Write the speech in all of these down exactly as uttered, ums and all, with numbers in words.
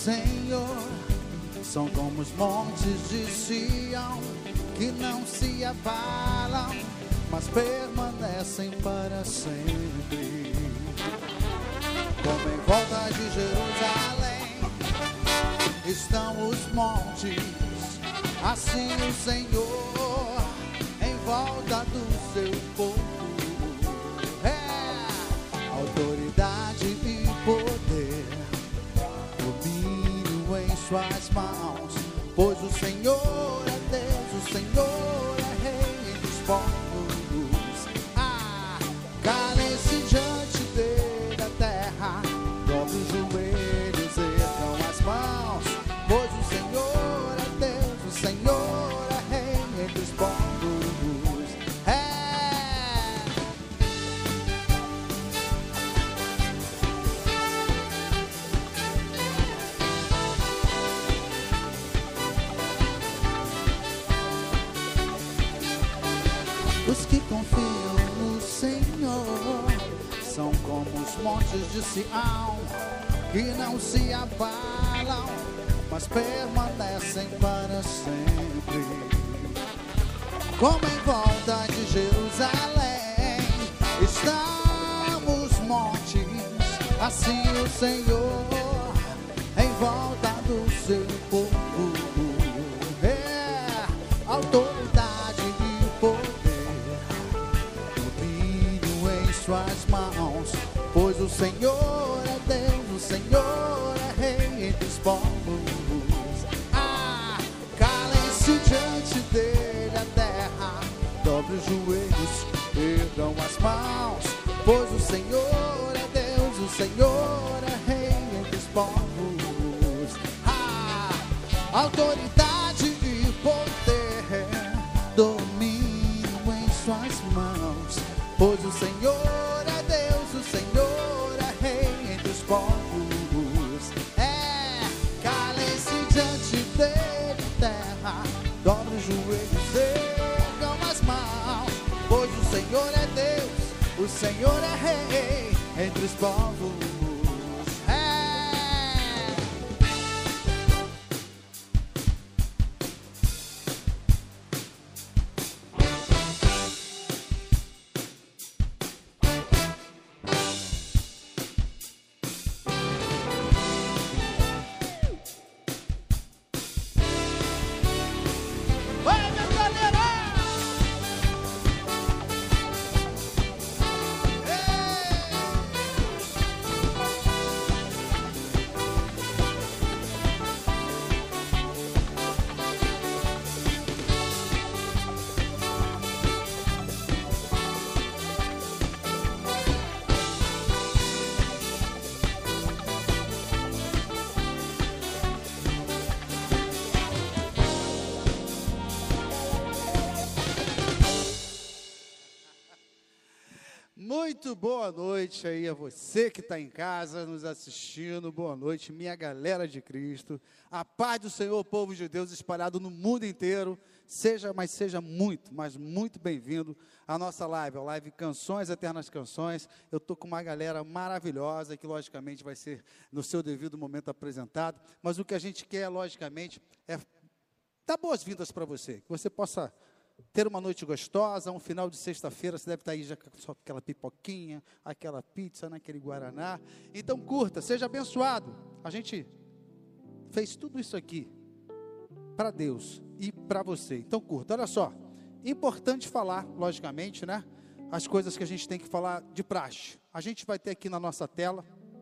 Senhor são como os montes de Sião, que não se abalam, mas permanecem para sempre. Como em volta de Jerusalém estão os montes, assim o Senhor em volta do seu povo. É autoridade e poder, domínio em suas mãos, pois o Senhor é Deus, o Senhor é Rei dos povos. Ah, calem-se diante dele a terra, dobre os joelhos, ergam as mãos, pois o Senhor é Deus, o Senhor é Rei entre os povos. É. Os que confiam no Senhor são como os montes de Sião, que não se abalam, mas permanecem para sempre. Como em volta de Jerusalém estão os montes, assim o Senhor em volta do seu povo. É autoridade e poder, domínio em suas mãos, pois o Senhor é Deus, o Senhor é Rei entre os povos. Ah, calem-se diante dele a terra, dobre os joelhos, ergam as mãos, pois o Senhor é Deus, o Senhor é Rei entre os povos. Ah, autoridade e poder, domínio em suas mãos, pois o Senhor é Deus, o Senhor é Rei entre os povos. É, calem-se diante dele a terra, dobre os joelhos, ergam as mãos, pois o Senhor é Deus, o Senhor é Rei entre os povos. Muito boa noite aí a você que está em casa nos assistindo. Boa noite, minha galera de Cristo. A paz do Senhor, povo de Deus espalhado no mundo inteiro. Seja, mas seja muito, mas muito bem-vindo à nossa live, a live Canções Eternas Canções. Eu estou com uma galera maravilhosa que, logicamente, vai ser no seu devido momento apresentado. Mas o que a gente quer, logicamente, é dar boas-vindas para você. Que você possa ter uma noite gostosa, um final de sexta-feira, você deve estar aí já com só aquela pipoquinha, aquela pizza, naquele guaraná. Então curta, seja abençoado. A gente fez tudo isso aqui para Deus e para você. Então curta, olha só. Importante falar, logicamente, né? As coisas que a gente tem que falar de praxe. A gente vai ter aqui na nossa tela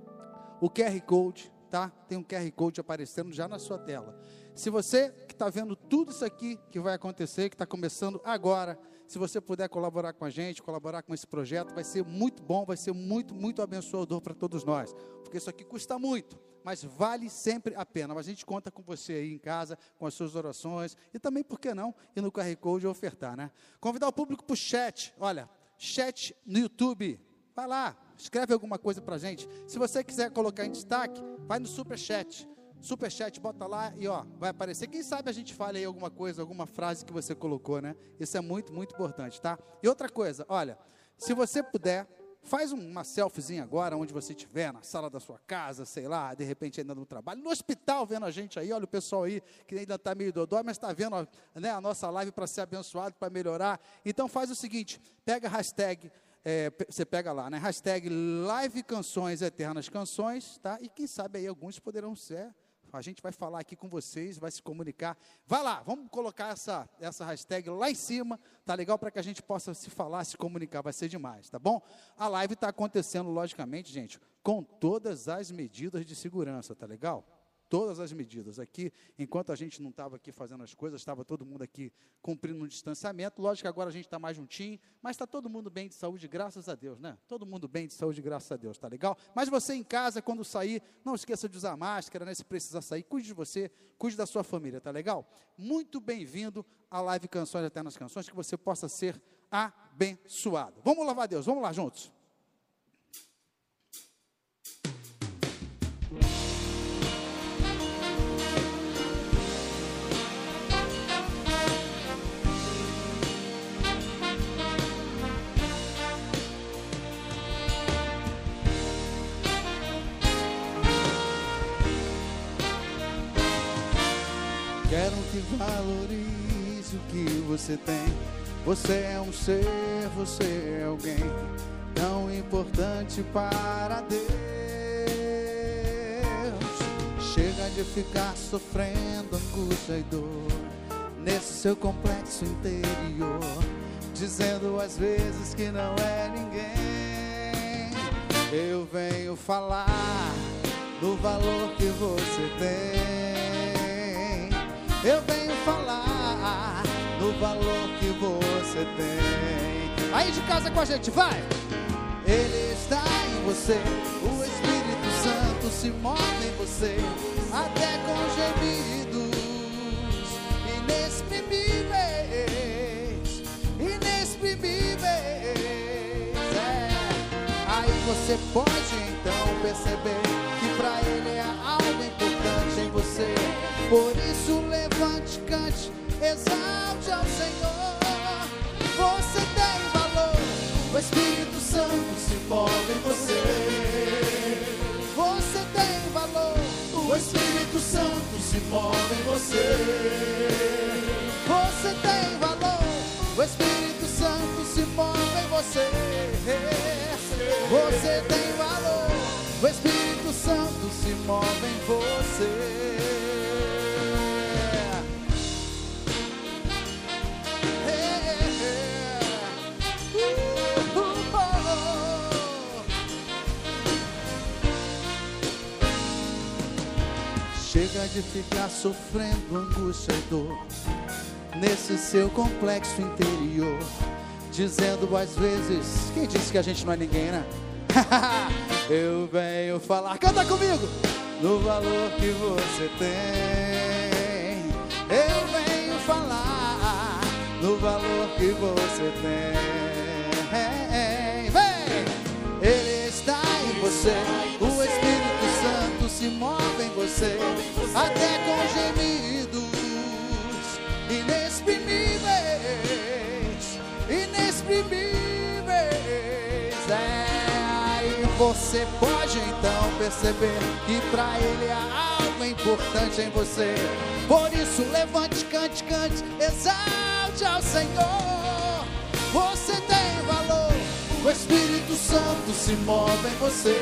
o Q R Code, tá? Tem um Q R Code aparecendo já na sua tela. Se você que está vendo tudo isso aqui que vai acontecer, que está começando agora, se você puder colaborar com a gente, colaborar com esse projeto, vai ser muito bom, vai ser muito, muito abençoador para todos nós, porque isso aqui custa muito, mas vale sempre a pena. Mas a gente conta com você aí em casa, com as suas orações, e também, por que não, ir no Q R Code e ofertar, né? Convidar o público para o chat, olha, chat no YouTube, vai lá, escreve alguma coisa para a gente. Se você quiser colocar em destaque, vai no Superchat, Superchat, bota lá e ó, vai aparecer. Quem sabe a gente fale aí alguma coisa, alguma frase que você colocou, né? Isso é muito, muito importante, tá? E outra coisa, olha, se você puder, Faz uma selfiezinha agora, onde você estiver, na sala da sua casa, sei lá, de repente ainda no trabalho, no hospital vendo a gente aí, olha o pessoal aí, que ainda está meio dodói, mas está vendo, né, a nossa live para ser abençoado, para melhorar. Então faz o seguinte, pega a hashtag, é, você pega lá, né, hashtag Live Canções Eternas Canções, tá? E quem sabe aí alguns poderão ser, a gente vai falar aqui com vocês, vai se comunicar. Vai lá, vamos colocar essa, essa hashtag lá em cima, tá legal? Para que a gente possa se falar, se comunicar, vai ser demais, tá bom? A live está acontecendo, logicamente, gente, com todas as medidas de segurança, tá legal? Todas as medidas. Aqui, enquanto a gente não estava aqui fazendo as coisas, estava todo mundo aqui cumprindo um distanciamento. Lógico que agora a gente está mais juntinho, mas está todo mundo bem de saúde, graças a Deus, né? Todo mundo bem de saúde, graças a Deus, tá legal? Mas você em casa, quando sair, não esqueça de usar máscara, né? Se precisar sair, cuide de você, cuide da sua família, tá legal? Muito bem-vindo à live Canções Eternas Canções, que você possa ser abençoado. Vamos louvar a Deus, vamos lá juntos. Quero que valorize o que você tem. Você é um ser, você é alguém tão importante para Deus. Chega de ficar sofrendo angústia e dor nesse seu complexo interior, dizendo às vezes que não é ninguém. Eu venho falar do valor que você tem. Eu venho falar do valor que você tem. Aí de casa com a gente, vai! Ele está em você, o Espírito Santo se move em você, até com gemidos inexprimíveis, inexprimíveis. É. Aí você pode então perceber que pra Ele é algo importante em você. Por isso levante, cante, exalte ao Senhor. Você tem valor, o Espírito Santo se move em você. Você tem valor, o Espírito Santo se move em você. Você tem valor, o Espírito Santo se move em você. Você tem valor, o Espírito Santo se move em você. Chega de ficar sofrendo angústia e dor nesse seu complexo interior, dizendo às vezes, quem disse que a gente não é ninguém, né? Eu venho falar, canta comigo, no valor que você tem. Eu venho falar no valor que você tem. Vem! Ele está em você, o Espírito Santo se move em você, até com gemidos inexprimíveis, inexprimíveis. É, e você pode então perceber que pra Ele há algo importante em você. Por isso levante, cante, cante, exalte ao Senhor. Você tem valor, o Espírito Santo se move em você.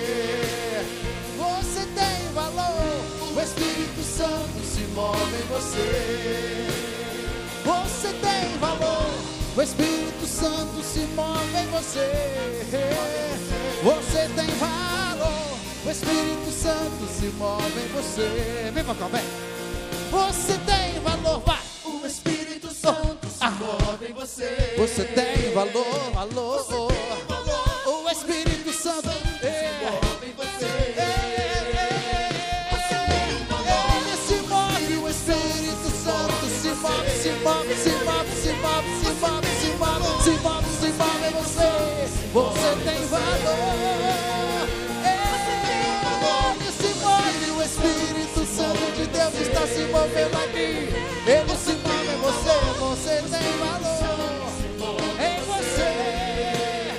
Você tem valor, o Espírito Santo se move em você. Você tem valor, o Espírito Santo se move em você. Você tem valor, o Espírito Santo se move em você. Vem pra cá, vem. Você tem valor, vai. O Espírito Santo se move em você. Você tem valor, valor. Você tem valor. O Espírito Santo se move em você. Você tem valor. Ele se move, o Espírito Santo se move, se move, se move, se move, se move, se move, se move, se move em você. Você tem valor. Ele se move, o Espírito Santo de Deus está se movendo aqui. Ele se move em você, você tem valor. Em você,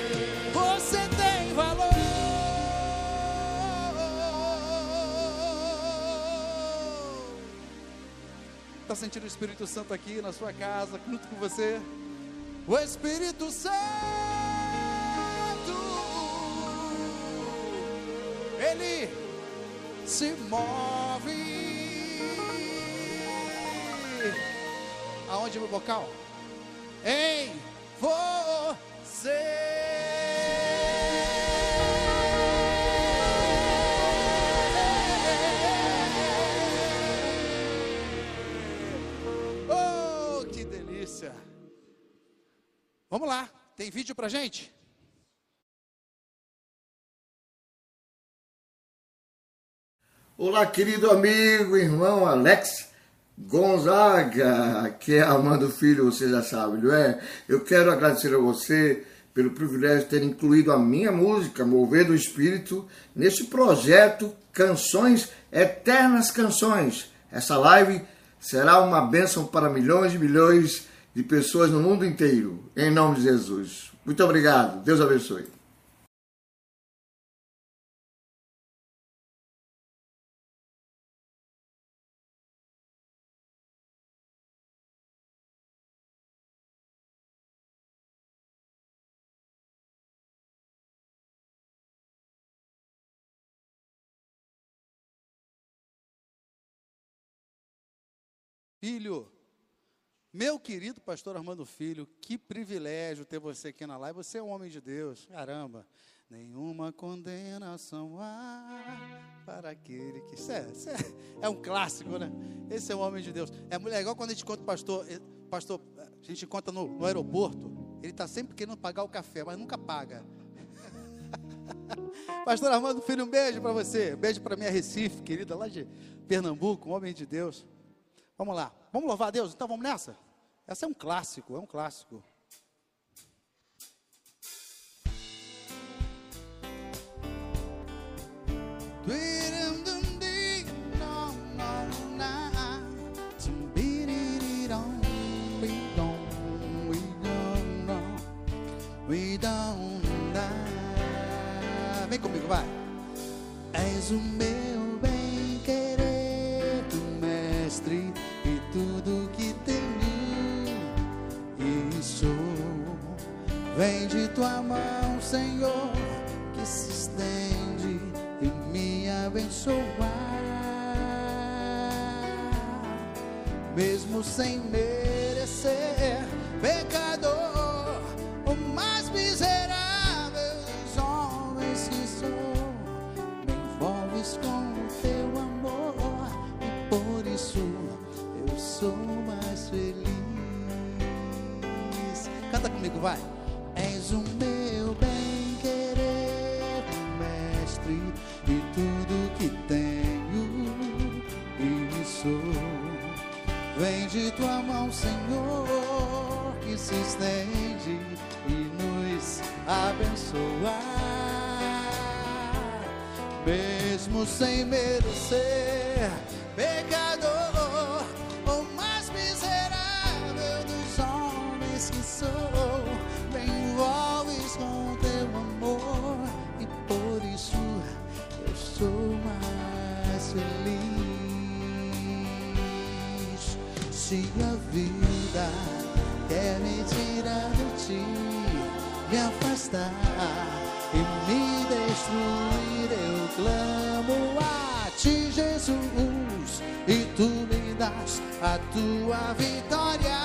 Está sentindo o Espírito Santo aqui na sua casa, junto com você? O Espírito Santo, Ele se move. Aonde o vocal? Em você. Vamos lá, tem vídeo pra gente? Olá, querido amigo, irmão Alex Gonzaga, que é Amando Filho, você já sabe, não é? Eu quero agradecer a você pelo privilégio de ter incluído a minha música, Mover do Espírito, neste projeto Canções, Eternas Canções. Essa live será uma bênção para milhões e milhões de pessoas no mundo inteiro, em nome de Jesus. Muito obrigado, Deus abençoe. Filho, meu querido pastor Armando Filho, que privilégio ter você aqui na live. Você é um homem de Deus, caramba. Nenhuma condenação há para aquele que... Isso é, isso é, é um clássico, né? Esse é um homem de Deus. É legal quando a gente conta o pastor, pastor, a gente conta no, no aeroporto, ele está sempre querendo pagar o café, mas nunca paga. Pastor Armando Filho, um beijo para você, um beijo para minha Recife, querida, lá de Pernambuco, um homem de Deus. Vamos lá, vamos louvar a Deus? Então vamos nessa? Essa é um clássico, é um clássico. Vem comigo, vai. És o meu bem-querer, tu mestre, e tudo que tenho e sou. Vem de tua mão, Senhor, que se estende e me abençoar. Mesmo sem merecer, pecador, o mais miserável dos homens que sou, me envolves com o teu amor e por isso eu sou mais feliz. Canta comigo, vai. És o meu bem-querer, mestre, e tudo que tenho e sou. Vem de tua mão, Senhor, que se estende e nos abençoar. Mesmo sem merecer, pecador, o mais miserável dos homens que sou, me envolves com teu amor e por isso eu sou mais feliz. Se a vida quer me tirar de ti, me afastar e me destruir, eu clamo a ti, Jesus, e tu me das a tua vitória.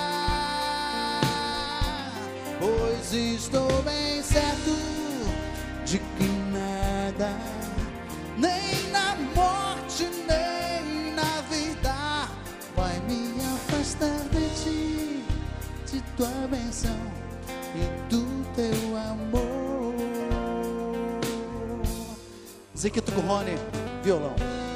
Pois estou bem certo de que nada, nem na morte, nem na vida, vai me afastar de ti, de tua bênção e do teu amor. Zequito Rony, violão.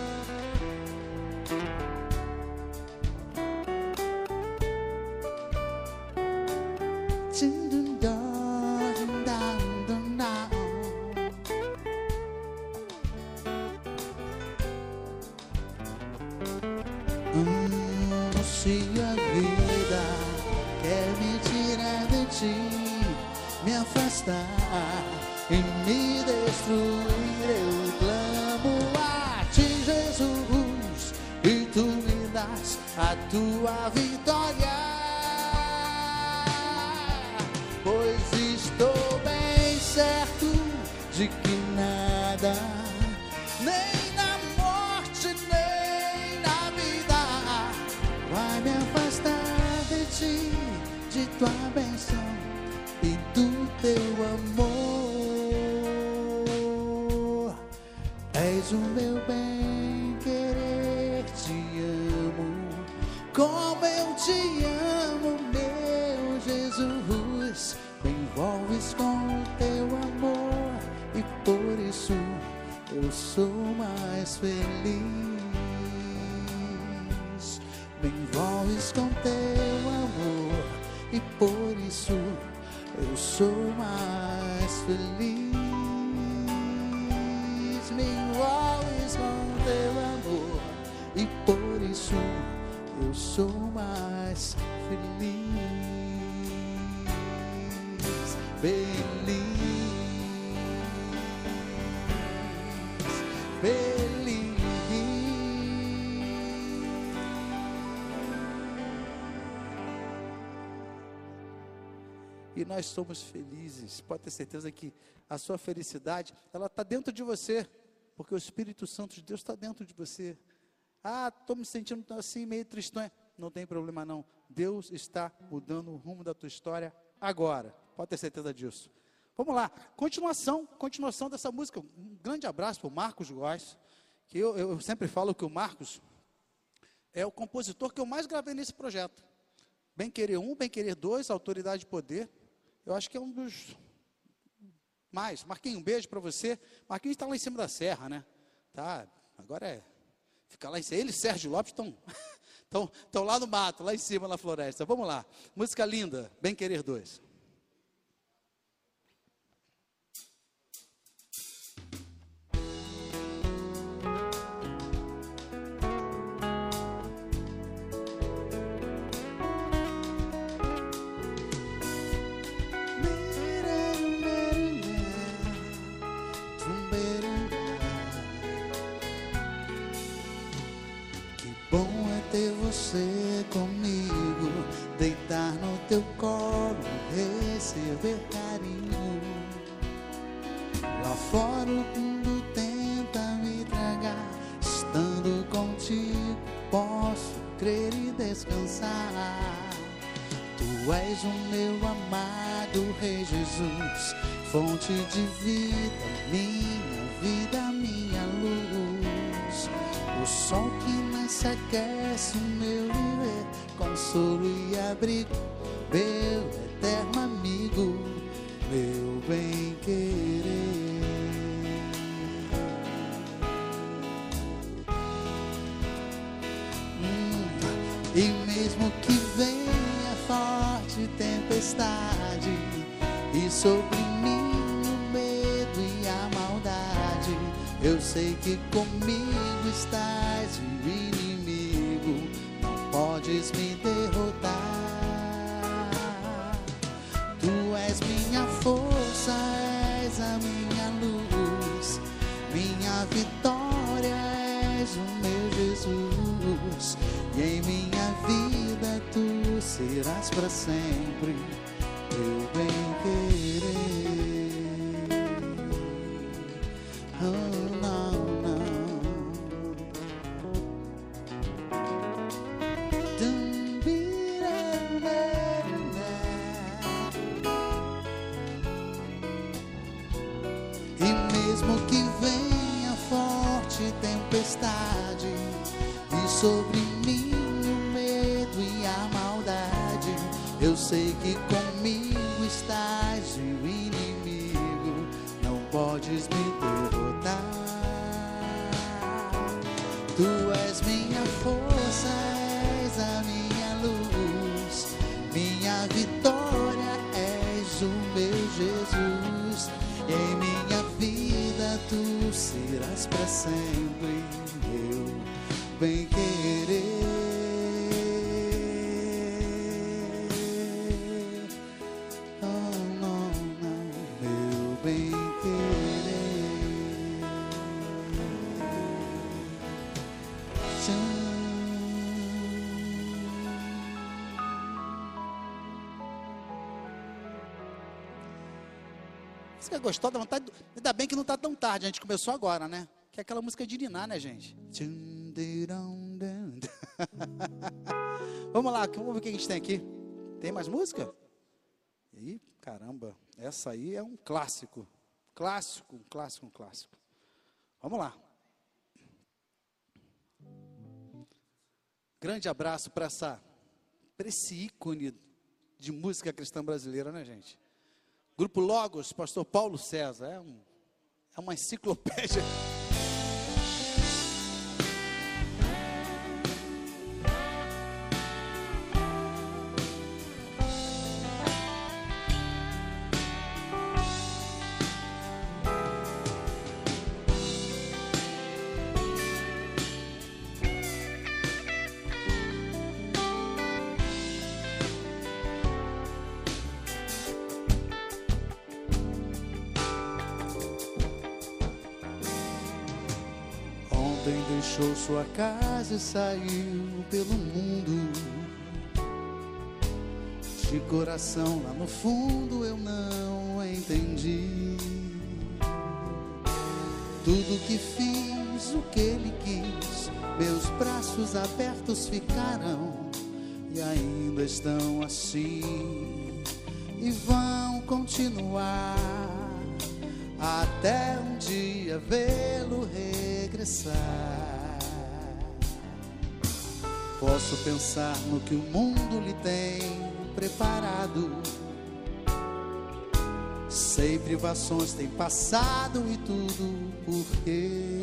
Se a vida quer me tirar de ti, me afastar e me destruir, eu clamo a ti, Jesus, e tu me das a tua vitória, pois estou bem certo de que nada, nem na morte, nem na vida, vai me afastar de ti, de tua bênção e do teu amor. És o meu bem querer, te amo como eu te amo, meu Jesus. Me envolves com o teu amor e por isso eu sou mais feliz. Me envolves com teu amor e por isso eu sou mais feliz. Me envolves com teu amor e por isso eu sou mais feliz. Feliz, feliz. E nós somos felizes. Pode ter certeza que a sua felicidade, ela está dentro de você, porque o Espírito Santo de Deus está dentro de você. Ah, estou me sentindo assim meio tristonho. Não tem problema não. Deus está mudando o rumo da tua história agora. Pode ter certeza disso. Vamos lá. Continuação, continuação dessa música. Um grande abraço para o Marcos Góes, que eu, eu sempre falo que o Marcos é o compositor que eu mais gravei nesse projeto. Bem Querer um, Bem Querer dois, Autoridade de Poder. Eu acho que é um dos mais. Marquinhos, um beijo para você. Marquinhos está lá em cima da serra, né? Tá, agora é... Fica lá em cima. Ele e Sérgio Lopes estão... Estão lá no mato, lá em cima na floresta. Vamos lá. Música linda, Bem Querer dois. Você comigo, deitar no teu colo, receber carinho. Lá fora o mundo tenta me tragar, estando contigo posso crer e descansar. Tu és o meu amado Rei Jesus, fonte de vida, minha vida, minha luz. O sol que nasce aquece o meu viver, consolo e abrigo, meu eterno amigo, meu bem querer. Hum, e mesmo que venha forte tempestade e sobre mim o medo e a maldade, eu sei que comigo estás, e o inimigo não podes me derrotar. Tu és minha força, és a minha luz, minha vitória, és o meu Jesus. E em minha vida tu serás para sempre meu bem querer. Oh, não, não. E mesmo que venha forte tempestade e sobre mim o medo e a maldade, eu sei que comigo estás, e o inimigo não podes me derrotar. Tu és minha força, és a minha luz, minha vitória, és o meu Jesus. E em minha vida tu serás para sempre meu bem querer. Oh, não, não, meu bem querer. Tchum. Música gostosa, dá vontade. Do... Ainda bem que não está tão tarde, a gente começou agora, né? Que é aquela música de ninar, né, gente? Vamos lá, vamos ver o que a gente tem aqui. Tem mais música? Ih, caramba, essa aí é um clássico. Clássico, um clássico, um clássico. Vamos lá. Grande abraço para essa, para esse ícone de música cristã brasileira, né, gente? Grupo Logos, pastor Paulo César, é, um, é uma enciclopédia. Deixou sua casa e saiu pelo mundo. De coração lá no fundo eu não entendi. Tudo que fiz, o que ele quis, meus braços abertos ficaram e ainda estão assim e vão continuar até um dia vê-lo regressar. Posso pensar no que o mundo lhe tem preparado. Sei privações tem passado e tudo porque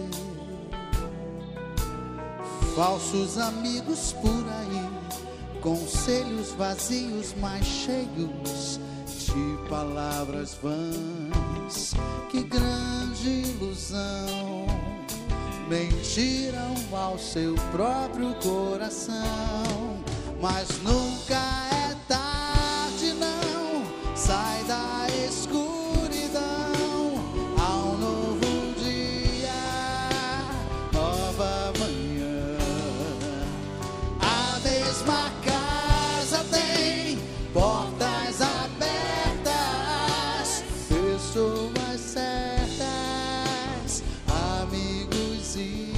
falsos amigos por aí, conselhos vazios mas cheios de palavras vãs. Que grande ilusão, mentiram ao seu próprio coração. Mas nunca é tarde não, sai da escuridão. Ao novo dia, nova manhã. A mesma casa tem portas abertas, pessoas certas, amigos e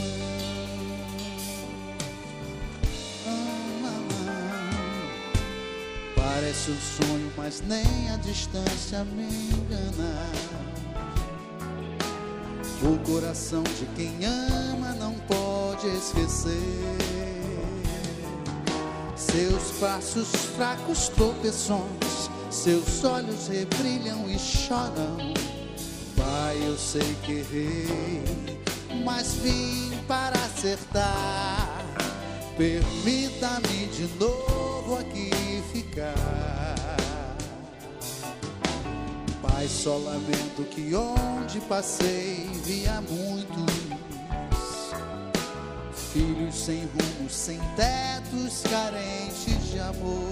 parece um sonho, mas nem a distância me engana. O coração de quem ama não pode esquecer. Seus passos fracos, tropeções, seus olhos rebrilham e choram. Pai, eu sei que errei, mas vim para acertar. Permita-me de novo aqui ficar. Pai, só lamento que onde passei via muitos filhos sem rumo, sem tetos, carentes de amor.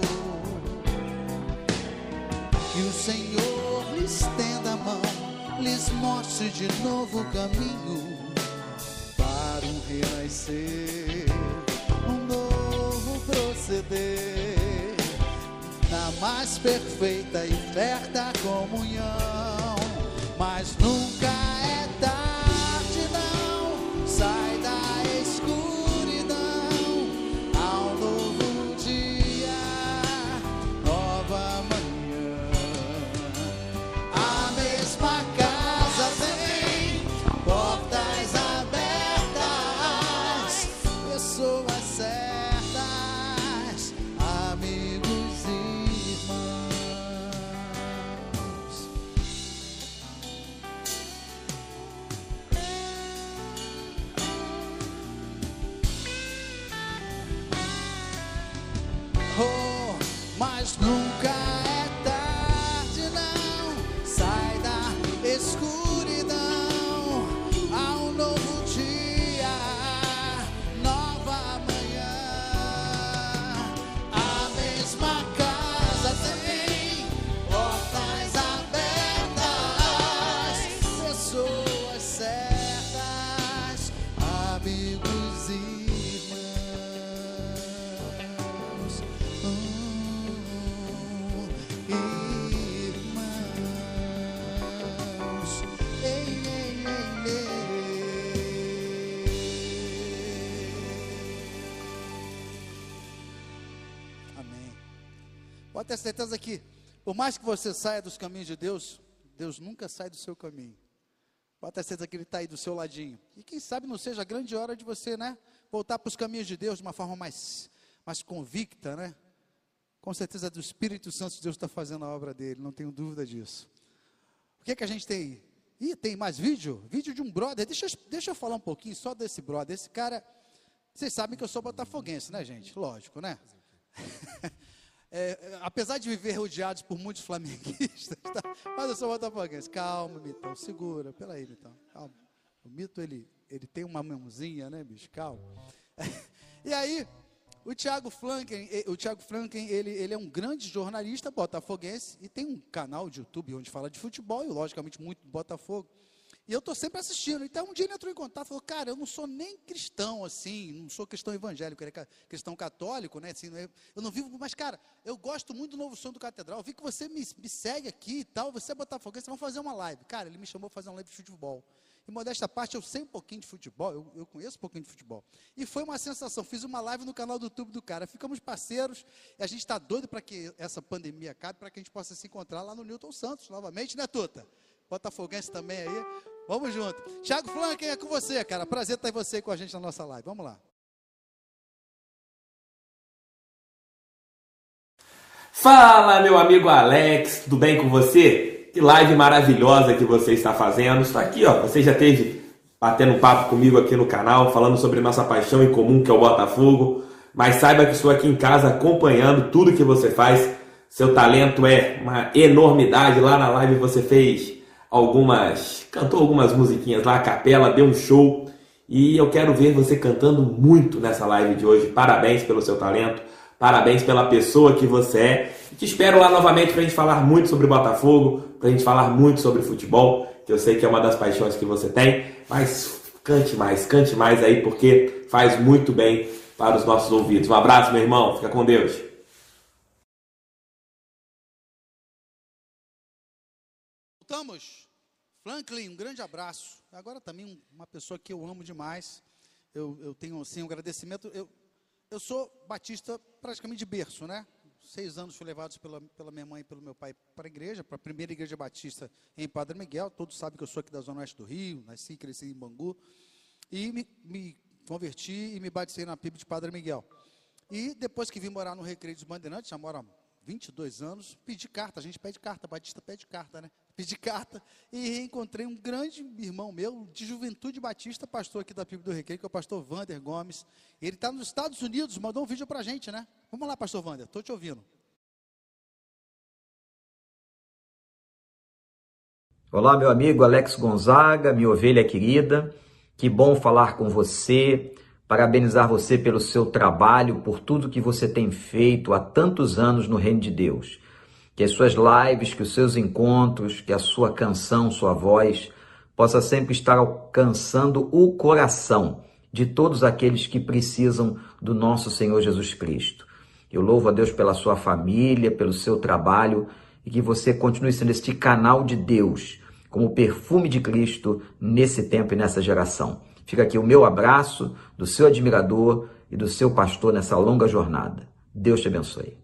Que o Senhor lhes estenda a mão, lhes mostre de novo o caminho para um renascer, um novo proceder, na mais perfeita e certa comunhão. Mas nunca é tarde não, sai da escuridão. Ao novo dia, nova manhã. A mesma casa tem portas abertas, pessoas certas, amigos e irmãos. Oh, mas nunca é tarde não, sai da escuridão. Ao novo dia, nova manhã. A mesma casa tem portas abertas, pessoas certas, amigos e irmãos. Hum, Pode ter certeza que, por mais que você saia dos caminhos de Deus, Deus nunca sai do seu caminho. Pode ter certeza que Ele está aí do seu ladinho. E quem sabe não seja a grande hora de você, né, voltar para os caminhos de Deus de uma forma mais, mais convicta, né? Com certeza do Espírito Santo de Deus está fazendo a obra dele, não tenho dúvida disso. O que é que a gente tem aí? Ih, tem mais vídeo? Vídeo de um brother. Deixa eu, deixa eu falar um pouquinho só desse brother. Esse cara, vocês sabem que eu sou botafoguense, né, gente? Lógico, né? É, apesar de viver rodeados por muitos flamenguistas, tá? Mas eu sou botafoguense. Calma, Mitão, segura. Peraí, Mitão, calma. O Mito, ele, ele tem uma mãozinha, né, bicho? Calma. E aí, o Thiago Franken, o Thiago Franken, ele, ele é um grande jornalista botafoguense e tem um canal de YouTube onde fala de futebol e, logicamente, muito do Botafogo. E eu estou sempre assistindo. Então, um dia ele entrou em contato e falou, cara, eu não sou nem cristão, assim, não sou cristão evangélico, ele é cristão católico, né, assim, eu não vivo, mas, cara, eu gosto muito do Novo Som do Catedral, eu vi que você me, me segue aqui e tal, você é botafoguense, vamos fazer uma live. Cara, ele me chamou para fazer uma live de futebol. E, modesta parte, eu sei um pouquinho de futebol, eu, eu conheço um pouquinho de futebol. E foi uma sensação, fiz uma live no canal do YouTube do cara, ficamos parceiros, e a gente está doido para que essa pandemia acabe, para que a gente possa se encontrar lá no Newton Santos, novamente, né, Tuta? Botafoguense também aí, vamos junto. Thiago Franken, é com você, cara, prazer estar você com a gente na nossa live, vamos lá. Fala, meu amigo Alex, tudo bem com você? Que live maravilhosa que você está fazendo. Está aqui, ó, você já esteve batendo um papo comigo aqui no canal, falando sobre nossa paixão em comum, que é o Botafogo. Mas saiba que estou aqui em casa acompanhando tudo que você faz. Seu talento é uma enormidade. Lá na live você fez algumas, cantou algumas musiquinhas lá, a capela, deu um show. E eu quero ver você cantando muito nessa live de hoje. Parabéns pelo seu talento. Parabéns pela pessoa que você é. Te espero lá novamente para a gente falar muito sobre Botafogo, para a gente falar muito sobre futebol, que eu sei que é uma das paixões que você tem, mas cante mais, cante mais aí, porque faz muito bem para os nossos ouvidos. Um abraço, meu irmão, fica com Deus. Voltamos. Franklin, um grande abraço. Agora também uma pessoa que eu amo demais, eu, eu tenho assim um agradecimento, eu Eu sou batista praticamente de berço, né? Seis anos fui levado pela, pela minha mãe e pelo meu pai para a igreja, para a primeira igreja batista em Padre Miguel. Todos sabem que eu sou aqui da Zona Oeste do Rio, nasci e cresci em Bangu. E me, me converti e me batizei na P I B de Padre Miguel. E depois que vim morar no Recreio dos Bandeirantes, já moro há vinte e dois anos, pedi carta, a gente pede carta, batista pede carta, né? Pedi carta e reencontrei um grande irmão meu, de juventude batista, pastor aqui da P I B do Recreio, que é o pastor Wander Gomes. Ele está nos Estados Unidos, mandou um vídeo para a gente, né? Vamos lá, pastor Wander, estou te ouvindo. Olá, meu amigo Alex Gonzaga, minha ovelha querida, que bom falar com você, parabenizar você pelo seu trabalho, por tudo que você tem feito há tantos anos no Reino de Deus. Que as suas lives, que os seus encontros, que a sua canção, sua voz, possa sempre estar alcançando o coração de todos aqueles que precisam do nosso Senhor Jesus Cristo. Eu louvo a Deus pela sua família, pelo seu trabalho, e que você continue sendo este canal de Deus, como perfume de Cristo nesse tempo e nessa geração. Fica aqui o meu abraço do seu admirador e do seu pastor nessa longa jornada. Deus te abençoe.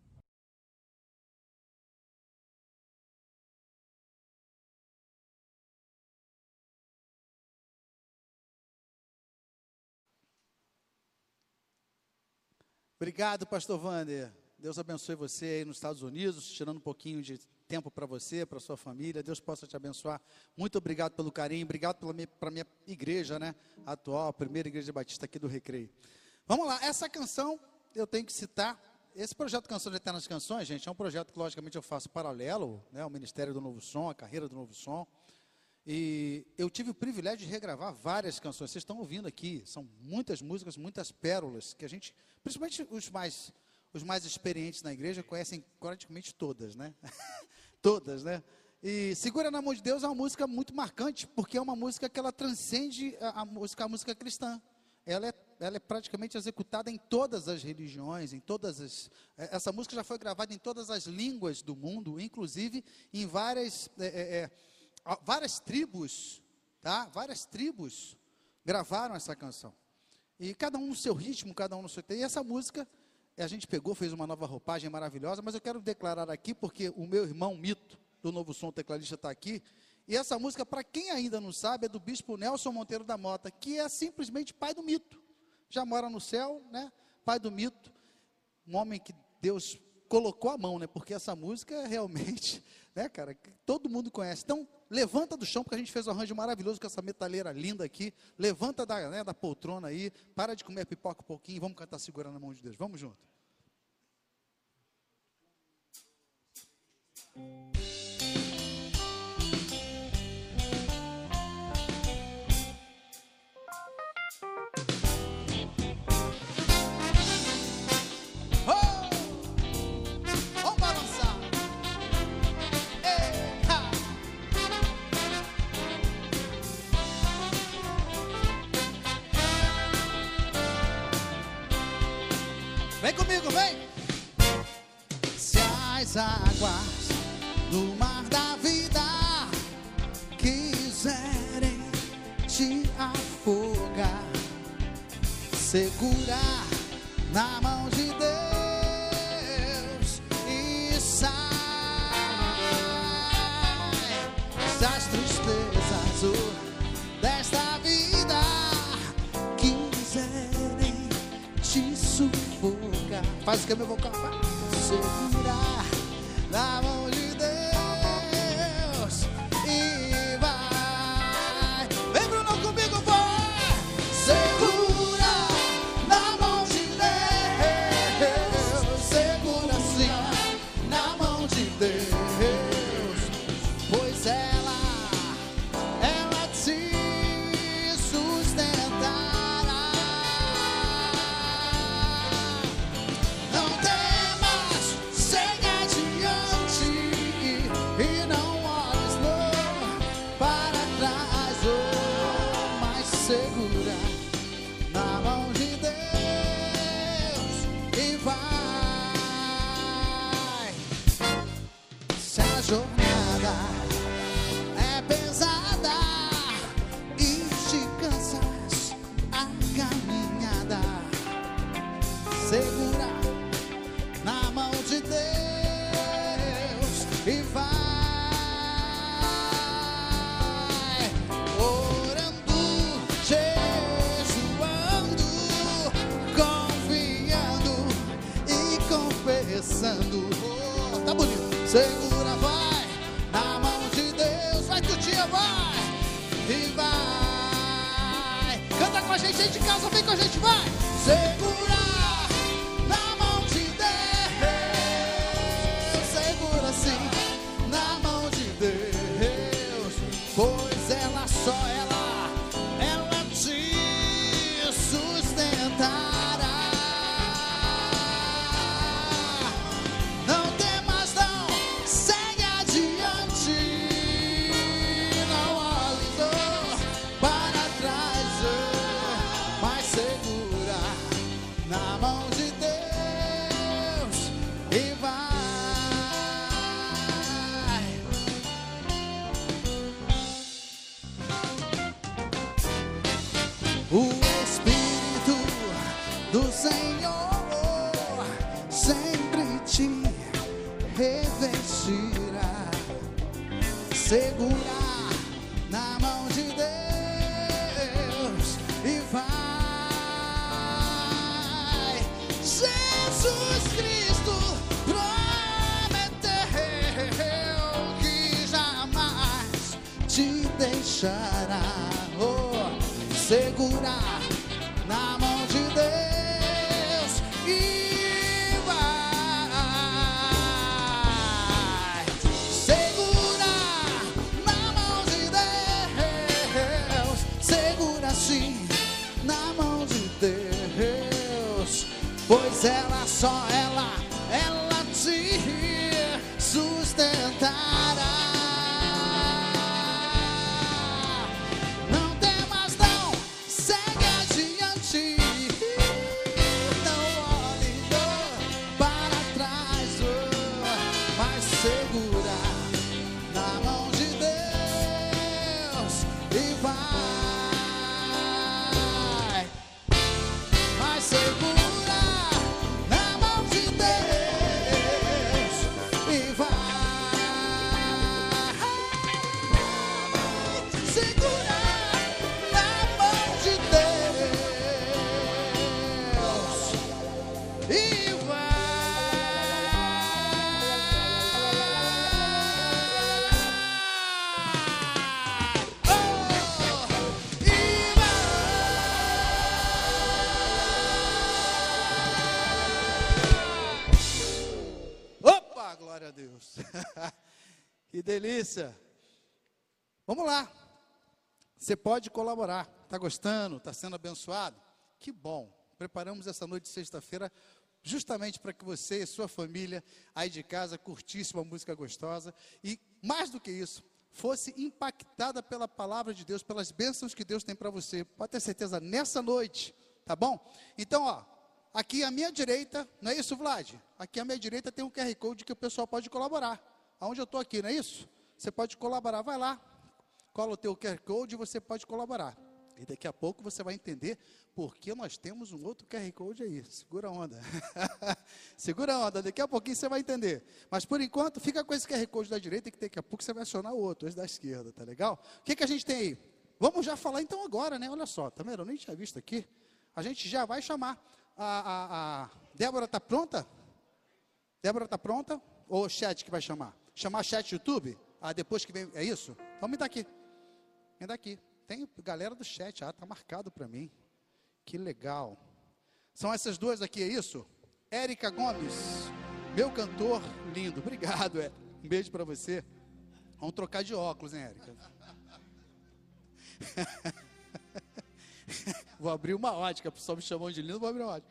Obrigado, pastor Wander. Deus abençoe você aí nos Estados Unidos, tirando um pouquinho de tempo para você, para sua família. Deus possa te abençoar. Muito obrigado pelo carinho, obrigado pela minha, para a minha igreja, né, atual, a primeira igreja batista aqui do Recreio. Vamos lá, essa canção eu tenho que citar. Esse projeto Canção de Eternas Canções, gente, é um projeto que logicamente eu faço paralelo, né, ao Ministério do Novo Som, a carreira do Novo Som. E eu tive o privilégio de regravar várias canções. Vocês estão ouvindo aqui, são muitas músicas, muitas pérolas, que a gente, principalmente os mais, os mais experientes na igreja, conhecem praticamente todas, né? Todas, né? E Segura na Mão de Deus é uma música muito marcante, porque é uma música que ela transcende a, a, música, a música cristã. Ela é, ela é praticamente executada em todas as religiões, em todas as... Essa música já foi gravada em todas as línguas do mundo, inclusive em várias... É, é, várias tribos, tá? Várias tribos gravaram essa canção. E cada um no seu ritmo, cada um no seu tempo. E essa música, a gente pegou, fez uma nova roupagem maravilhosa, mas eu quero declarar aqui, porque o meu irmão Mito, do Novo Som, tecladista, está aqui, e essa música, para quem ainda não sabe, é do Bispo Nelson Monteiro da Mota, que é simplesmente pai do Mito, já mora no céu, né, pai do Mito, um homem que Deus colocou a mão, né, porque essa música é realmente, né, cara, todo mundo conhece. Então, levanta do chão, porque a gente fez um arranjo maravilhoso com essa metaleira linda aqui, levanta da, né, da poltrona aí, para de comer pipoca um pouquinho, vamos cantar segurando a mão de Deus, vamos junto. Vem comigo, vem! Se as águas do mar da vida quiserem te afogar, segura na mão de Deus e sai das tristezas oh, desta vida quiserem te sufocar. Faz o que meu vocal vai segurar na mão de Deus e vai. Vem, Bruno, comigo, vai. Segura na mão de Deus, segura assim na mão de Deus, pois ela, ela te sustentará. Segura na mão de Deus e vai. Se a jornada é pesada e te cansas a caminhada, segura na mão de Deus e vai. Oh, tá bonito. Segura, vai na mão de Deus. Vai, Tutinha, vai e vai. Canta com a gente aí de casa, vem com a gente, vai. Segura na mão de Deus, segura assim na mão de Deus, pois ela só ela, ela te sustentará. Na mão de Deus e vai. O Espírito do Senhor sempre te revestirá. Segura na mão de Deus e vai. Jesus Cristo prometeu que jamais te deixará. Oh, segura na mão de Deus e vai. Segura na mão de Deus, segura sim na mão de Deus, pois ela só ela, ela te sustentará. Não temas não, segue adiante, não olhe para trás, oh, mas segura na mão de Deus e vai. Mas segura na mão Que delícia. Vamos lá. Você pode colaborar. Está gostando? Está sendo abençoado? Que bom. Preparamos essa noite de sexta-feira justamente para que você e sua família aí de casa curtisse uma música gostosa e, mais do que isso, fosse impactada pela palavra de Deus, pelas bênçãos que Deus tem para você. Pode ter certeza, nessa noite, tá bom? Então, ó, aqui à minha direita, não é isso, Vlad? Aqui à minha direita tem um Q R Code que o pessoal pode colaborar. Aonde eu estou aqui, não é isso? Você pode colaborar, vai lá, cola o teu Q R Code e você pode colaborar. E daqui a pouco você vai entender por que nós temos um outro Q R Code aí. Segura a onda. Segura a onda, daqui a pouquinho você vai entender. Mas por enquanto, fica com esse Q R Code da direita que daqui a pouco você vai acionar o outro, esse da esquerda, tá legal? O que, que a gente tem aí? Vamos já falar então agora, né? Olha só, tá vendo? Eu nem tinha visto aqui. A gente já vai chamar. A, a, a Débora está pronta? Débora está pronta? Ou o chat que vai chamar? Chamar chat YouTube? Ah, depois que vem, é isso? Então me dá aqui. Me dá aqui. Tem galera do chat, ah, tá marcado para mim. Que legal. São essas duas aqui, é isso? Érica Gomes, meu cantor lindo. Obrigado, é. Um beijo para você. Vamos trocar de óculos, hein, Érica? Vou abrir uma ótica, o pessoal me chamou de lindo, vou abrir uma ótica.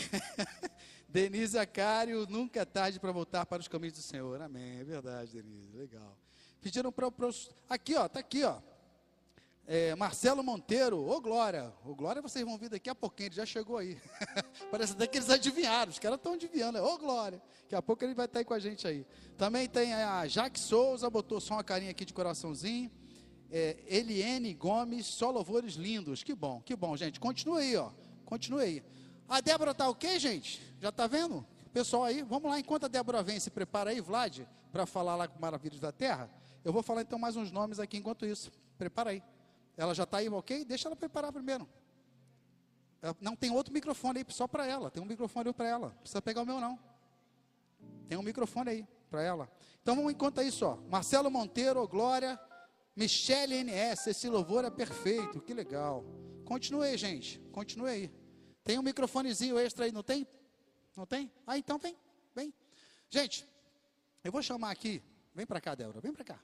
Denise Acário, nunca é tarde para voltar para os caminhos do Senhor. Amém, é verdade, Denise, legal. Pediram para... Aqui, ó, tá aqui, ó. É, Marcelo Monteiro, ô Glória, ô Glória vocês vão vir daqui a pouquinho, ele já chegou aí. Parece até que eles adivinharam, os caras estão adivinhando, ô Glória, daqui a pouco ele vai estar aí com a gente aí. Também tem a Jaque Souza, botou só uma carinha aqui de coraçãozinho. É, Eliene Gomes, só louvores lindos, que bom, que bom, gente, continue aí, ó, continue aí. A Débora tá ok, gente? Já tá vendo? Pessoal aí, vamos lá, enquanto a Débora vem, se prepara aí, Vlad, para falar lá com Maravilhas da Terra, eu vou falar então mais uns nomes aqui enquanto isso, prepara aí. Ela já está aí, ok? Deixa ela preparar primeiro. Ela, não, tem outro microfone aí só para ela. Tem um microfone para ela. Não precisa pegar o meu, não. Tem um microfone aí para ela. Então vamos enquanto isso, ó. Marcelo Monteiro, Glória, Michele N S. Esse louvor é perfeito. Que legal. Continue aí, gente. Continue aí. Tem um microfonezinho extra aí, não tem? Não tem? Ah, então vem. Vem. Gente, eu vou chamar aqui. Vem para cá, Débora. Vem para cá.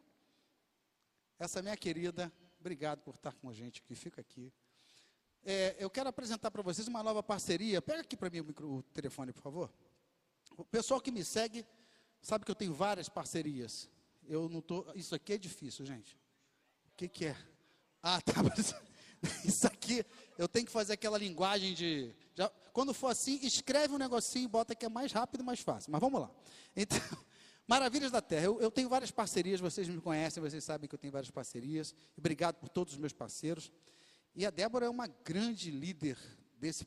Essa minha querida... Obrigado por estar com a gente aqui, fica aqui. É, eu quero apresentar para vocês uma nova parceria. Pega aqui para mim o, micro, o telefone, por favor. O pessoal que me segue sabe que eu tenho várias parcerias. Eu não tô. Isso aqui é difícil, gente. O que, que é? Ah, tá. Isso aqui eu tenho que fazer aquela linguagem de. Já, quando for assim, escreve um negocinho e bota que é mais rápido e mais fácil. Mas vamos lá. Então. Maravilhas da Terra, eu, eu tenho várias parcerias, vocês me conhecem, vocês sabem que eu tenho várias parcerias, obrigado por todos os meus parceiros, e a Débora é uma grande líder desse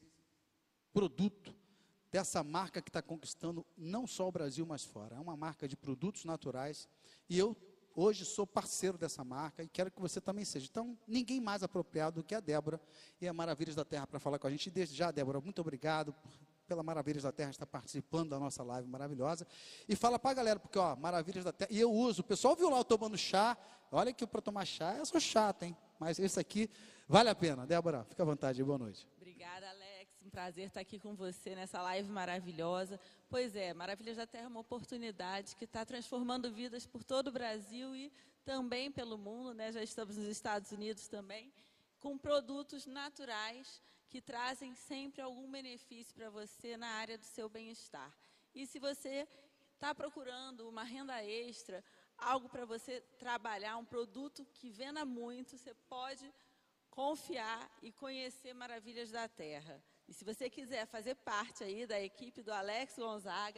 produto, dessa marca que está conquistando não só o Brasil, mas fora, é uma marca de produtos naturais, e eu hoje sou parceiro dessa marca, e quero que você também seja, então ninguém mais apropriado do que a Débora, e a Maravilhas da Terra para falar com a gente, e desde já, Débora, muito obrigado pela Maravilhas da Terra, está participando da nossa live maravilhosa, e fala para a galera, porque ó, Maravilhas da Terra, e eu uso, o pessoal viu lá eu tomando chá, olha que para tomar chá, eu sou chato, hein, mas esse aqui vale a pena. Débora, fica à vontade, boa noite. Obrigada, Alex, um prazer estar aqui com você nessa live maravilhosa. Pois é, Maravilhas da Terra é uma oportunidade que está transformando vidas por todo o Brasil e também pelo mundo, né? Já estamos nos Estados Unidos também, com produtos naturais que trazem sempre algum benefício para você na área do seu bem-estar. E se você está procurando uma renda extra, algo para você trabalhar, um produto que venda muito, você pode confiar e conhecer Maravilhas da Terra. E se você quiser fazer parte aí da equipe do Alex Gonzaga,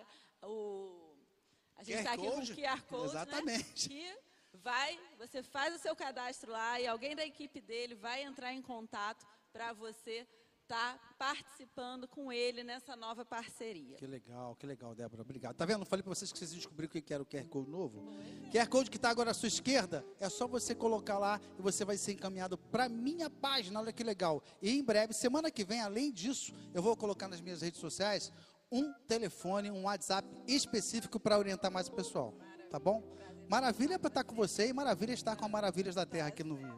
o, a gente está aqui com o Q R Code, exatamente, né, que vai, você faz o seu cadastro lá e alguém da equipe dele vai entrar em contato para você estar tá participando com ele nessa nova parceria. Que legal, que legal, Débora, obrigado. Tá vendo? Eu falei para vocês que vocês descobriram o que era o Q R Code novo. Foi. Q R Code que está agora à sua esquerda, é só você colocar lá e você vai ser encaminhado para a minha página, olha que legal. E em breve, semana que vem, além disso, eu vou colocar nas minhas redes sociais um telefone, um WhatsApp específico para orientar mais o pessoal. Maravilha. Tá bom? Maravilha para estar com você e maravilha estar com a Maravilhas da Terra aqui no...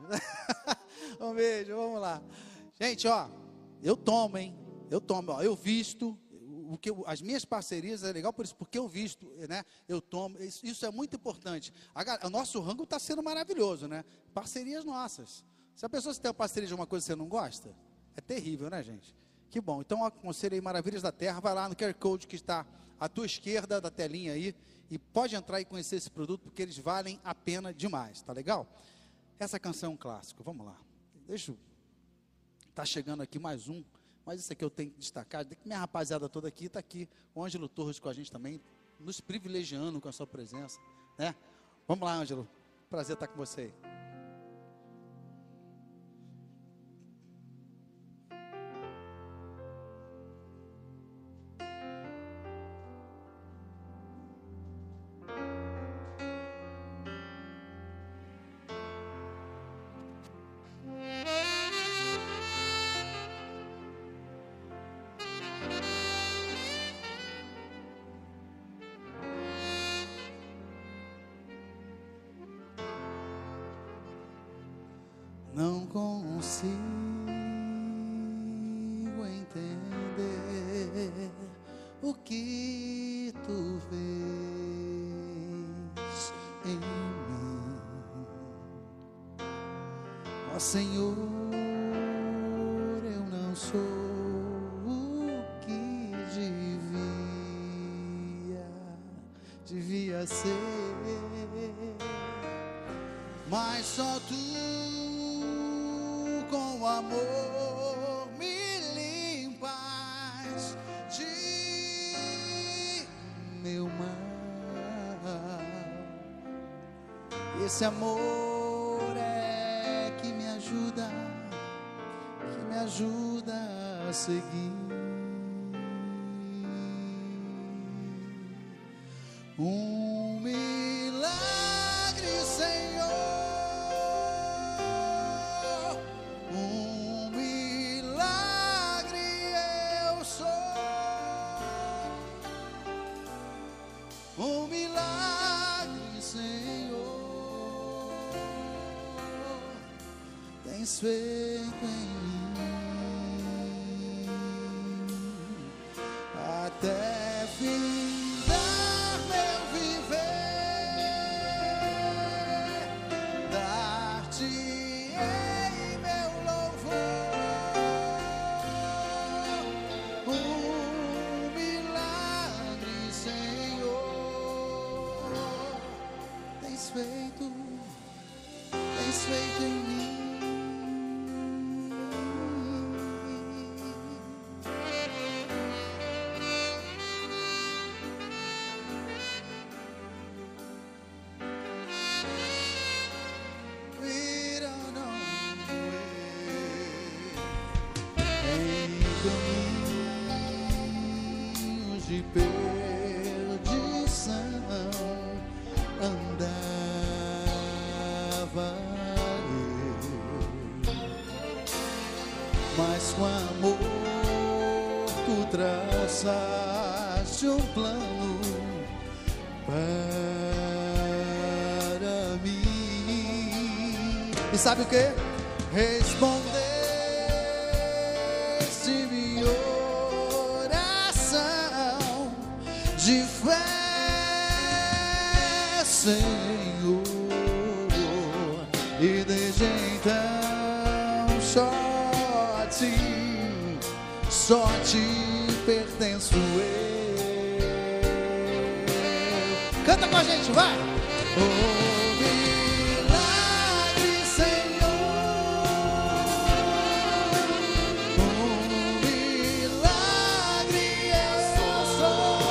Um beijo, vamos lá. Gente, ó, eu tomo, hein? Eu tomo, ó, eu visto, o que eu, as minhas parcerias é legal por isso, porque eu visto, né? Eu tomo, isso, isso é muito importante. A, o nosso rango está sendo maravilhoso, né? Parcerias nossas. Se a pessoa tem uma parceria de uma coisa que você não gosta, é terrível, né, gente? Que bom. Então, aconselho aí Maravilhas da Terra, vai lá no Q R Code que está à tua esquerda da telinha aí, e pode entrar e conhecer esse produto, porque eles valem a pena demais, tá legal? Essa canção é um clássico, vamos lá. Deixa eu... Tá chegando aqui mais um, mas isso aqui eu tenho que destacar, minha rapaziada toda aqui, está aqui, o Ângelo Torres com a gente também, nos privilegiando com a sua presença, né? Vamos lá, Ângelo, prazer estar com você aí. Não consigo entender o que tu vês em mim, ó Senhor, eu não sou o que devia, devia ser, mas só tu com amor me limpas de meu mal. Esse amor é que me ajuda, que me ajuda a seguir. Um milagre, Senhor. Um milagre, Senhor, tens feito em mim, até findar meu viver, dar-te-ei meu louvor. Um milagre, Senhor, tens feito, tens feito em mim. Vira não em caminhos de perdição andava eu, mas com amor tu traçaste um plano para mim. E sabe o que? Respondeste minha oração de fé, Senhor, e desde então só te, só te pertenço eu. Canta com a gente, vai! Oh, milagre, Senhor, oh, milagre eu sou,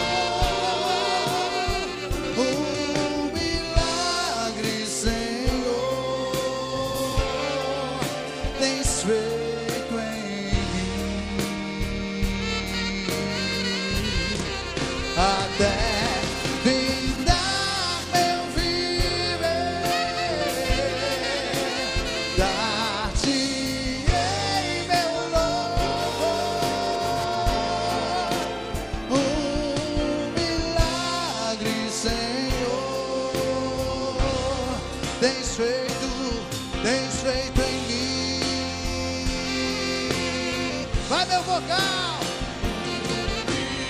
oh, milagre, Senhor, tens feito em mim, até findar meu viver, dar-te-ei meu louvor. Um milagre, Senhor, tens feito, tens feito em mim. Vai meu vocal!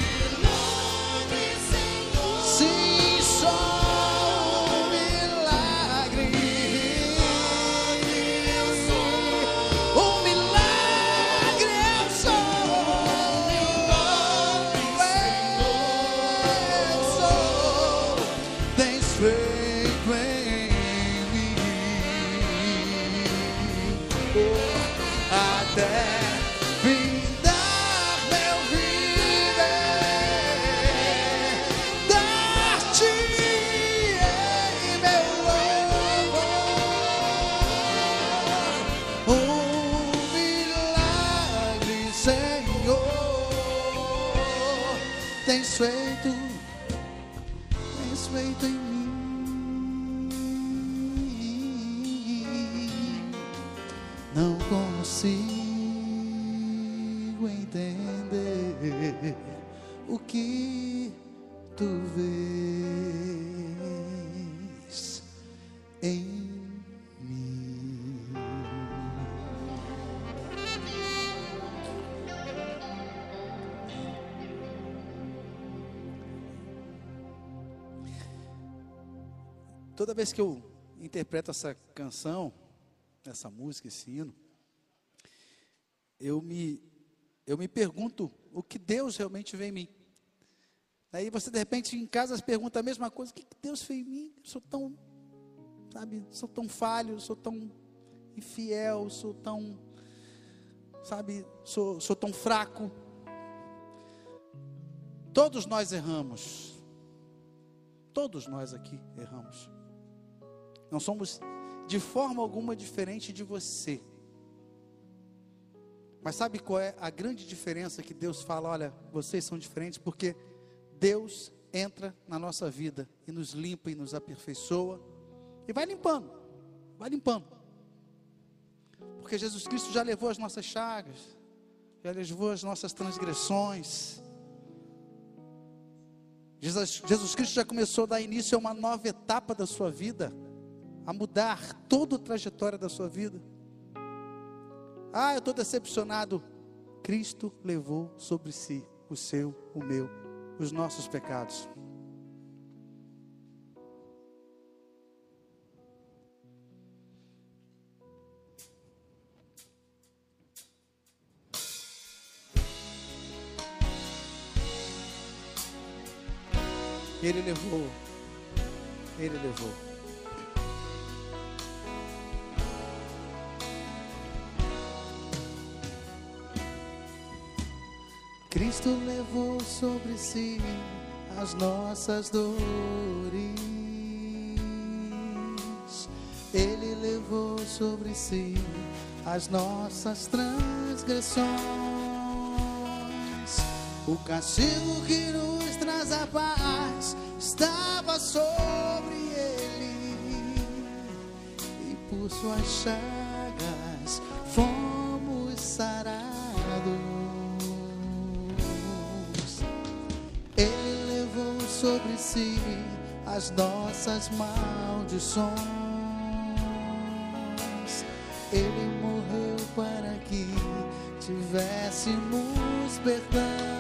tens feito, tens feito em mim. Não consigo entender o que tu vês em mim. Toda vez que eu interpreto essa canção, essa música, esse hino, eu me, eu me pergunto o que Deus realmente vê em mim. Aí você de repente em casa se pergunta a mesma coisa: o que Deus fez em mim? Eu sou tão, sabe, sou tão falho, sou tão infiel, sou tão, sabe, sou, sou tão fraco. Todos nós erramos. Todos nós aqui erramos. Não somos de forma alguma diferente de você. Mas sabe qual é a grande diferença que Deus fala? Olha, vocês são diferentes porque Deus entra na nossa vida e nos limpa e nos aperfeiçoa e vai limpando, vai limpando. Porque Jesus Cristo já levou as nossas chagas, já levou as nossas transgressões. Jesus, Jesus Cristo já começou a dar início a uma nova etapa da sua vida, a mudar toda a trajetória da sua vida. Ah, eu estou decepcionado. Cristo levou sobre si o seu, o meu, os nossos pecados. Ele levou, Ele levou. Cristo levou sobre si as nossas dores. Ele levou sobre si as nossas transgressões. O castigo que nos traz a paz estava sobre ele, e por suas chagas fomos sarados. Ele levou sobre si as nossas maldições. Ele morreu para que tivéssemos perdão.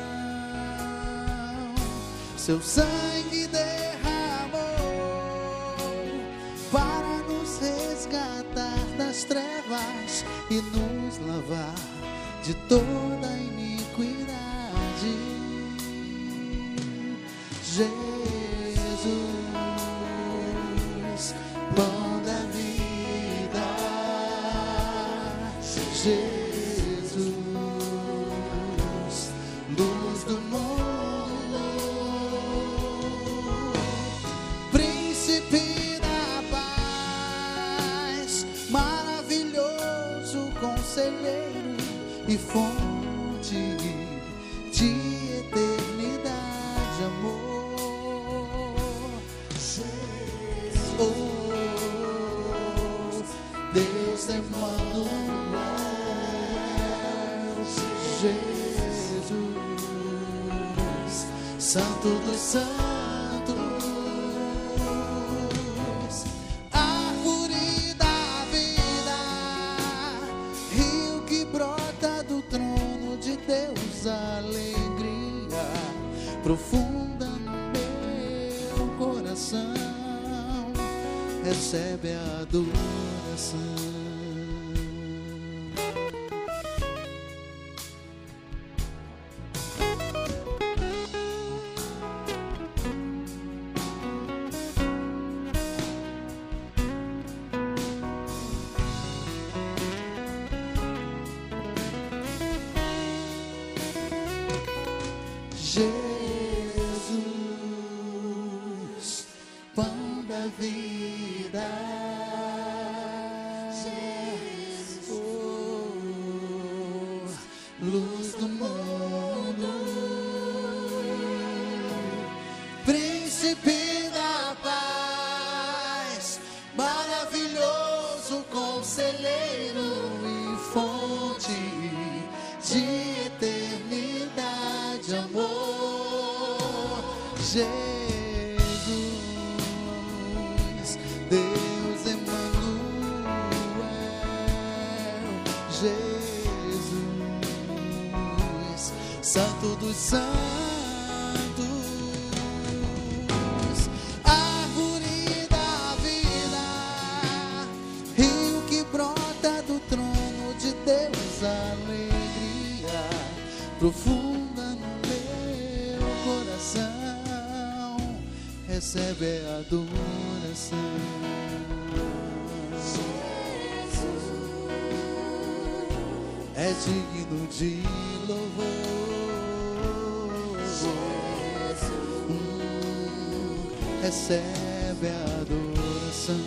Seu sangue derramou para nos resgatar das trevas e nos lavar de toda a iniquidade. Jesus, pão da vida. Jesus, luz do mundo, príncipe da paz, maravilhoso conselheiro e fonte de eternidade, amor. Oh, Deus Emmanuel, Jesus, Santo dos Santos, árvore da vida, rio que brota do trono de Deus, alegria profunda no meu coração, recebe a adoração. Jesus, pão da vida. Oh, luz do mundo, príncipe da paz, maravilhoso conselheiro e fonte de eternidade, amor. Jesus, Deus Emmanuel, Jesus, Santo dos Santos, árvore da vida, rio que brota do trono de Deus, alegria profunda no meu coração, recebe a adoração. É digno de louvor, hum, recebe a adoração.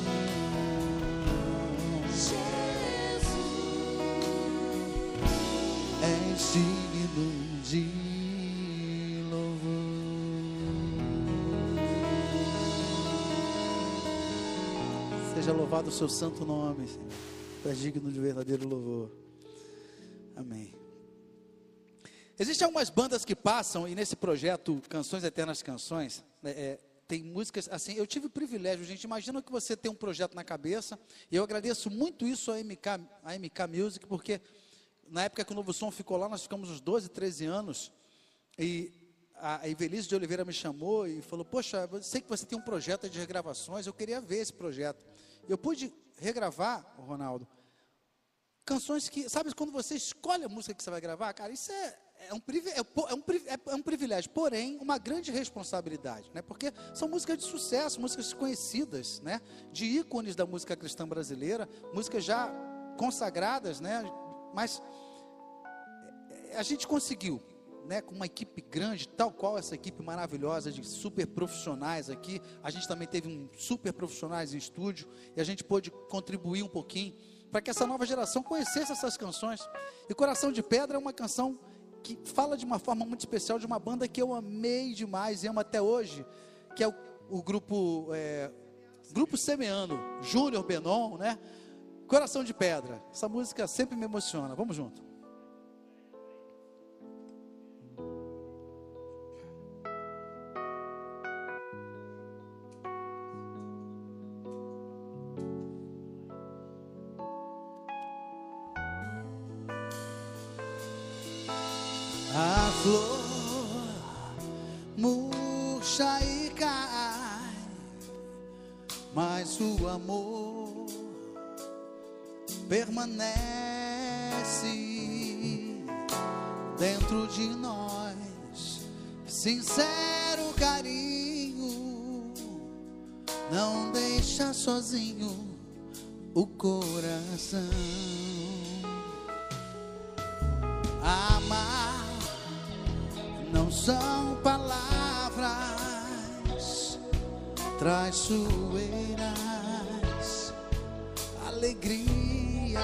É digno de louvor. Seja louvado o seu santo nome, Senhor. Tu és digno de verdadeiro louvor. Amém. Existem algumas bandas que passam, e nesse projeto Canções Eternas Canções, é, é, tem músicas, assim, eu tive o privilégio, gente, imagina que você tem um projeto na cabeça, e eu agradeço muito isso à M K, à M K Music, porque na época que o Novo Som ficou lá, nós ficamos uns doze, treze anos, e a Ivelisse de Oliveira me chamou e falou, poxa, eu sei que você tem um projeto de regravações, eu queria ver esse projeto. Eu pude regravar, Ronaldo, canções que, sabe, quando você escolhe a música que você vai gravar, cara, isso é, é, um, é, um, é um privilégio, porém, uma grande responsabilidade, né, porque são músicas de sucesso, músicas conhecidas, né, de ícones da música cristã brasileira, músicas já consagradas, né, mas a gente conseguiu, né, com uma equipe grande, tal qual essa equipe maravilhosa de super profissionais aqui, a gente também teve um super profissionais em estúdio, e a gente pôde contribuir um pouquinho, para que essa nova geração conhecesse essas canções. E Coração de Pedra é uma canção que fala de uma forma muito especial de uma banda que eu amei demais e amo até hoje, que é o, o grupo é, Grupo Semeando, Júnior Benon, né? Coração de Pedra. Essa música sempre me emociona. Vamos junto. A flor murcha e cai, mas o amor permanece dentro de nós. Sincero carinho não deixa sozinho o coração. Amar não são palavras traiçoeiras, alegria,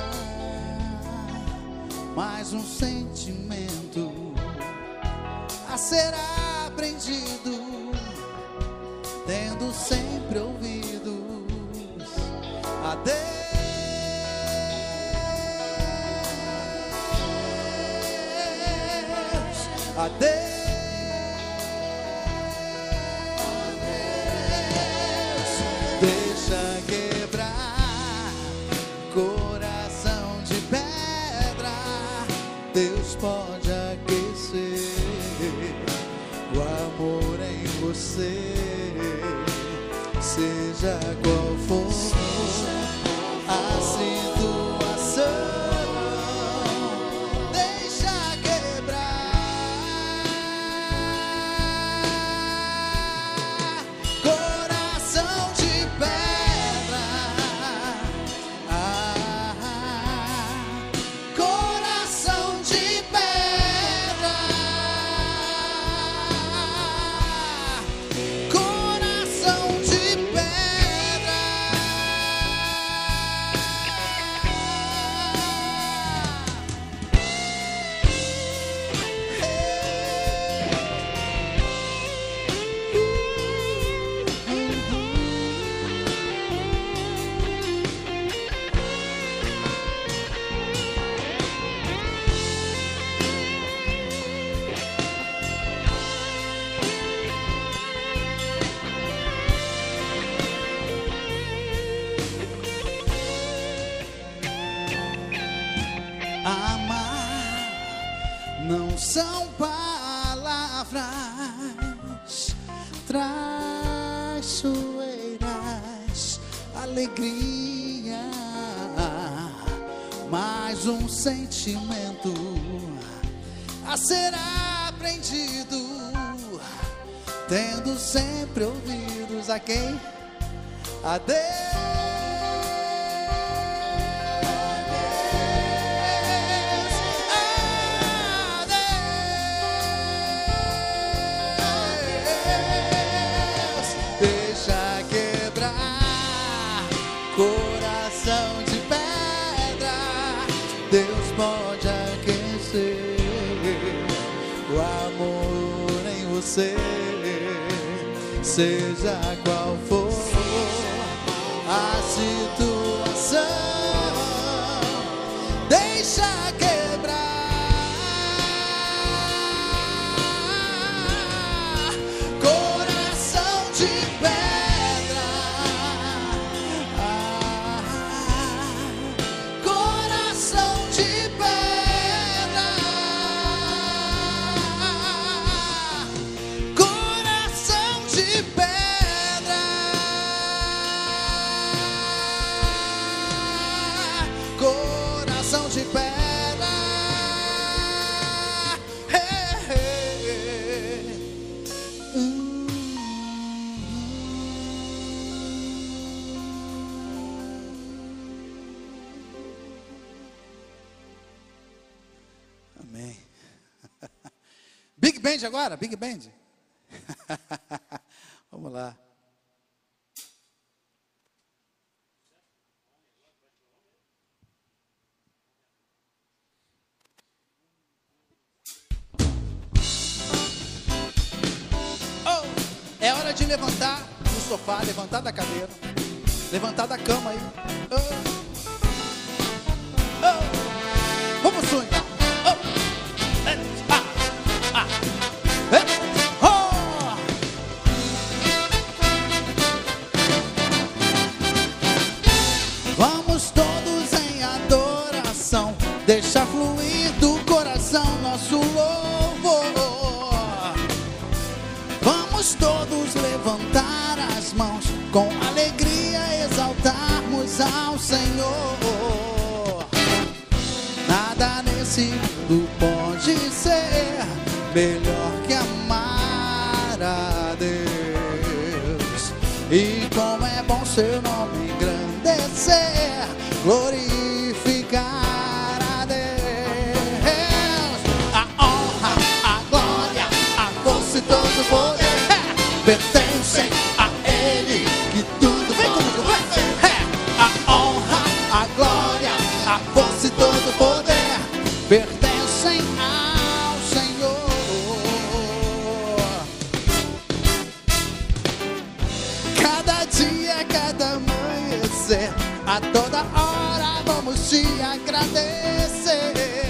mais um sentimento a ser aprendido, tendo sempre ouvidos a Deus. A Deus, deixa quebrar coração de pedra. Deus pode aquecer o amor em você, seja qual for a situação. não são palavras traiçoeiras, alegria, mais um sentimento a ser aprendido, tendo sempre ouvidos a quem? A Deus. A Deus. Deixa quebrar coração de pedra, Deus pode aquecer o amor em você, seja qual for a situação. Deixa quebrar coração de pedra, ah, coração de pedra, coração de pedra, coração de pedra. Hey, hey. Hum. Amém. Big Band agora, Big Band. Vamos lá. Oh, é hora de levantar do sofá, levantar da cadeira, levantar da cama aí. Oh, oh. Vamos sul então. Oh. Eh, ah, ah. Eh, oh. Vamos todos em adoração, deixa fluir do coração nosso louvor. Vamos todos levantar as mãos, com alegria exaltarmos ao Senhor. Nada nesse mundo pode ser melhor que amar a Deus. E como é bom seu nome engrandecer, glorificar a Deus. A honra, a glória, a força e todo o poder é, pertencem a Ele, que tudo vem comigo, vem. É, a honra, a glória, a força e todo o poder pertencem ao Senhor. Cada dia, cada amanhecer, a toda hora vamos te agradecer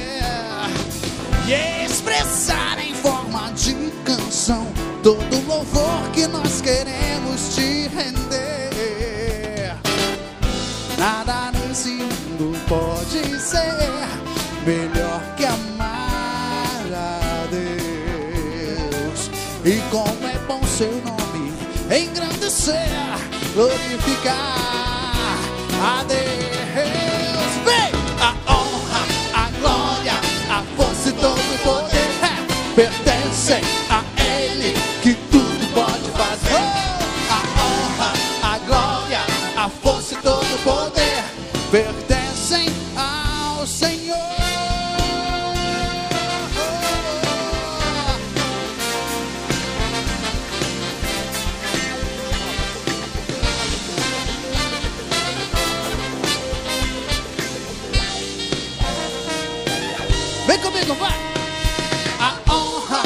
e expressar em forma de canção todo o louvor que nós queremos te render. Nada nesse mundo pode ser melhor que amar a Deus. E como é bom seu nome engrandecer, glorificar a Deus. Vem! A honra, a glória, a força e todo o poder é, pertencem a Ele, que tudo pode fazer. A honra, a glória, a força e todo o poder pertencem ao Senhor. Vem comigo, vai! A honra,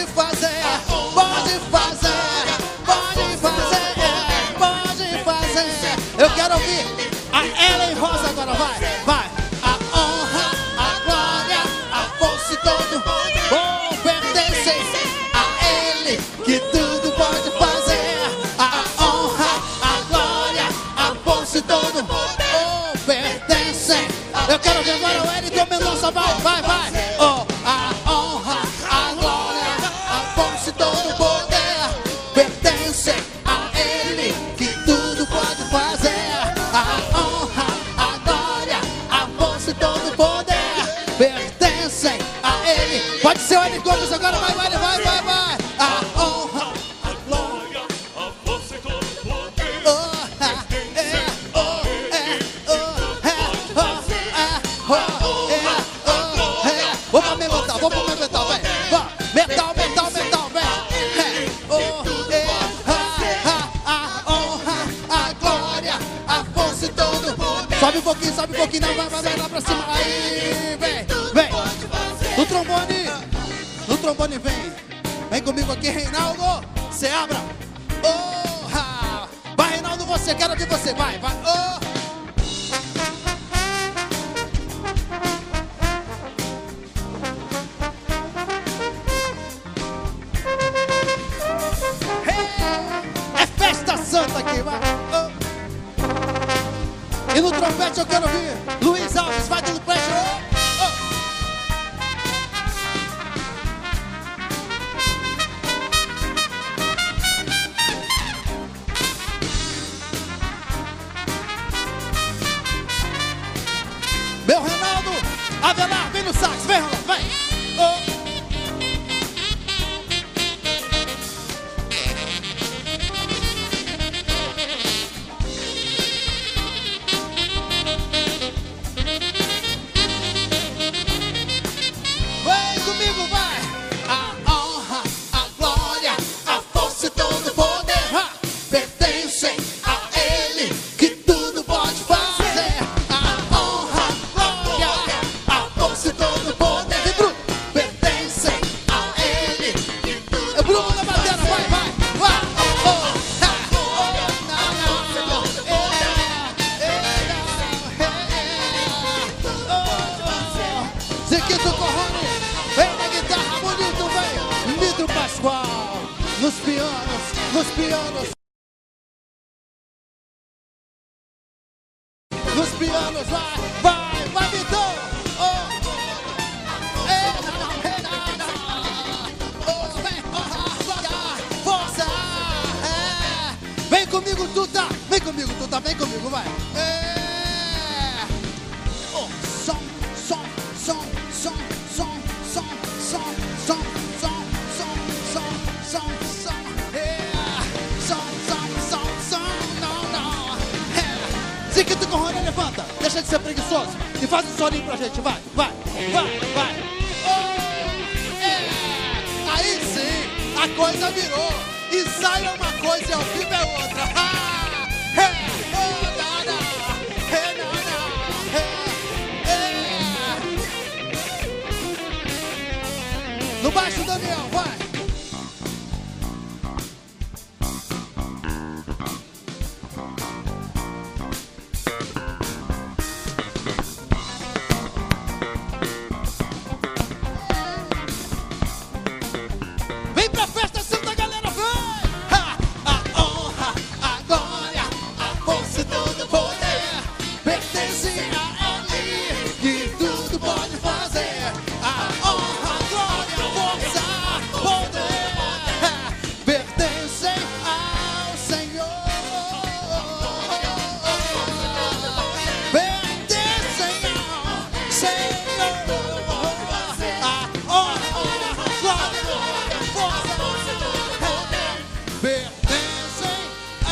fazer, pode fazer, pode fazer, pode fazer. Eu quero ouvir a Ellen Rosa agora, vai, vai. A honra, a glória, a força e todo bom pertencem a Ele, que tudo pode fazer. A honra, a glória, a força e todo bom pertencem. Eu quero ver agora o Elton Mendonça, vai, vai, vai. Oh, a honra, a glória, a força e todo poder pertencem a Ele, que tudo pode fazer. A honra, a glória, a força e todo poder pertencem a Ele. Pode ser o Elton Gomes agora, vai, vai, vai, vai, vai. A honra, a glória, a força e todo poder. Oh, é, oh, é, oh, é, oh, é, oh, é, oh, é. Vou pra meu metal, vou pro meu metal, vem. Vá, metal, metal, metal, vem. É, oh, é, a, a, a honra, a glória, a força e todo. Sobe um pouquinho, sobe um pouquinho, não, vai, vai, vai lá pra cima. Aí, vem, vem. No trombone, no trombone, vem. Vem comigo aqui, Reinaldo. Você abra. Oh, ha. Vai, Reinaldo, você, quero ouvir você, vai, vai. Oh. É festa santa aqui, vai. Oh. E no trompete eu quero ouvir Luiz Alves, vai do trompete. Oh. Oh. Meu Reinaldo Avelar, vem no sax, vem, Reinaldo, vem. Oh. Vem comigo, vai! A honra, a glória, a força e todo poder ha, pertencem a Ele, que tudo pode fazer. A honra, a glória, a força e todo poder, e Bruno, pertencem a Ele, que tudo é Bruno na bateria, vai, vai, vai! Oh, ha, oh, não, não, é, é, é, oh, Ziquito Corrone, vem na guitarra, bonito, vem. Nitro Pascoal, nos pianos, nos pianos. Nos pianos, vai, vai, vai, Vitão. Oh, é, não, é, não, não. Oh, vem, oh, glória, força, é. Vem comigo, Tuta, vem comigo, Tuta, vem comigo, vai. É. Oh, som, som, som, som, som, som, som, som, som, som, som, som, som, é. Som, som, som, som, não, não. É. Ziquito Corrone, levanta, deixa de ser preguiçoso e faz um solinho pra gente, vai, vai, vai, vai. Oh, é. Aí sim, a coisa virou. Ensaio é uma coisa e ao vivo é outra. Ah, é. Oh, não, não. É, não, não. É, é. No baixo, Daniel, vai. Vem pra festa santa, galera, vem! Ha! A honra, a glória, a força e todo poder pertence a Ele, que tudo pode fazer. A honra, a glória, a força, poder pertencem ao Senhor. Pertencem ao Senhor. A honra, a glória, a força, pertencem ao.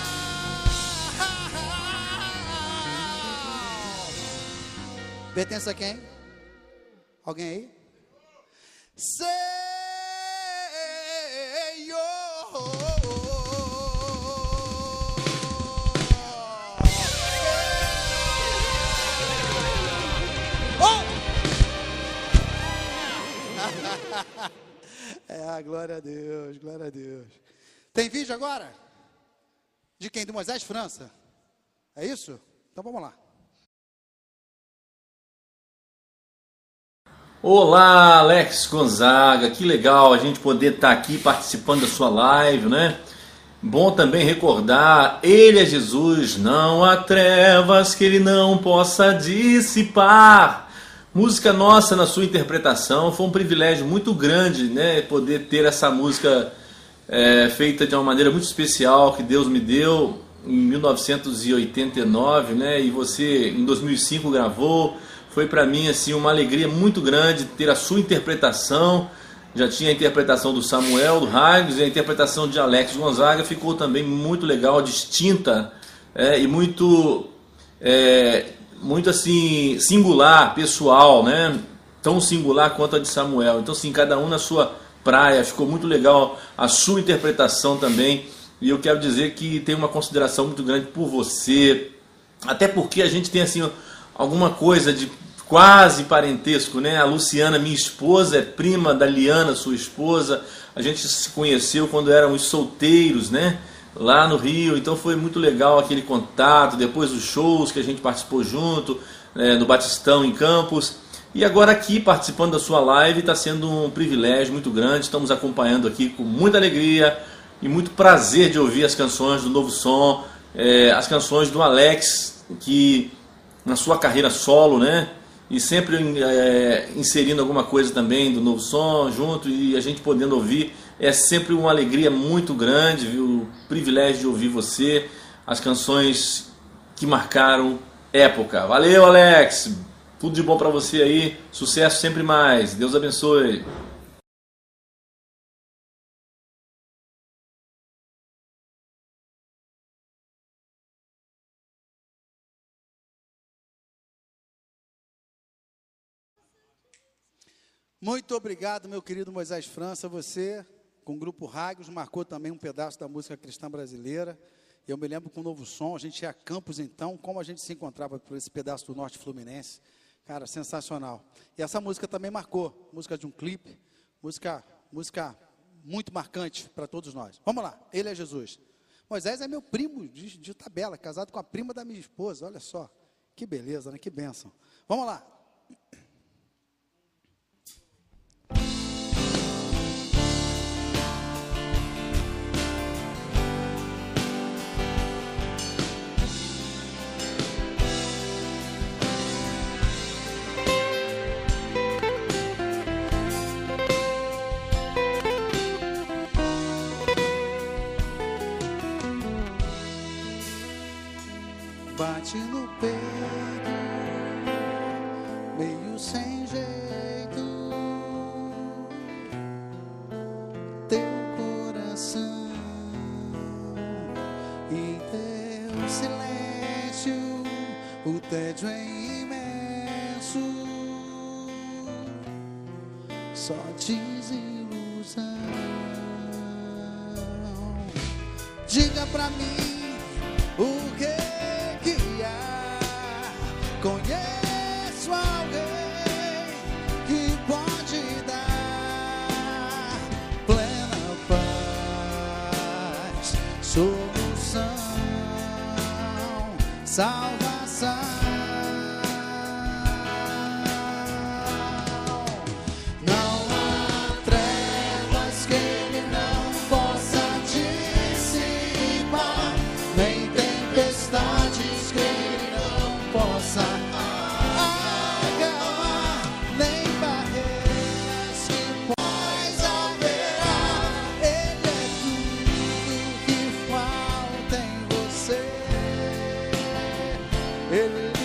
Pertence a quem? Alguém aí? Senhor. Oh! É, Ah, glória a Deus, glória a Deus. Tem vídeo agora? De quem? Do Moisés França? É isso? Então vamos lá. Olá, Alex Gonzaga, que legal a gente poder estar aqui participando da sua live, né? Bom também recordar, Ele é Jesus, não há trevas que Ele não possa dissipar. Música nossa na sua interpretação, foi um privilégio muito grande, né? Poder ter essa música é, feita de uma maneira muito especial que Deus me deu em mil novecentos e oitenta e nove, né? E você em dois mil e cinco gravou. Foi para mim assim uma alegria muito grande ter a sua interpretação. Já tinha a interpretação do Samuel, do Raios, e a interpretação de Alex Gonzaga ficou também muito legal, distinta é, e muito, é, muito assim singular, pessoal, né? Tão singular quanto a de Samuel. Então, assim, cada um na sua praia. Ficou muito legal a sua interpretação também. E eu quero dizer que tenho uma consideração muito grande por você, até porque a gente tem assim alguma coisa de quase parentesco, né? A Luciana, minha esposa, é prima da Liana, sua esposa. A gente se conheceu quando éramos solteiros, né? Lá no Rio. Então foi muito legal aquele contato. Depois os shows que a gente participou junto, né? No Batistão, em Campos. E agora aqui participando da sua live está sendo um privilégio muito grande. Estamos acompanhando aqui com muita alegria e muito prazer de ouvir as canções do Novo Som, é, as canções do Alex, que na sua carreira solo, né? E sempre é, inserindo alguma coisa também do Novo Som junto, e a gente podendo ouvir. É sempre uma alegria muito grande, viu? O privilégio de ouvir você, as canções que marcaram época. Valeu, Alex! Tudo de bom para você aí, sucesso sempre mais. Deus abençoe. Muito obrigado, meu querido Moisés França. Você, com o Grupo Ragos, marcou também um pedaço da música cristã brasileira. Eu me lembro com o Novo Som, a gente ia a Campos então, como a gente se encontrava por esse pedaço do Norte Fluminense. Cara, sensacional. E essa música também marcou, música de um clipe, música, música muito marcante para todos nós. Vamos lá, Ele é Jesus. Moisés é meu primo de, de tabela, casado com a prima da minha esposa, olha só. Que beleza, né? Que bênção. Vamos lá. Bate no peito, meio sem jeito, teu coração e teu silêncio, o tédio é imenso, só desilusão. Diga pra mim o que conheço alguém que pode dar plena paz, solução, salvação. Não há trevas que Ele não possa dissipar, nem tempestades que Ele não possa acabar, nem barreiras que pós haverá. Ele é tudo que falta em você. Ele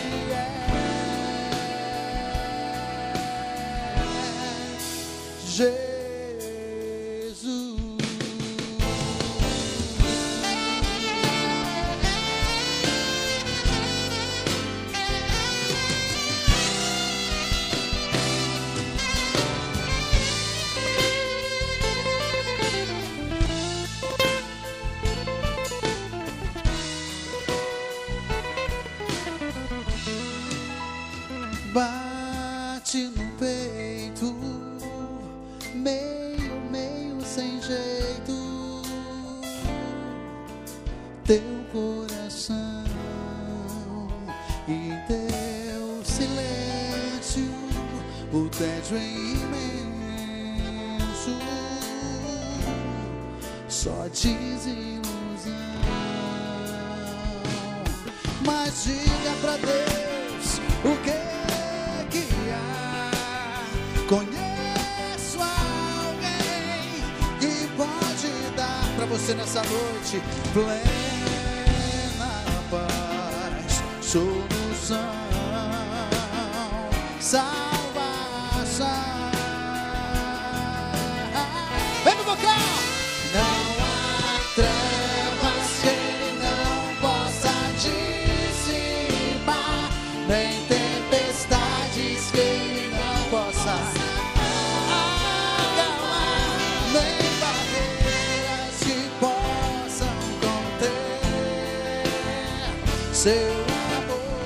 coração e em teu silêncio o tédio é imenso, só desilusão. Mas diga pra Deus o que que há. Conheço alguém que pode dar pra você nessa noite plena paz, solução, salvação. Vem no vocal! Não há trevas que ele não possa dissipar, nem tempestades que ele não possa acalmar, nem barreiras que possam conter seu amor.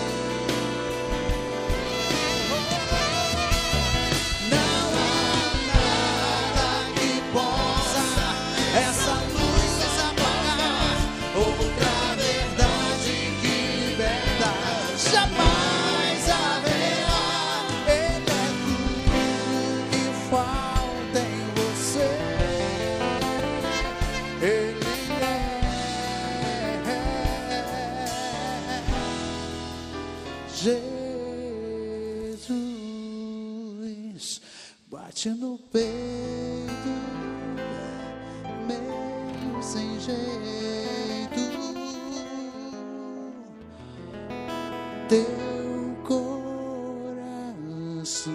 Não há nada que possa essa luz apagar, outra verdade que liberta jamais haverá. Ele é tudo que falta em você. Ele é Jesus. Bate no peito, meio sem jeito, teu coração.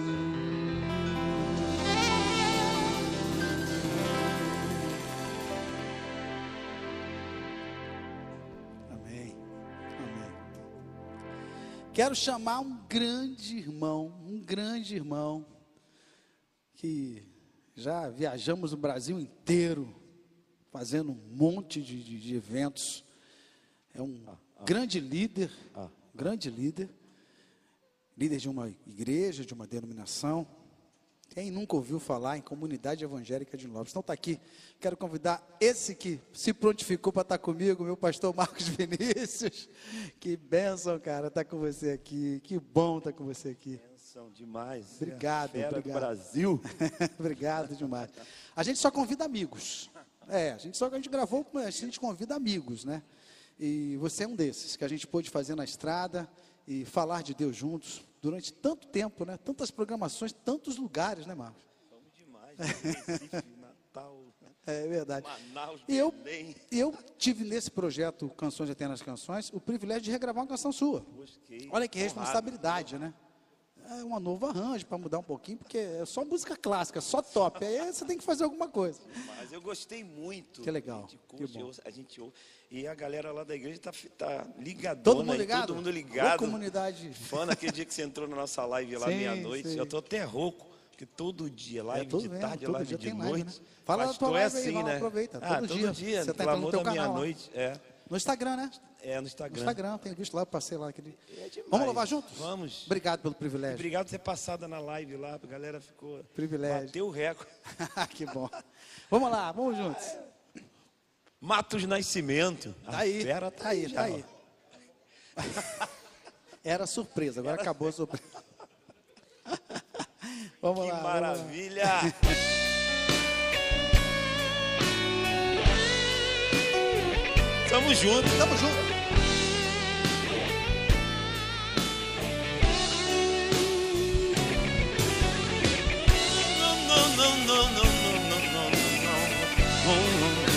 Amém, amém. Quero chamar um grande irmão, um grande irmão, que já viajamos o Brasil inteiro, fazendo um monte de, de, de eventos. É um ah, ah, grande líder, ah, grande líder, líder de uma igreja, de uma denominação. Quem nunca ouviu falar em Comunidade Evangélica de Lopes? Então está aqui, quero convidar esse que se prontificou para estar comigo, meu pastor Marcos Vinícius. Que bênção, cara, estar com você aqui, que bom estar com você aqui. Bênção demais. Obrigado, Fera obrigado. do Brasil. Obrigado demais. A gente só convida amigos. É, a gente só a gente gravou, a gente convida amigos, né? E você é um desses que a gente pôde fazer na estrada e falar de Deus juntos durante tanto tempo, né? Tantas programações, tantos lugares, né, Marcos? Vamos demais. Recife, Natal. É verdade. Manaus, E eu, Belém. eu tive nesse projeto Canções Eternas Canções o privilégio de regravar uma canção sua. Busquei. Olha que Honrado. responsabilidade, né? É um novo arranjo para mudar um pouquinho, porque é só música clássica, só top. Aí você tem que fazer alguma coisa. Mas eu gostei muito. Que legal, De curso, que bom. eu- a gente ouve. E a galera lá da igreja tá, fi- tá ligadona. Todo mundo aí, ligado? Todo mundo Boa ligado. comunidade. Fã naquele dia que você entrou na nossa live lá Sim, meia-noite. sim. Eu tô até rouco, porque todo dia, live todo de vendo, tarde, todo live dia de tem noite. live, né? Fala da Pastor tua é live aí, assim, vamos, né? aproveita, Ah, todo todo dia. dia. Você tá clamor entrando no teu da canal lá. meia-noite. É, No Instagram, né? é no No Instagram. Instagram, tenho visto lá, eu passei lá aquele. É demais. Vamos louvar juntos? Vamos. Obrigado pelo privilégio. Obrigado por ter passado na live lá, a galera ficou. Privilégio. Bateu o recorde. Que bom. Vamos lá, vamos juntos. Matos Nascimento. Tá A aí, fera tá aí, já, tá aí. Era surpresa, agora acabou a surpresa. Vamos Que lá. maravilha! Tamo junto. Tamo junto. Não, não, não, não, não, não, não, não, não.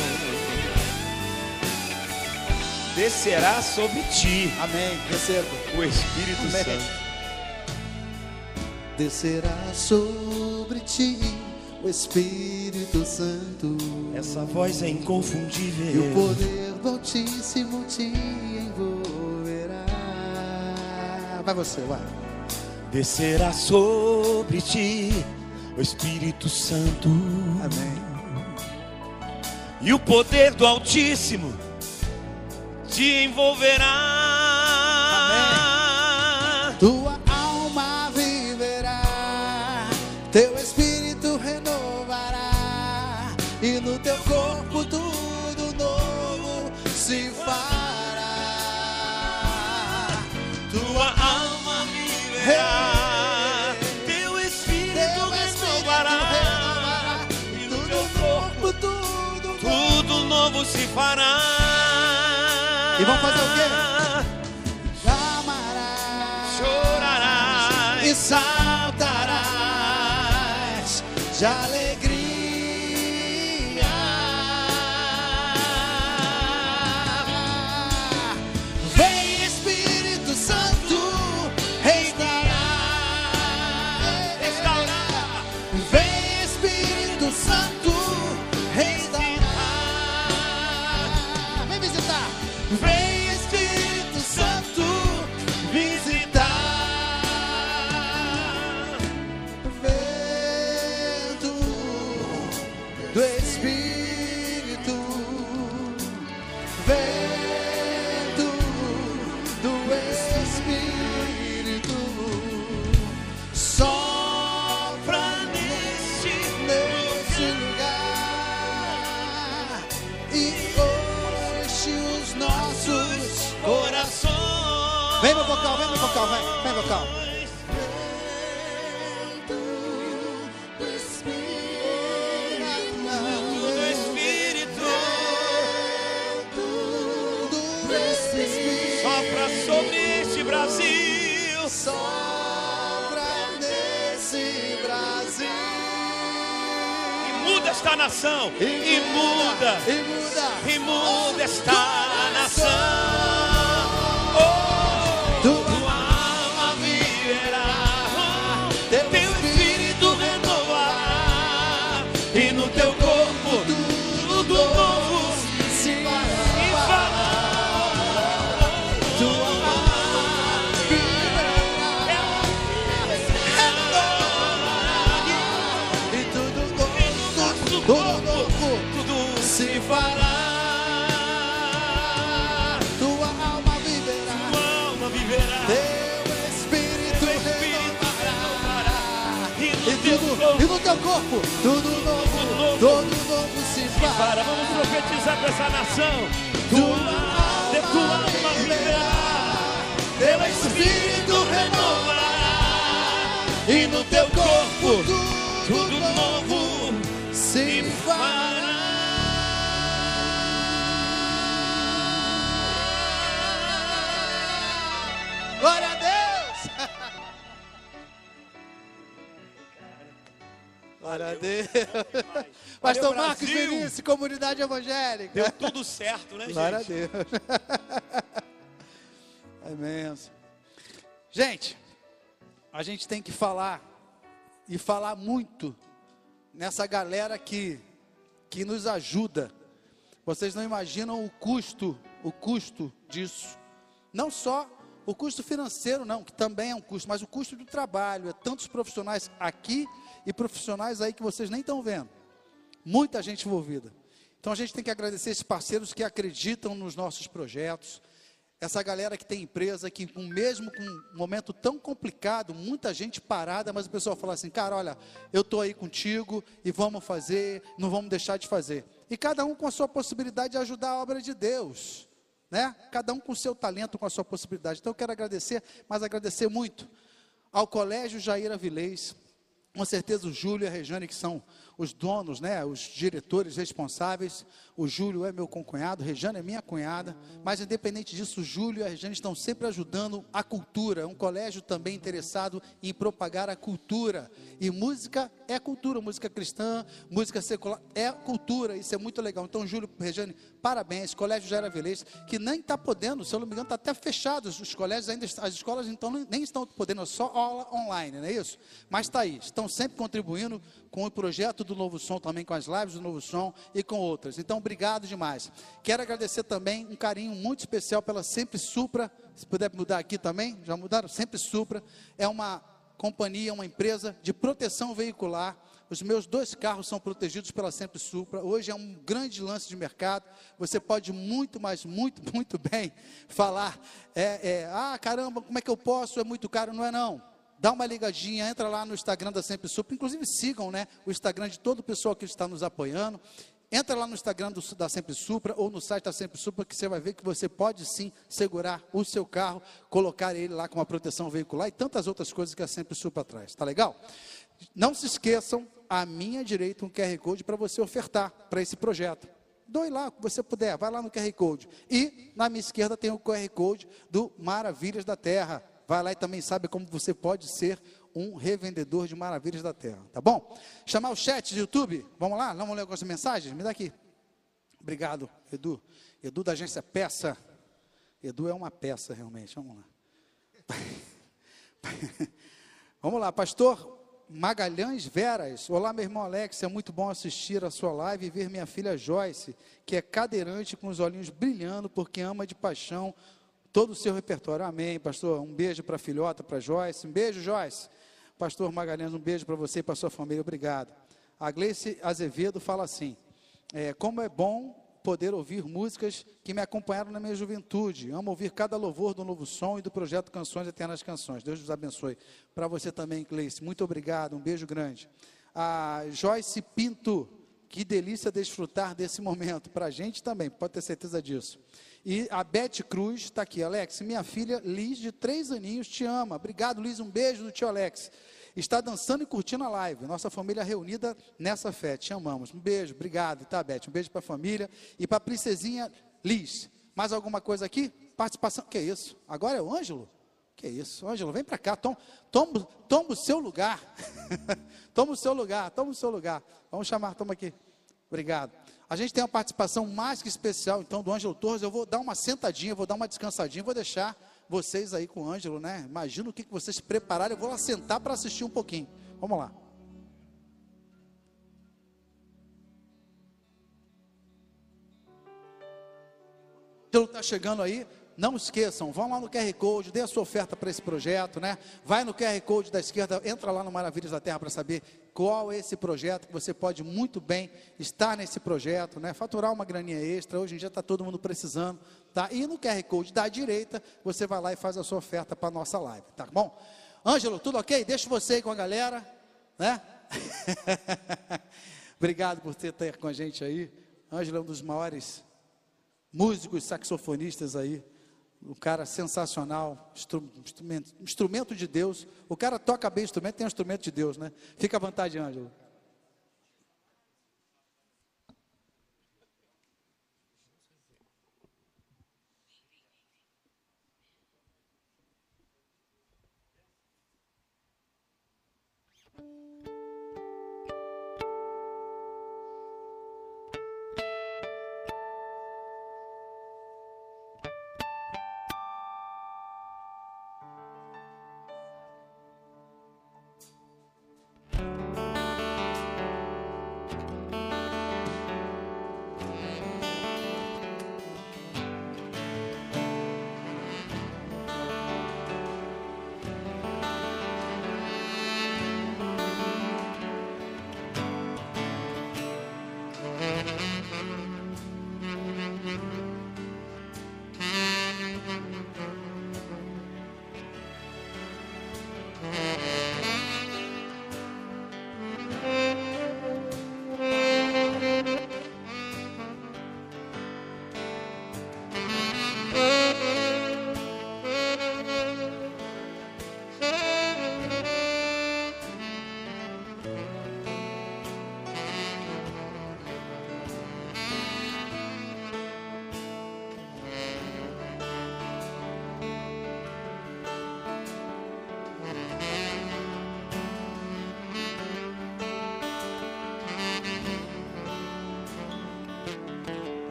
Descerá sobre ti Amém. Receba. o Espírito Amém. Santo. Descerá sobre ti o Espírito Santo. Essa voz é E inconfundível. o poder do Altíssimo te envolverá. Vai você, vai. Descerá sobre ti o Espírito Santo. Amém. E o poder do Altíssimo te envolverá. Tua alma viverá, teu espírito renovará, e no teu corpo tudo novo se fará. Tua alma viverá, teu espírito Teu espírito renovará, renovará, e e no no teu teu corpo tudo, tudo novo se fará. E vamos fazer o quê? amarás Chorarás e saltarás de alegria. Vem Espírito Santo, restaurar, restaurar. vem Espírito Santo, restaurar. Vem visitar, vem Espírito Santo, visitar. Vento do Espírito, vento do Espírito, sopra neste, neste lugar e enche os nossos Corações. Vem no vocal, vem no vocal, vem, vem no vocal. do Espírito, Do Espírito do Espírito, sopra sobre este Brasil. sopra nesse Brasil. E muda esta nação. E muda. E muda, E muda esta nação. Oh, tua alma viverá, teu espírito renovará, e no teu corpo tudo novo se se fará. tua alma viverá, e tudo novo, tudo novo Tudo se fará. Tua alma viverá, tua alma viverá, teu espírito teu espírito renovará, renovará, e no e teu tudo, corpo e no teu corpo, tudo novo, tudo novo se para. fará. Vamos profetizar para essa nação. Tua De tua alma viverá, teu espírito renovará, e no teu corpo tudo novo se fará. Glória a Deus! Glória a Deus! Pastor Valeu, Marcos Brasil! Vinícius, comunidade evangélica. Deu tudo certo, né, Glória a gente? Deus. É imenso. Gente, a gente tem que falar e falar muito nessa galera que, que nos ajuda. Vocês não imaginam o custo, o custo disso. Não só o custo financeiro, não, que também é um custo, mas o custo do trabalho. É tantos profissionais aqui e profissionais aí que vocês nem estão vendo. Muita gente envolvida. Então a gente tem que agradecer esses parceiros que acreditam nos nossos projetos. Essa galera que tem empresa, que com, mesmo com um momento tão complicado, muita gente parada, mas o pessoal fala assim, cara, olha, eu estou aí contigo e vamos fazer, não vamos deixar de fazer. E cada um com a sua possibilidade de ajudar a obra de Deus, né? Cada um com o seu talento, com a sua possibilidade. Então eu quero agradecer, mas agradecer muito ao Colégio Jair Avilés, com certeza o Júlio e a Rejane, que são os donos, né, os diretores responsáveis. O Júlio é meu concunhado, Rejane é minha cunhada, mas independente disso, o Júlio e a Rejane estão sempre ajudando a cultura. É um colégio também interessado em propagar a cultura. E música é cultura, música cristã, música secular é cultura, isso é muito legal. Então, Júlio e Rejane, parabéns. Colégio Jair Avilés, que nem está podendo, se eu não me engano, está até fechado. Os colégios ainda, as escolas então nem estão podendo, é só aula online, não é isso? Mas está aí, estão sempre contribuindo com o projeto do Novo Som, também com as lives do Novo Som e com outras. Então, obrigado demais. Quero agradecer também um carinho muito especial pela Sempre Supra. Se puder mudar aqui também, já mudaram? Sempre Supra é uma companhia, uma empresa de proteção veicular. Os meus dois carros são protegidos pela Sempre Supra. Hoje é um grande lance de mercado. Você pode muito, mas muito, muito bem falar, é, é, ah, caramba, como é que eu posso? É muito caro. Não é não. Dá uma ligadinha, entra lá no Instagram da Sempre Supra. Inclusive sigam, né, o Instagram de todo o pessoal que está nos apoiando. Entra lá no Instagram do, da Sempre Supra ou no site da Sempre Supra, que você vai ver que você pode sim segurar o seu carro, colocar ele lá com uma proteção veicular e tantas outras coisas que a Sempre Supra traz. Tá legal? Não se esqueçam, à minha direita um Q R Code para você ofertar para esse projeto. Doe lá o que você puder, vai lá no Q R Code. E na minha esquerda tem o Q R Code do Maravilhas da Terra. Vai lá e também sabe como você pode ser um revendedor de maravilhas da terra, tá bom? Chamar o chat do YouTube, vamos lá, vamos ler algumas mensagens? Me dá aqui. Obrigado, Edu. Edu da agência Peça. Edu é uma peça, realmente, vamos lá. Vamos lá, pastor Magalhães Veras. Olá, meu irmão Alex, é muito bom assistir a sua live e ver minha filha Joyce, que é cadeirante com os olhinhos brilhando, porque ama de paixão todo o seu repertório. Amém, pastor. Um beijo para a filhota, para a Joyce. Um beijo, Joyce. Pastor Magalhães, um beijo para você e para a sua família. Obrigado. A Gleice Azevedo fala assim, é, como é bom poder ouvir músicas que me acompanharam na minha juventude. Amo ouvir cada louvor do Novo Som e do projeto Canções Eternas Canções. Deus os abençoe. Para você também, Gleice. Muito obrigado. Um beijo grande. A Joyce Pinto. Que delícia desfrutar desse momento. Para a gente também, pode ter certeza disso. E a Beth Cruz está aqui. Alex, minha filha Liz, de três aninhos, te ama. Obrigado, Liz. Um beijo do tio Alex. Está dançando e curtindo a live. Nossa família reunida nessa fé. Te amamos. Um beijo. Obrigado, tá, Beth? Um beijo para a família. E para a princesinha Liz. Mais alguma coisa aqui? Participação. Que isso? Agora é o Ângelo? Que isso? Ângelo, vem para cá. Toma, toma, toma o seu lugar. Toma o seu lugar. Toma o seu lugar. Vamos chamar. Toma aqui. Obrigado. A gente tem uma participação mais que especial, então, do Ângelo Torres. Eu vou dar uma sentadinha, vou dar uma descansadinha, vou deixar vocês aí com o Ângelo, né? Imagina o que, que vocês prepararam. Eu vou lá sentar para assistir um pouquinho. Vamos lá. O Ângelo está chegando aí. Não esqueçam, vão lá no Q R Code, dê a sua oferta para esse projeto, né? Vai no Q R Code da esquerda, entra lá no Maravilhas da Terra para saber qual é esse projeto, que você pode muito bem estar nesse projeto, né? Faturar uma graninha extra, hoje em dia está todo mundo precisando, tá? E no Q R Code da direita, você vai lá e faz a sua oferta para a nossa live, tá bom? Ângelo, tudo ok? Deixa você aí com a galera, né? Obrigado por ter estar com a gente aí. Ângelo é um dos maiores músicos, saxofonistas aí. Um cara sensacional, instrumento, instrumento de Deus. O cara toca bem instrumento, tem um instrumento de Deus, né? Fica à vontade, Ângelo.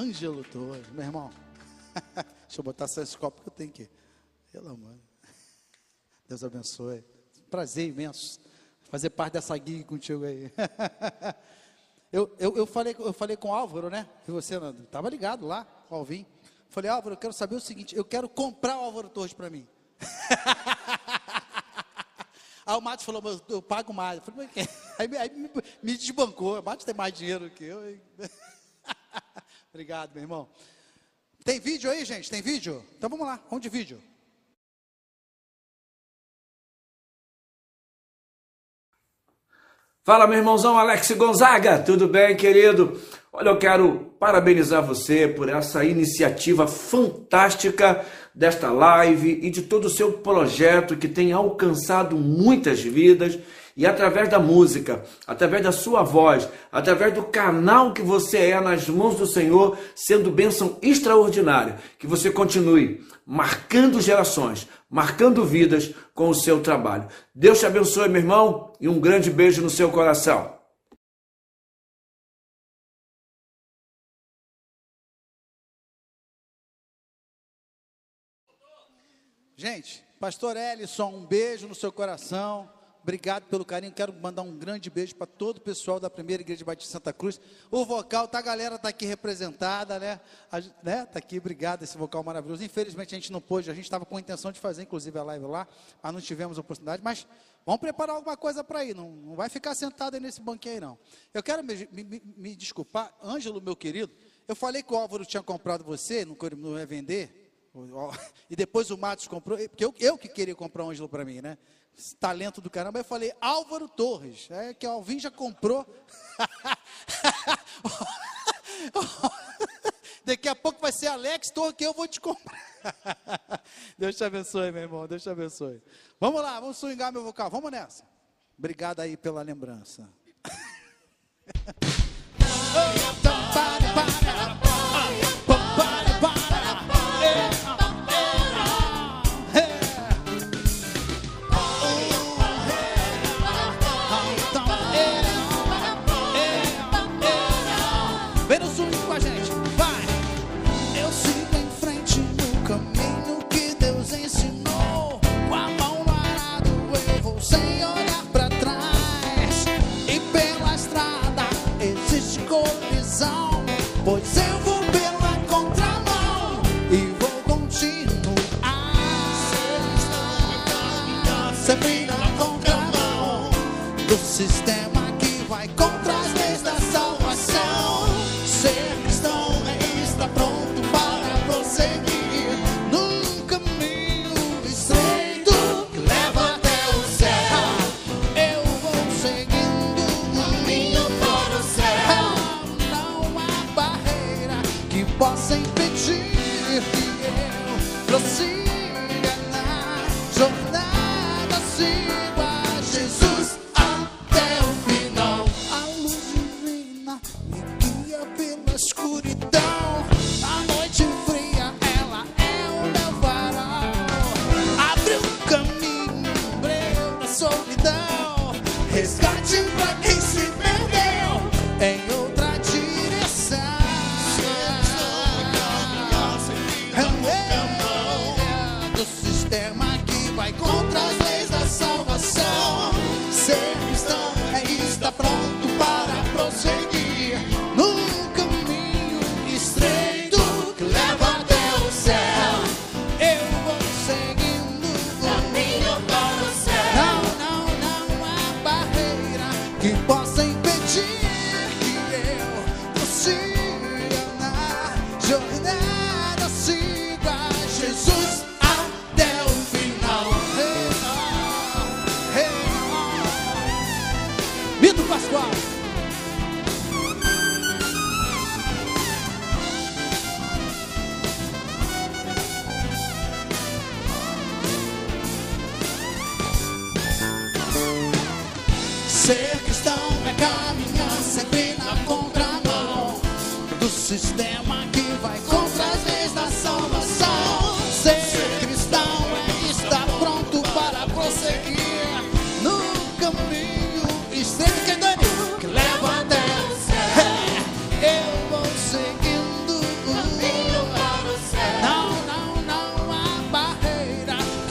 Ângelo Torres, meu irmão. Deixa eu botar esse copo que eu tenho aqui. Pelo amor. Deus abençoe. Prazer imenso fazer parte dessa gig contigo aí. eu, eu, eu, falei, eu falei com o Álvaro, né? E você estava ligado lá, com o Alvin. Falei, Álvaro, eu quero saber o seguinte, eu quero comprar o Álvaro Torres para mim. Aí o Matos falou, mas eu pago mais. Eu falei, mas aí, aí me, me desbancou. O Matos tem mais dinheiro que eu. Obrigado, meu irmão. Tem vídeo aí, gente? Tem vídeo? Então vamos lá, vamos de vídeo. Fala, meu irmãozão Alex Gonzaga, tudo bem, querido? Olha, eu quero parabenizar você por essa iniciativa fantástica desta live e de todo o seu projeto que tem alcançado muitas vidas e através da música, através da sua voz, através do canal que você é nas mãos do Senhor, sendo bênção extraordinária, que você continue marcando gerações, marcando vidas com o seu trabalho. Deus te abençoe, meu irmão, e um grande beijo no seu coração. Gente, pastor Ellison, um beijo no seu coração. Obrigado pelo carinho. Quero mandar um grande beijo para todo o pessoal da Primeira Igreja Batista de Santa Cruz. O vocal, tá, a galera tá aqui representada, né? A, né? Tá aqui, obrigado, esse vocal maravilhoso. Infelizmente a gente não pôde, a gente estava com a intenção de fazer, inclusive, a live lá, mas não tivemos oportunidade. Mas vamos preparar alguma coisa para ir. Não, não vai ficar sentado aí nesse banquinho aí, não. Eu quero me, me, me desculpar, Ângelo, meu querido. Eu falei que o Álvaro tinha comprado você, não, não ia vender. E depois o Matos comprou, porque eu, eu que queria comprar um Ângelo para mim, né? Esse talento do caramba. Eu falei, Álvaro Torres, é que o Alvin já comprou. Daqui a pouco vai ser Alex Torres que eu vou te comprar. Deus te abençoe, meu irmão, Deus te abençoe. Vamos lá, vamos swingar meu vocal, vamos nessa. Obrigado aí pela lembrança. Vem no swing com a gente, vai! Eu sigo em frente no caminho que Deus ensinou. Com a mão no arado eu vou sem olhar pra trás. E pela estrada existe colisão, pois eu vou pela contramão e vou continuar. Sempre na contramão do sistema que vai contra as leis da salvação. Ser cristão é estar pronto para prosseguir num caminho estreito que leva até o céu. Eu vou seguindo o caminho para o céu. Não há barreira que possa impedir que eu prossiga na jornada. Sigo a Jesus até o final. A luz divina me guia pela escuridão. A noite fria, ela é o meu farol. Abre um caminho, breu da solidão. Resgate pra quem se perdeu em outra direção. É do sistema que vai contra as leis da salvação. Ser cristão é estar pronto para prosseguir num caminho estreito que leva até o céu. Eu vou seguindo o caminho para o céu. Não, não, não há barreira que possa impedir que eu prossiga na jornada. Siga Jesus até o final. Hey, oh, hey, oh. Mito Pascoal. Ser cristão é caminhar sempre na contramão do sistema que vai contra as leis da salvação. Ser cristão é estar pronto para prosseguir no caminho estreito que leva até o céu. Eu vou seguindo o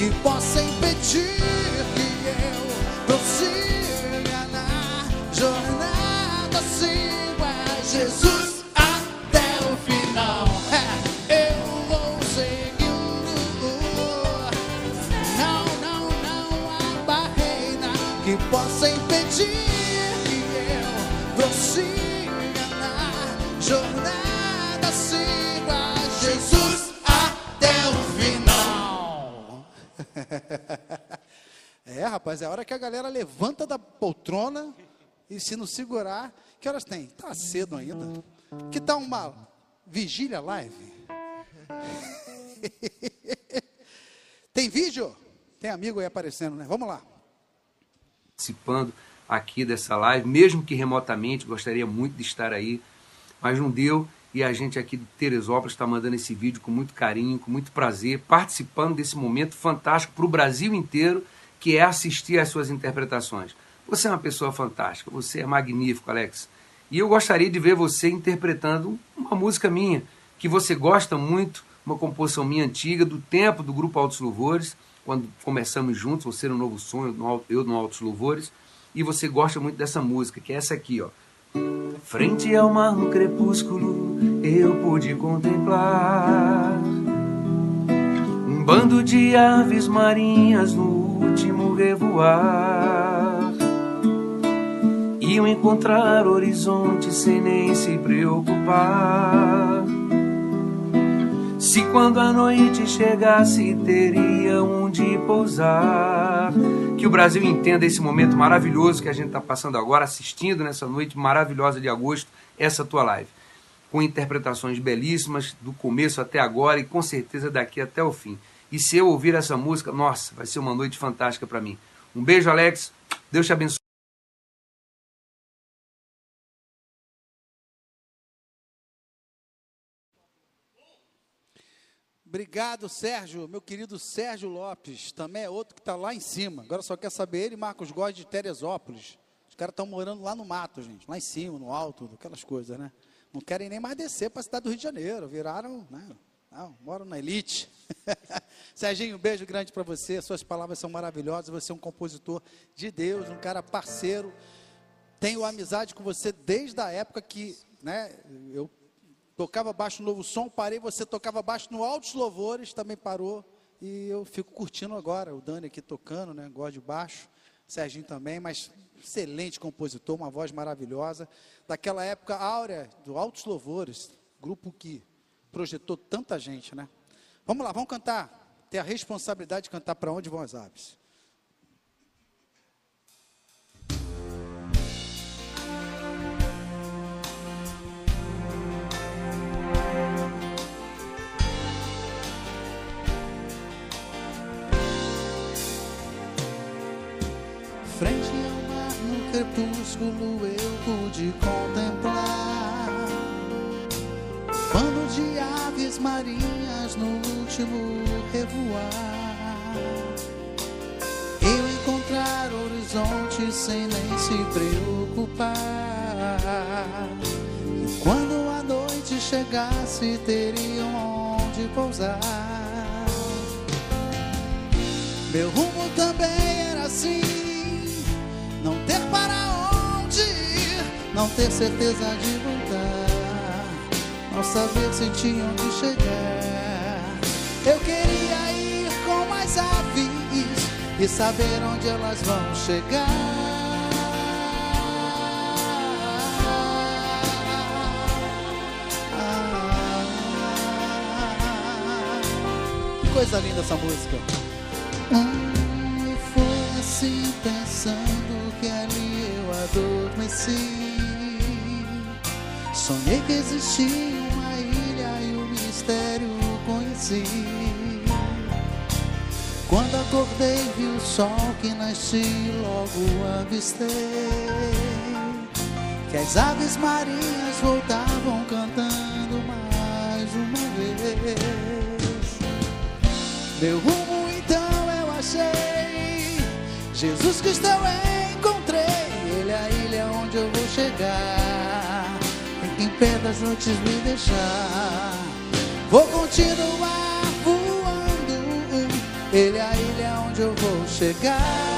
que possa impedir que eu prossiga na jornada. Sigo a Jesus até o final. É, eu vou seguindo. Não, não, não há barreira que possa impedir que eu prossiga na jornada. Sigo a Jesus até o final. É, rapaz, é a hora que a galera levanta da poltrona e se não segurar, que horas tem? Tá cedo ainda. Que tal uma vigília live? Tem vídeo? Tem amigo aí aparecendo, né? Vamos lá. Participando aqui dessa live, mesmo que remotamente, gostaria muito de estar aí, mas não deu, e a gente aqui de Teresópolis está mandando esse vídeo com muito carinho, com muito prazer, participando desse momento fantástico para o Brasil inteiro, que é assistir às suas interpretações. Você é uma pessoa fantástica, você é magnífico, Alex, e eu gostaria de ver você interpretando uma música minha, que você gosta muito, uma composição minha antiga, do tempo do Grupo Altos Louvores, quando começamos juntos, você no Novo Sonho, eu no Altos Louvores, e você gosta muito dessa música, que é essa aqui, ó. Frente ao mar no crepúsculo, eu pude contemplar um bando de aves marinhas no último revoar. Iam encontrar horizonte sem nem se preocupar. Se quando a noite chegasse, teria onde pousar. Que o Brasil entenda esse momento maravilhoso que a gente está passando agora, assistindo nessa noite maravilhosa de agosto, essa tua live. Com interpretações belíssimas, do começo até agora e com certeza daqui até o fim. E se eu ouvir essa música, nossa, vai ser uma noite fantástica para mim. Um beijo, Alex. Deus te abençoe. Obrigado, Sérgio, meu querido Sérgio Lopes, também é outro que está lá em cima. Agora só quer saber ele e Marcos Góes de Teresópolis. Os caras estão morando lá no mato, gente, lá em cima, no alto, aquelas coisas, né? Não querem nem mais descer para a cidade do Rio de Janeiro, viraram, né? Não, moram na elite. Serginho, um beijo grande para você, suas palavras são maravilhosas, você é um compositor de Deus, um cara parceiro. Tenho amizade com você desde a época que, né, eu tocava baixo no Novo Som, parei, você tocava baixo no Altos Louvores, também parou, e eu fico curtindo agora, o Dani aqui tocando, né, gosto de baixo, Serginho também, mas excelente compositor, uma voz maravilhosa, daquela época áurea do Altos Louvores, grupo que projetou tanta gente, né? Vamos lá, vamos cantar, ter a responsabilidade de cantar Para Onde Vão as Aves. Frente ao mar no crepúsculo eu pude contemplar bando de aves marinhas no último revoar. Eu encontrar horizonte sem nem se preocupar. E quando a noite chegasse teriam onde pousar. Meu rumo também era assim, não ter para onde ir, não ter certeza de voltar, não saber se tinha onde chegar. Eu queria ir com mais aves e saber onde elas vão chegar. Que coisa linda essa música. Hum, e foi assim pensando que ali eu adormeci. Sonhei que existia uma ilha e o mistério conheci. Quando acordei vi o sol que nasci, logo avistei que as aves marinhas voltavam cantando mais uma vez. Meu rumo então eu achei, Jesus Cristo eu encontrei, Ele é a ilha onde eu vou chegar, em quem pé das noites me deixar. Vou continuar voando, Ele é a ilha onde eu vou chegar.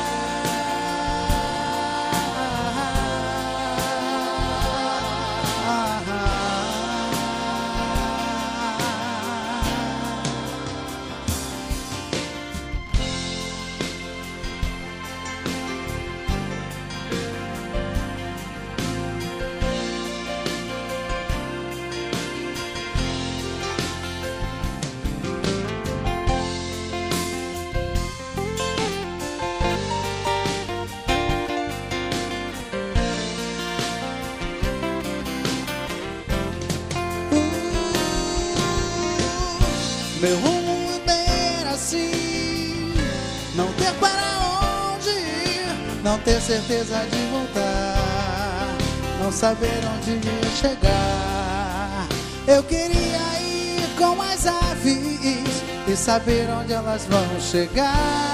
Meu rumo é bem assim, não ter para onde ir, não ter certeza de voltar, não saber onde ia chegar. Eu queria ir com as aves e saber onde elas vão chegar.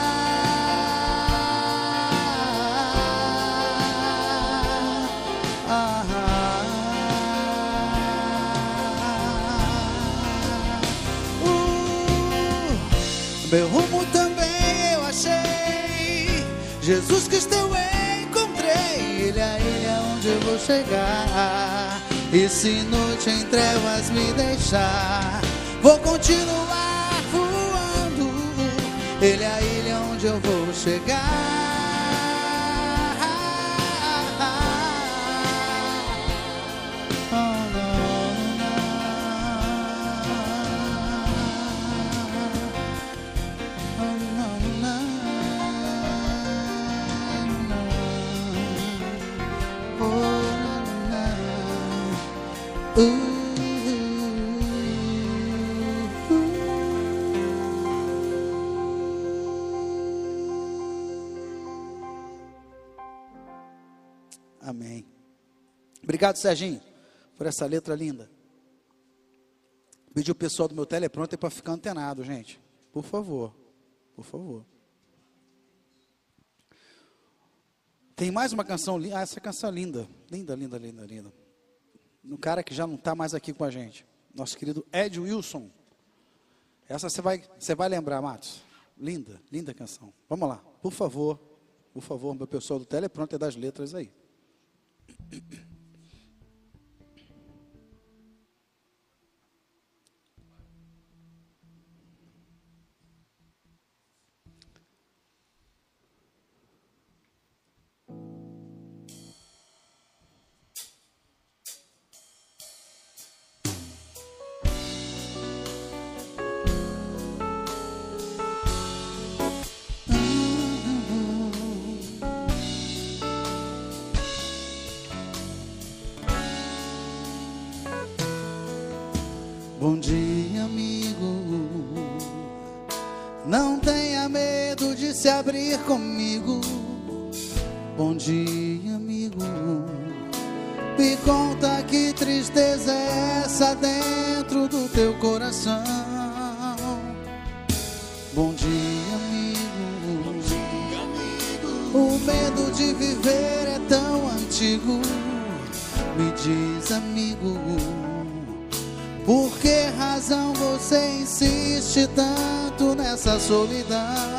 Meu rumo também eu achei, Jesus Cristo eu encontrei, Ele é a ilha onde eu vou chegar. E se noite em trevas me deixar, vou continuar voando, Ele é a ilha onde eu vou chegar. Amém. Obrigado, Serginho, por essa letra linda. Pedi o pessoal do meu teleprompter para ficar antenado, gente. Por favor, por favor. Tem mais uma canção linda. Ah, essa canção é linda. Linda, linda, linda, linda. Um cara que já não está mais aqui com a gente. Nosso querido Ed Wilson. Essa você vai, você vai lembrar, Matos. Linda, linda canção. Vamos lá, por favor. Por favor, meu pessoal do teleprompter das letras aí. Bom dia, amigo. Não tenha medo de se abrir comigo. Bom dia, amigo. Me conta que tristeza é essa dentro do teu coração. Bom dia, amigo. Bom dia, amigo. O medo de viver é tão antigo. Me diz, amigo, por que razão você insiste tanto nessa solidão?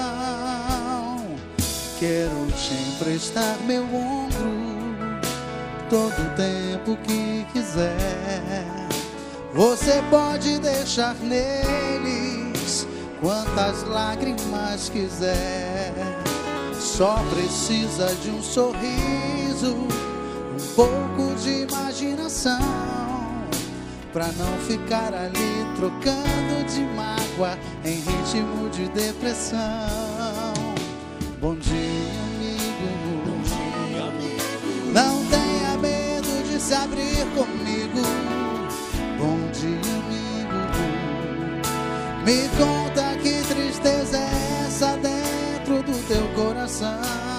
Quero te emprestar meu ombro todo o tempo que quiser. Você pode deixar neles quantas lágrimas quiser. Só precisa de um sorriso, um pouco de imaginação, pra não ficar ali trocando de mágoa em ritmo de depressão. Bom dia, amigo. Bom dia, amigo. Não tenha medo de se abrir comigo. Bom dia, amigo. Me conta que tristeza é essa dentro do teu coração.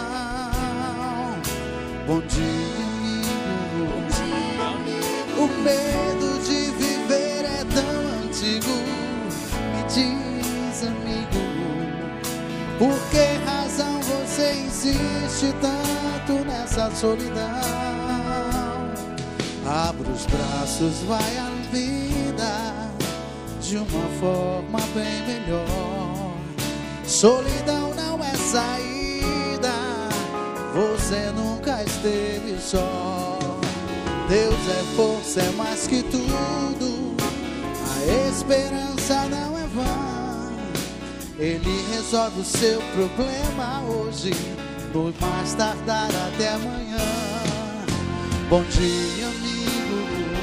Bom dia, amigo. Bom dia, amigo. O medo de viver é tão antigo. Me diz, amigo, por que razão você insiste tanto nessa solidão? Abra os braços, vai à vida de uma forma bem melhor. Solidão não é saída, você nunca esteve só. Deus é força, é mais que tudo, a esperança não é vã. Ele resolve o seu problema hoje, por mais tardar até amanhã. Bom dia, amigo,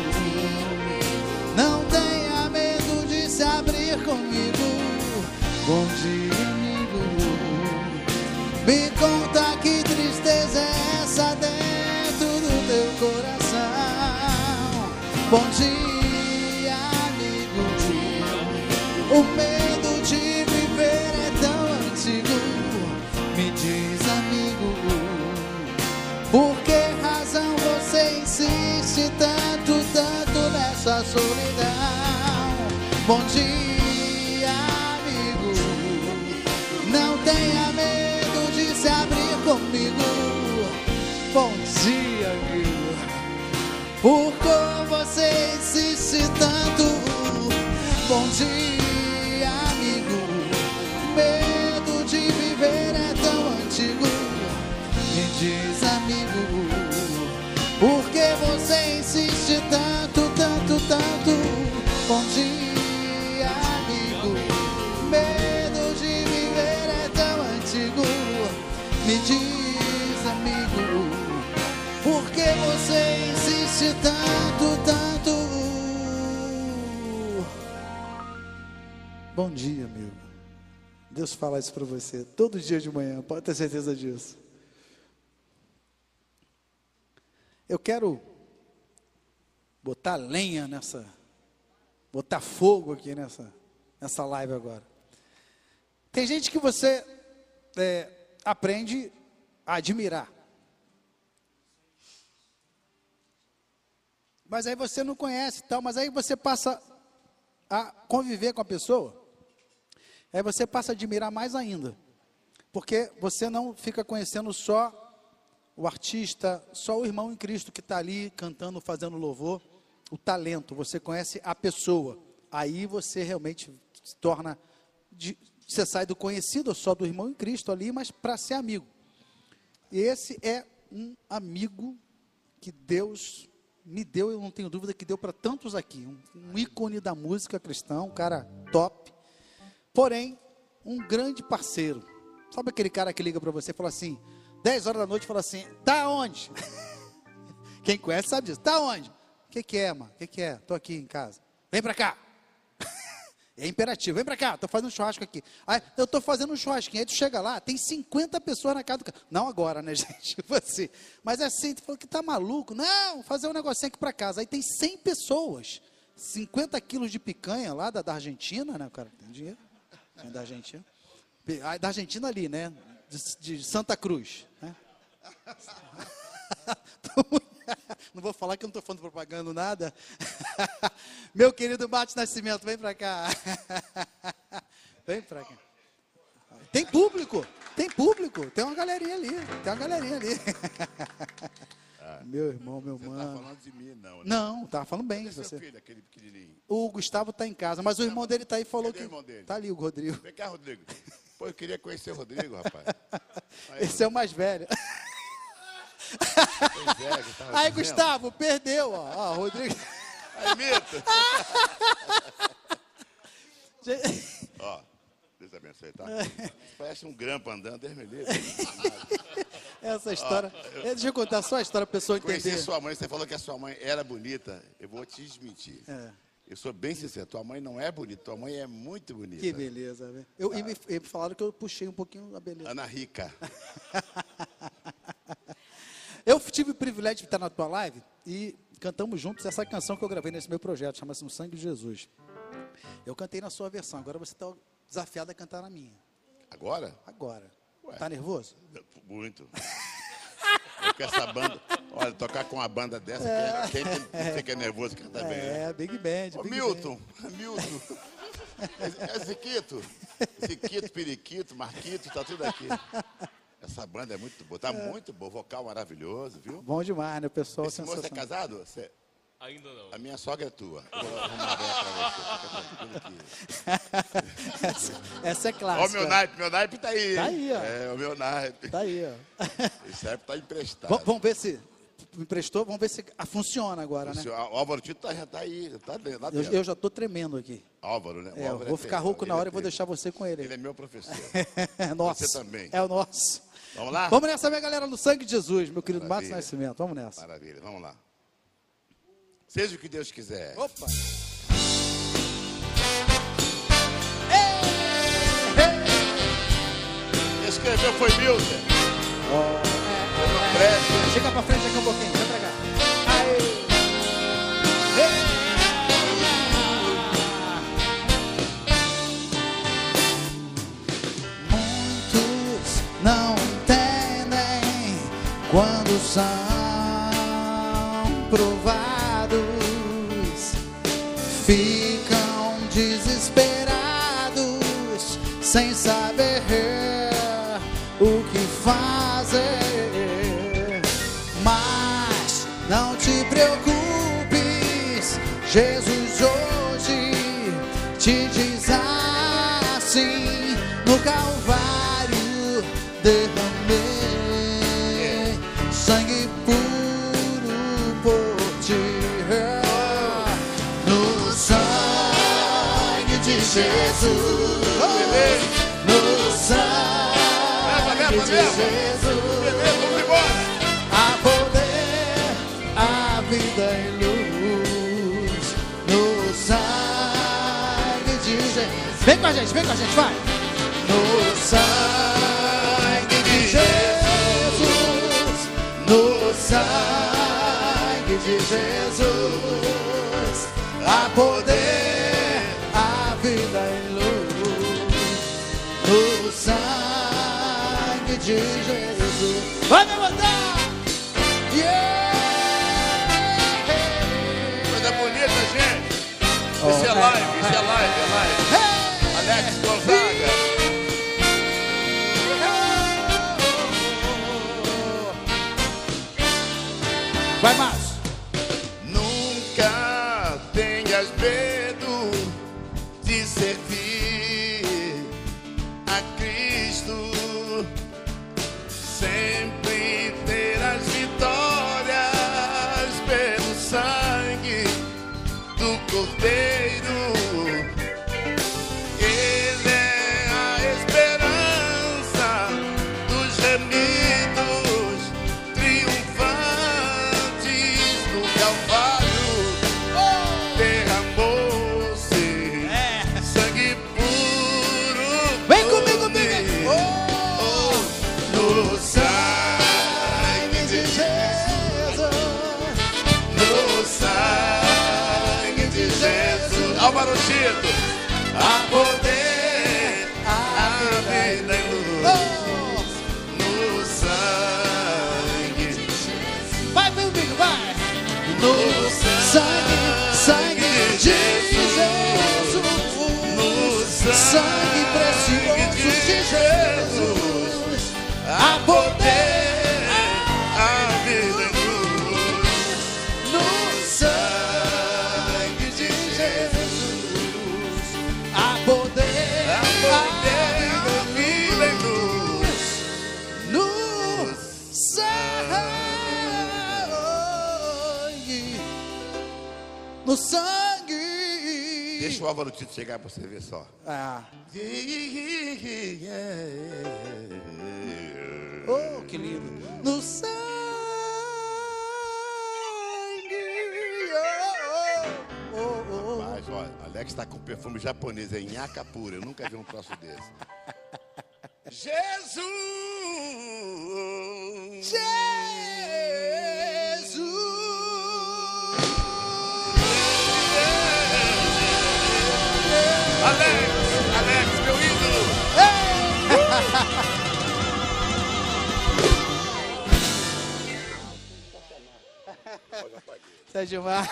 não tenha medo de se abrir comigo. Bom dia, amigo, me conta que tristeza é essa dentro do teu coração. Bom dia, amigo, o medo de viver é tão antigo. Me diz, amigo, por que razão você insiste tanto, tanto nessa solidão? Bom dia, amigo, não tenha medo de se abrir comigo. Bom dia, amigo, por que você insiste tanto? Bom dia, amigo, medo de viver é tão antigo. Me diz, amigo, por que você insiste tanto, tanto, tanto? Bom dia, amigo, medo de viver é tão antigo. Me diz, amigo, por que você insiste tanto, tanto? Bom dia, amigo. Deus fala isso para você todo dia de manhã, pode ter certeza disso. Eu quero botar lenha nessa, botar fogo aqui nessa, nessa live agora. Tem gente que você é, aprende a admirar, mas aí você não conhece e tal, mas aí você passa a conviver com a pessoa, aí você passa a admirar mais ainda, porque você não fica conhecendo só o artista, só o irmão em Cristo que está ali cantando, fazendo louvor, o talento, você conhece a pessoa, aí você realmente se torna, de, você sai do conhecido só do irmão em Cristo ali, mas para ser amigo. E esse é um amigo que Deus me deu, eu não tenho dúvida que deu para tantos aqui, um, um ícone da música cristã, um cara top, porém, um grande parceiro. Sabe aquele cara que liga para você e fala assim, dez horas da noite, fala assim, tá onde? Quem conhece sabe disso, tá onde? O que que é, mano? O que que é? Tô aqui em casa. Vem pra cá. É imperativo, vem pra cá, tô fazendo um churrasco aqui. Aí, eu tô fazendo um churrasquinho, aí tu chega lá, tem cinquenta pessoas na casa do cara. Não agora, né, gente? Você. Mas assim, tu falou que tá maluco. Não, fazer um negocinho aqui pra casa. Aí tem cem pessoas, cinquenta quilos de picanha lá da, da Argentina, né? O cara tem dinheiro. É da Argentina. Da Argentina ali, né? De, de Santa Cruz, né? Não vou falar que eu não estou falando propaganda, nada. Meu querido Márcio Nascimento, vem para cá. Vem para cá. Tem público, tem público. Tem uma galerinha ali, tem uma galerinha ali. Ah, meu irmão, meu mano. Você não tá falando de mim, não, né? Não, estava falando bem. Cadê você. Seu filho, aquele pequenininho? O Gustavo está em casa, mas o irmão dele está aí e falou. Cadê que... o irmão dele? Tá ali o Rodrigo. Vem cá, Rodrigo. Pô, eu queria conhecer o Rodrigo, rapaz. Aí, esse Rodrigo. É o mais velho. É, aí, Gustavo, perdeu, ó. Ó, Rodrigo. Aí, Mito. Ó, Deus abençoe, tá? Parece um grampo andando, Deus me livre. Essa história. Ó, eu, deixa eu contar só a história, a pessoa entender. Conheci sua mãe, você falou que a sua mãe era bonita. Eu vou te desmentir. É. Eu sou bem sincero, tua mãe não é bonita, tua mãe é muito bonita. Que beleza, velho. Eu, ah. E me, me falaram que eu puxei um pouquinho a beleza. Ana Rica. Eu tive o privilégio de estar na tua live e cantamos juntos essa canção que eu gravei nesse meu projeto, chama-se No Sangue de Jesus. Eu cantei na sua versão, agora você está desafiado a cantar na minha. Agora? Agora. Ué, tá nervoso? Muito. Eu com essa banda, olha, tocar com uma banda dessa, é. quem, quem fica nervoso canta bem. É, né? Big Band. Ô, Big Milton, Band. Milton. É, é Ziquito. Ziquito, Periquito, Marquito, tá tudo aqui. Essa banda é muito boa, tá é. muito boa, vocal maravilhoso, viu? Bom demais, né, pessoal? Esse moço é casado? Você... Ainda não. A minha sogra é tua. Eu vou arrumar uma pra você. Fica tranquilo essa, essa é Ó, o clássica. meu naipe, meu naipe tá aí. Tá hein? aí, ó. É, o meu naipe. Tá aí, ó. Esse naipe tá emprestado. V- vamos ver se me emprestou, vamos ver se ah, funciona agora, O né? senhor- o Álvaro Tito tá, já tá aí, tá dentro. Lá Eu, dentro. eu já tô tremendo aqui. Álvaro, né? O É, eu Álvaro vou é ficar terrível, rouco na ele hora é e vou deixar você com ele. Ele é meu professor. É nosso. Você também. É o nosso. Vamos lá? Vamos nessa, minha galera, no sangue de Jesus, meu querido Matos Maravilha. Nascimento. Vamos nessa. Maravilha, vamos lá. Seja o que Deus quiser. Opa! Quem escreveu foi Milton. Eu não presto. Chega pra frente aqui um pouquinho, vem pra cá. Aê! Muitos não entendem quando são provados, ficam desesperados, sem saber o que fazer. Mas não te preocupes, Jesus hoje te diz assim: no Calvário derramei sangue puro por ti. No sangue de Jesus, no sangue de Jesus, Vamos embora. há poder, a vida e luz, no sangue de Jesus. Vem com a gente, vem com a gente, vai! No sangue de Jesus, no sangue de Jesus, há poder, a vida e luz, no sangue de Jesus. Vai me botar! Yeah! Coisa bonita, gente. Isso é live, isso é live, é live. Alex Gonzaga. Vai, Márcio! Nunca tenhas medo de servir a Cristo. Sempre terás vitórias pelo sangue do Cordeiro. Ele é a esperança dos remidos, triunfantes no Calvário. Derramou-se sangue puro. Vem por comigo, mim. Big! Oh, no sangue de Jesus, no sangue de Jesus. Álvaro Tito, a poder, a vida e luz, no sangue de Jesus. vai, meu amigo, vai! No sangue, sangue de Jesus, No sangue precioso de Jesus, há poder, a vida e luz, no sangue de Jesus, há poder, a poder, a vida e luz. no sangue, no sangue. Deixa o Álvaro Tito chegar pra você ver só. Ah, oh, que lindo! No sangue, oh, oh, oh. Mas, ó, Alex tá com perfume japonês, é nhaca pura. Eu nunca vi um troço desse. Jesus! Alex! Alex, meu ídolo! Isso é demais.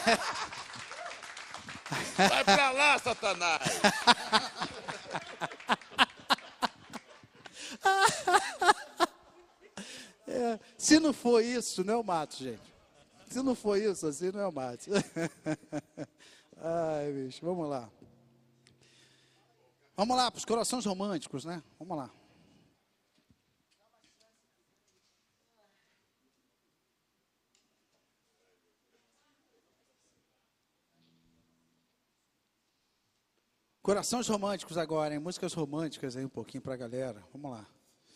Vai pra lá, Satanás! É, se não for isso, não é o Matos, gente. Se não for isso, assim, não é o Matos. Ai, bicho, vamos lá. Vamos lá, para os corações românticos, né? Vamos lá. Corações românticos agora, hein? Músicas românticas aí um pouquinho para a galera. Vamos lá.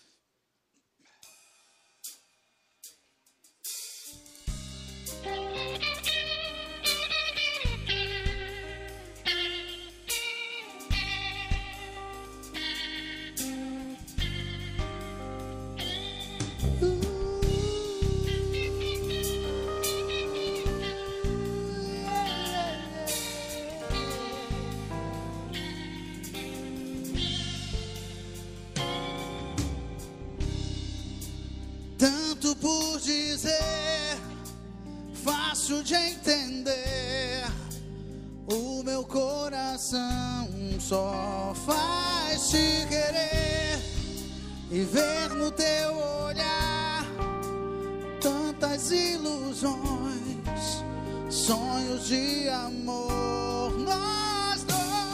Tanto por dizer, fácil de entender, o meu coração só faz te querer e ver no teu olhar tantas ilusões, sonhos de amor, nós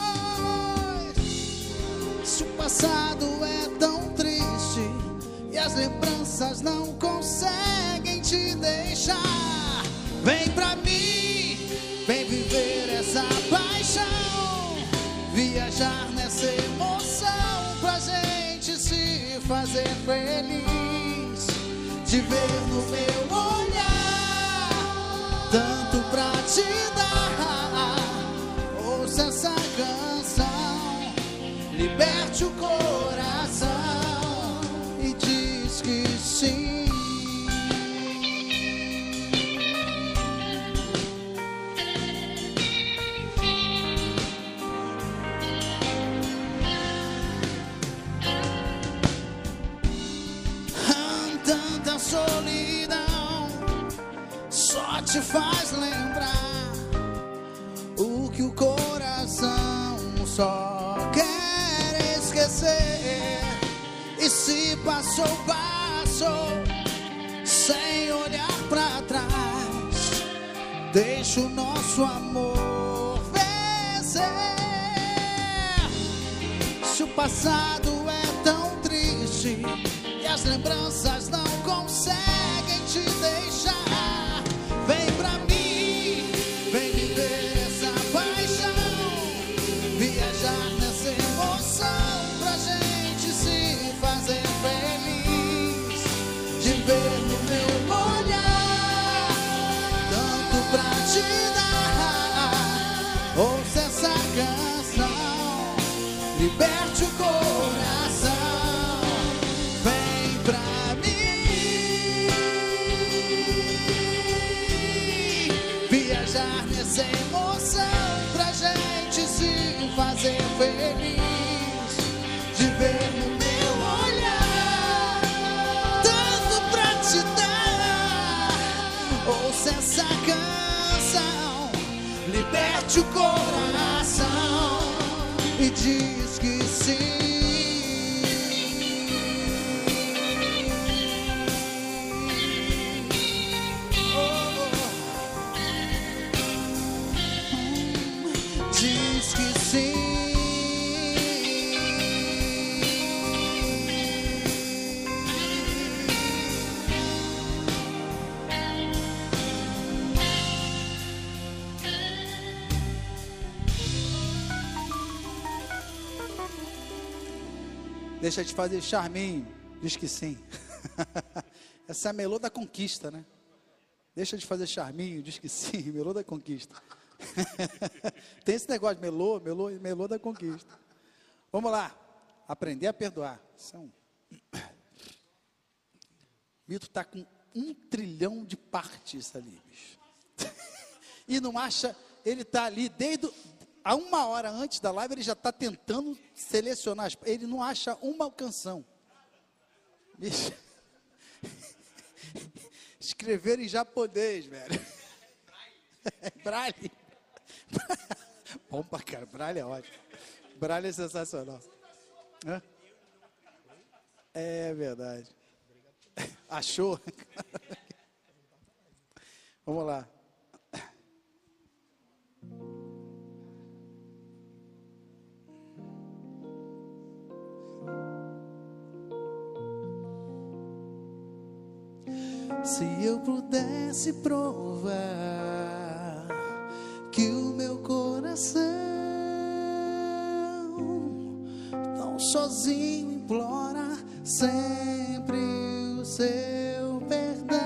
dois. Se o passado é tão triste e as lembranças não conseguem te deixar, vem pra mim, vem viver essa paixão, viajar nessa emoção pra gente se fazer feliz, te ver no meu olhar, tanto pra te dar. Ouça essa canção, liberte o coração e diz que sim. Tanta solidão só te faz lembrar o que o coração só quer esquecer. E se passou, passou, sem olhar pra trás, deixa o nosso amor vencer. Se o passado é tão triste e as lembranças não conseguem te deixar, vem pra mim, vem viver essa paixão, viajar nessa emoção pra gente se fazer feliz, de ver no meu olhar, tanto pra te dar. Ouça essa canção, liberte o coração, vem pra mim, viajar nessa emoção pra gente se fazer feliz, de ver no meu olhar, tanto pra te dar. Ouça essa canção, liberte o coração e diz que sim. Diz que sim. Deixa de fazer charminho, diz que sim. Essa é a melô da conquista, né? Deixa de fazer charminho, diz que sim, melô da conquista. Tem esse negócio de melô, melô, melô da conquista. Vamos lá, aprender a perdoar. São... Milton está com um trilhão de partes ali, bicho. E não acha, ele está ali desde o, há uma hora antes da live, ele já está tentando selecionar, as, ele não acha uma canção. Bicho. Escrever em japonês, velho. Braille. Bom pra cara, Braille é ótimo. Braille é sensacional. Hã? É verdade. Achou? Vamos lá. Se eu pudesse provar que o meu coração tão sozinho implora sempre o seu perdão.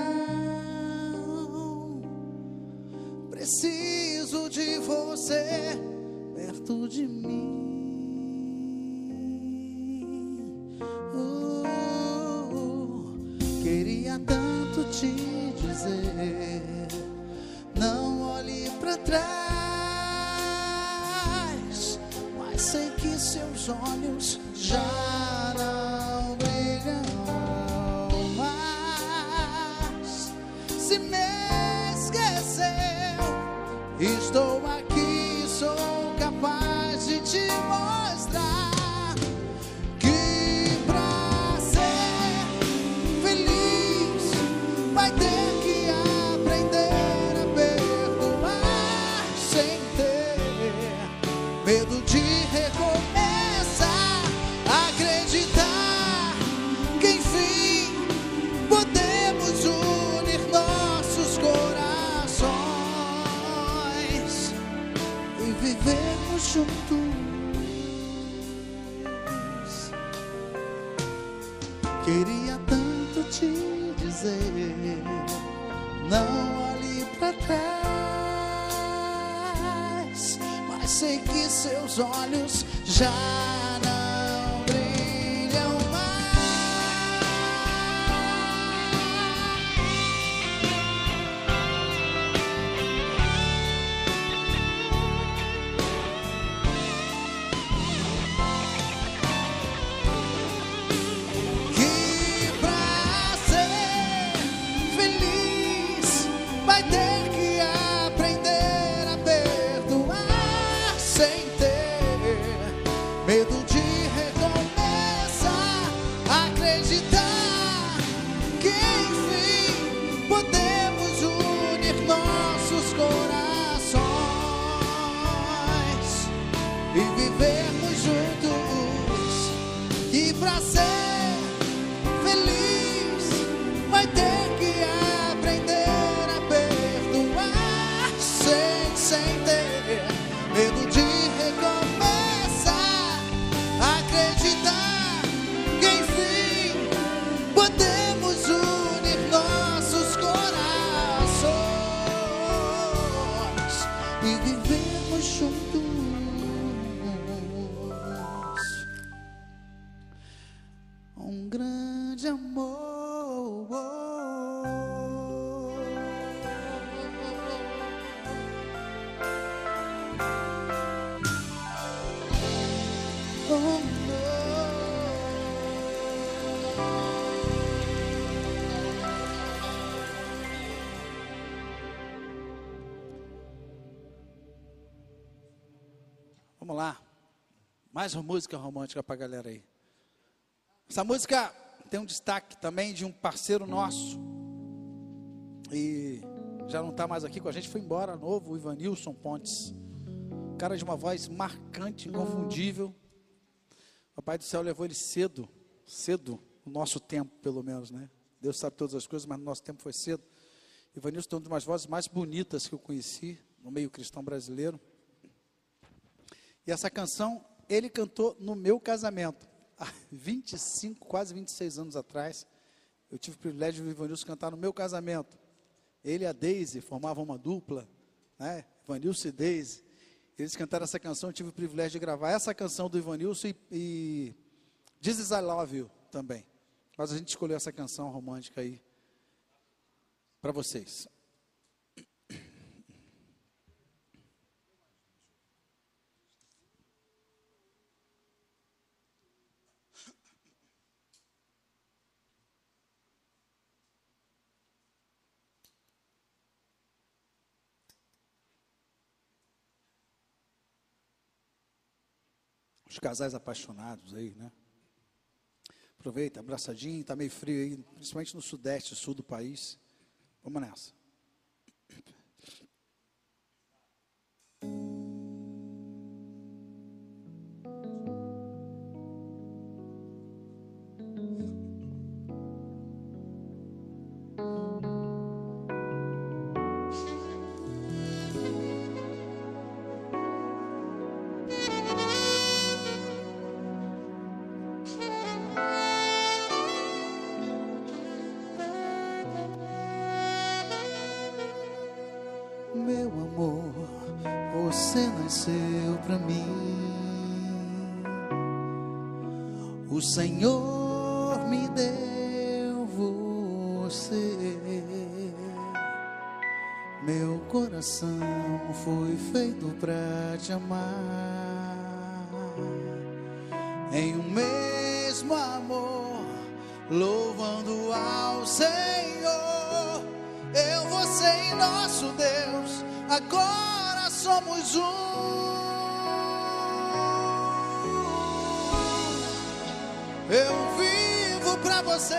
Preciso de você perto de mim. Queria tanto te dizer, não olhe pra trás, mas sei que seus olhos já não brilham mais. Se me esqueceu, estou aqui, sou capaz de te mostrar que pra ser feliz vai ter que aprender a perdoar sem ter medo de recomeçar, acreditar que enfim podemos unir nossos corações e vivermos juntos. Queria tanto te dizer, não olhe pra trás, mas sei que seus olhos já não brilham que pra ser feliz vai ter que aprender a perdoar sem ter medo de recomeçar, acreditar que enfim podemos unir nossos corações e vivermos juntos. E pra ser feliz vai ter que aprender a perdoar sem, sem ter medo de recomeçar, acreditar que enfim podemos unir nossos corações e vivermos juntos. Um grande amor. Oh, Vamos lá. Mais uma música romântica pra galera aí. Essa música tem um destaque também de um parceiro nosso. E já não está mais aqui com a gente, foi embora, novo, o Ivanilson Pontes. Cara de uma voz marcante, inconfundível. O Pai do Céu levou ele cedo, cedo, no nosso tempo pelo menos, né? Deus sabe todas as coisas, mas no nosso tempo foi cedo. Ivanilson tem uma das vozes mais bonitas que eu conheci no meio cristão brasileiro. E essa canção, ele cantou no meu casamento. Há vinte e cinco, quase vinte e seis anos atrás, eu tive o privilégio de o Ivanilson cantar no meu casamento. Ele e a Deise formavam uma dupla, né? Ivanilson e Deise. Eles cantaram essa canção, eu tive o privilégio de gravar essa canção do Ivanilson e, e This Is I Love You também. Mas a gente escolheu essa canção romântica aí para vocês. Os casais apaixonados aí, né? Aproveita, abraçadinho, tá meio frio aí, principalmente no sudeste, sul do país. Vamos nessa. nasceu pra mim. O Senhor me deu você. Meu coração foi feito pra te amar. Em um mesmo amor, louvando ao Senhor. Eu, você e nosso Deus, agora somos um. Eu vivo pra você,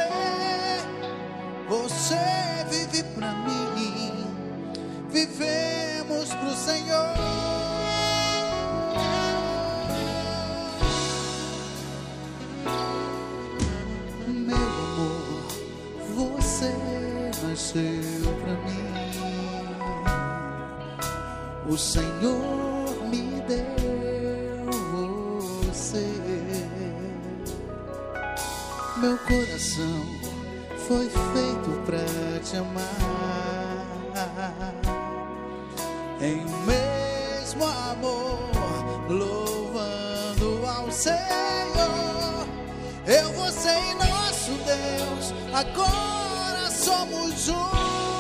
você vive pra mim. Vivemos pro Senhor. Meu amor, você nasceu pra mim. O Senhor me deu você. Meu coração foi feito pra te amar. Em um mesmo amor, louvando ao Senhor. Eu, você e nosso Deus, agora somos um.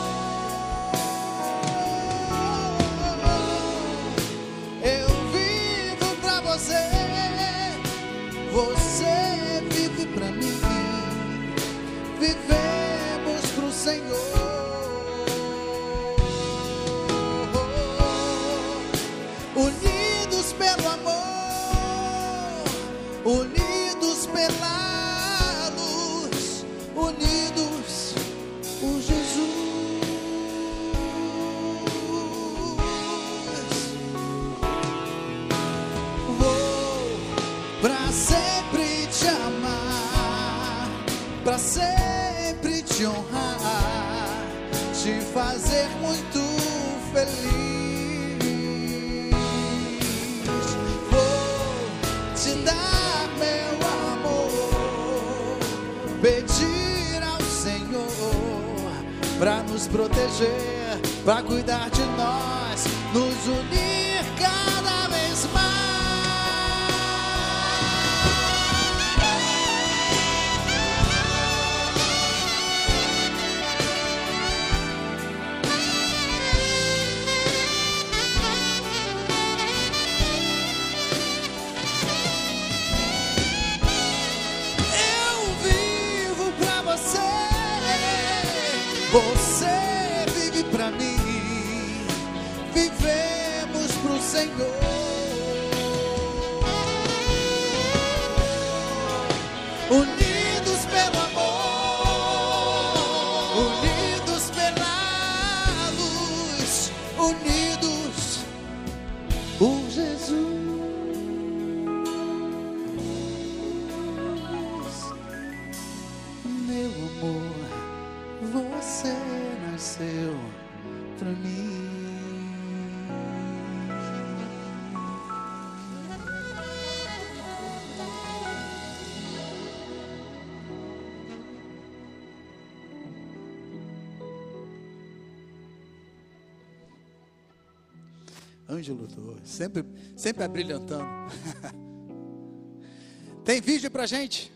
Eu vivo pra você, você vive pra mim. Vivemos pro Senhor. Unidos pelo amor, unidos pela luz, unidos por Jesus. Vou pra sempre te amar, pra sempre te honrar, te fazer muito feliz. Pedir ao Senhor pra nos proteger, pra cuidar de nós, nos unir cada vez mais. Você vive pra mim, vivemos pro Senhor. Unidos pelo amor, unidos pela luz, unidos por Jesus. Meu amor, você nasceu pra mim. Ângelo Torres, sempre, sempre abrilhantando. Tem vídeo pra gente?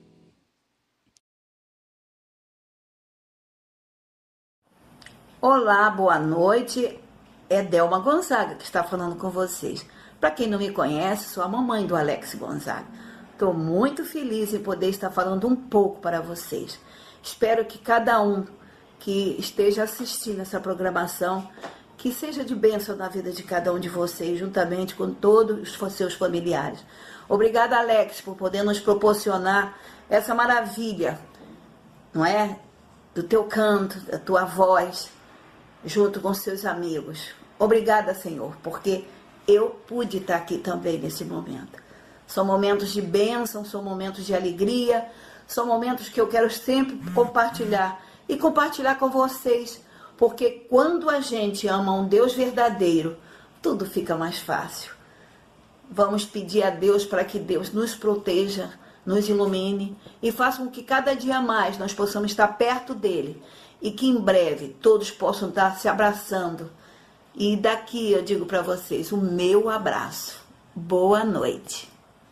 Olá, boa noite. É Delma Gonzaga que está falando com vocês. Para quem não me conhece, sou a mamãe do Alex Gonzaga. Estou muito feliz em poder estar falando um pouco para vocês. Espero que cada um que esteja assistindo essa programação, que seja de bênção na vida de cada um de vocês, juntamente com todos os seus familiares. Obrigada, Alex, por poder nos proporcionar essa maravilha, não é? Do teu canto, da tua voz, junto com seus amigos. Obrigada, Senhor, porque eu pude estar aqui também nesse momento. São momentos de bênção, são momentos de alegria, são momentos que eu quero sempre compartilhar e compartilhar com vocês, porque quando a gente ama um Deus verdadeiro, tudo fica mais fácil. Vamos pedir a Deus para que Deus nos proteja, nos ilumine e faça com que cada dia mais nós possamos estar perto dele e que em breve todos possam estar se abraçando E daqui eu digo para vocês o meu abraço. Boa noite.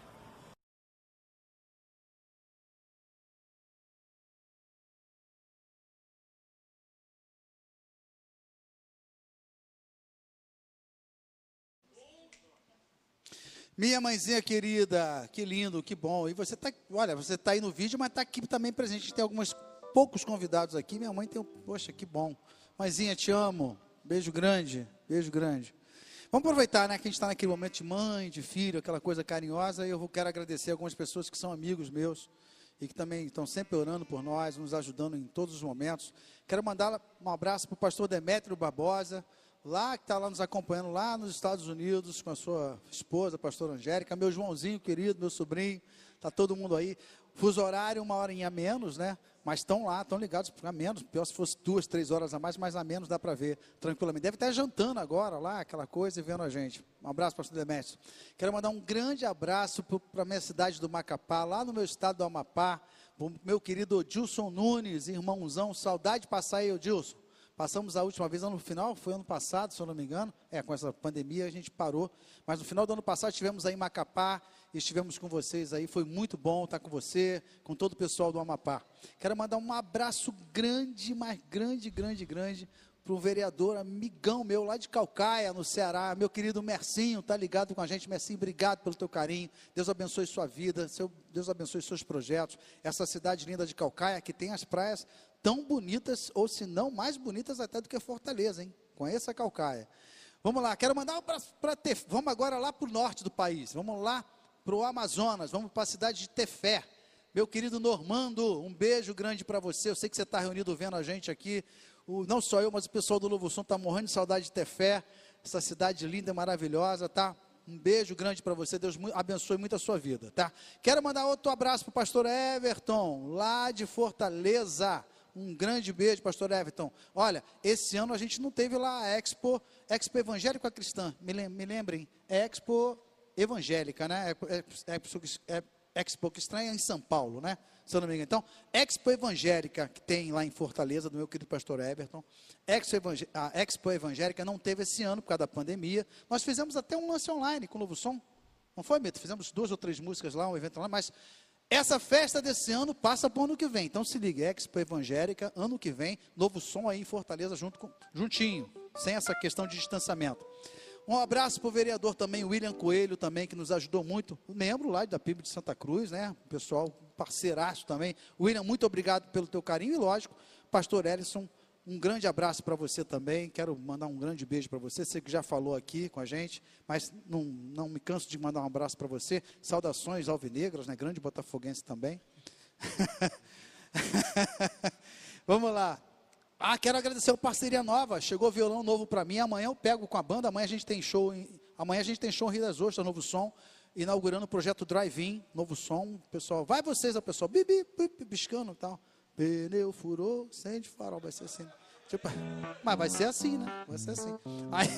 Minha mãezinha querida, que lindo, que bom. E você tá, olha, você tá aí no vídeo, mas tá aqui também presente. A gente tem alguns poucos convidados aqui. Minha mãe tem um, poxa, que bom. Mãezinha, te amo. Beijo grande, beijo grande. Vamos aproveitar, né, que a gente está naquele momento de mãe, de filho, aquela coisa carinhosa. E eu quero agradecer algumas pessoas que são amigos meus e que também estão sempre orando por nós, nos ajudando em todos os momentos. Quero mandar um abraço para o pastor Demétrio Barbosa, lá que está lá nos acompanhando, lá nos Estados Unidos, com a sua esposa, a pastora Angélica, meu Joãozinho querido, meu sobrinho, está todo mundo aí. Fuso horário, uma hora a menos, né? Mas estão lá, estão ligados, a menos, pior se fosse duas, três horas a mais, mas a menos dá para ver tranquilamente. Deve estar jantando agora lá, aquela coisa, e vendo a gente. Um abraço, pastor Demétrio. Quero mandar um grande abraço para a minha cidade do Macapá, lá no meu estado do Amapá, o meu querido Odilson Nunes, irmãozão, saudade de passar aí, Odilson. Passamos a última vez, no final, foi ano passado, se eu não me engano, é, com essa pandemia a gente parou, mas no final do ano passado estivemos aí em Macapá, estivemos com vocês aí, foi muito bom estar com você, com todo o pessoal do Amapá. Quero mandar um abraço grande, mas grande, grande, grande, para o vereador, amigão meu, lá de Caucaia, no Ceará, meu querido Mercinho, tá ligado com a gente. Mercinho, obrigado pelo teu carinho, Deus abençoe sua vida, seu, Deus abençoe seus projetos, essa cidade linda de Caucaia, que tem as praias tão bonitas, ou se não, mais bonitas até do que Fortaleza, hein? Conheça a Caucaia. Vamos lá, quero mandar um abraço para Tefé, vamos agora lá para o norte do país, vamos lá para o Amazonas, vamos para a cidade de Tefé. Meu querido Normando, um beijo grande para você, eu sei que você está reunido vendo a gente aqui, o, não só eu, mas o pessoal do Novo Som está morrendo de saudade de Tefé, essa cidade linda e maravilhosa, tá? Um beijo grande para você, Deus abençoe muito a sua vida, tá? Quero mandar outro abraço para o pastor Everton, lá de Fortaleza. Um grande beijo, pastor Everton. Olha, esse ano a gente não teve lá a Expo, Expo Evangélica Cristã, me, lem, me lembrem, é Expo Evangélica, né? É, é, é, é Expo Cristã em São Paulo, né? Se eu não me engano. Então, Expo Evangélica, que tem lá em Fortaleza, do meu querido pastor Everton. Expo Evangé a Expo Evangélica não teve esse ano, por causa da pandemia. Nós fizemos até um lance online com o Novo Som. Não foi, Beto? Fizemos duas ou três músicas lá, um evento lá, mas essa festa desse ano passa para o ano que vem. Então se liga, Expo Evangélica, ano que vem, Novo Som aí em Fortaleza, junto com, juntinho, sem essa questão de distanciamento. Um abraço para o vereador também, William Coelho, também, que nos ajudou muito, membro lá da P I B de Santa Cruz, né? O pessoal, parceiraço também. William, muito obrigado pelo teu carinho e, lógico, pastor Ellison, um grande abraço para você também, quero mandar um grande beijo para você, você que já falou aqui com a gente, mas não, não me canso de mandar um abraço para você, saudações alvinegras, né, grande botafoguense também. Vamos lá. Ah, quero agradecer a parceria nova, chegou violão novo para mim, amanhã eu pego com a banda, amanhã a gente tem show, em, amanhã a gente tem show em Rio das Ostras, Novo Som, inaugurando o projeto Drive-In, Novo Som, pessoal, vai vocês, o pessoal, bibi, bibi, piscando e tal. Pneu furou, acende farol, vai ser assim. Tipo, mas vai ser assim, né? Vai ser assim. Aí,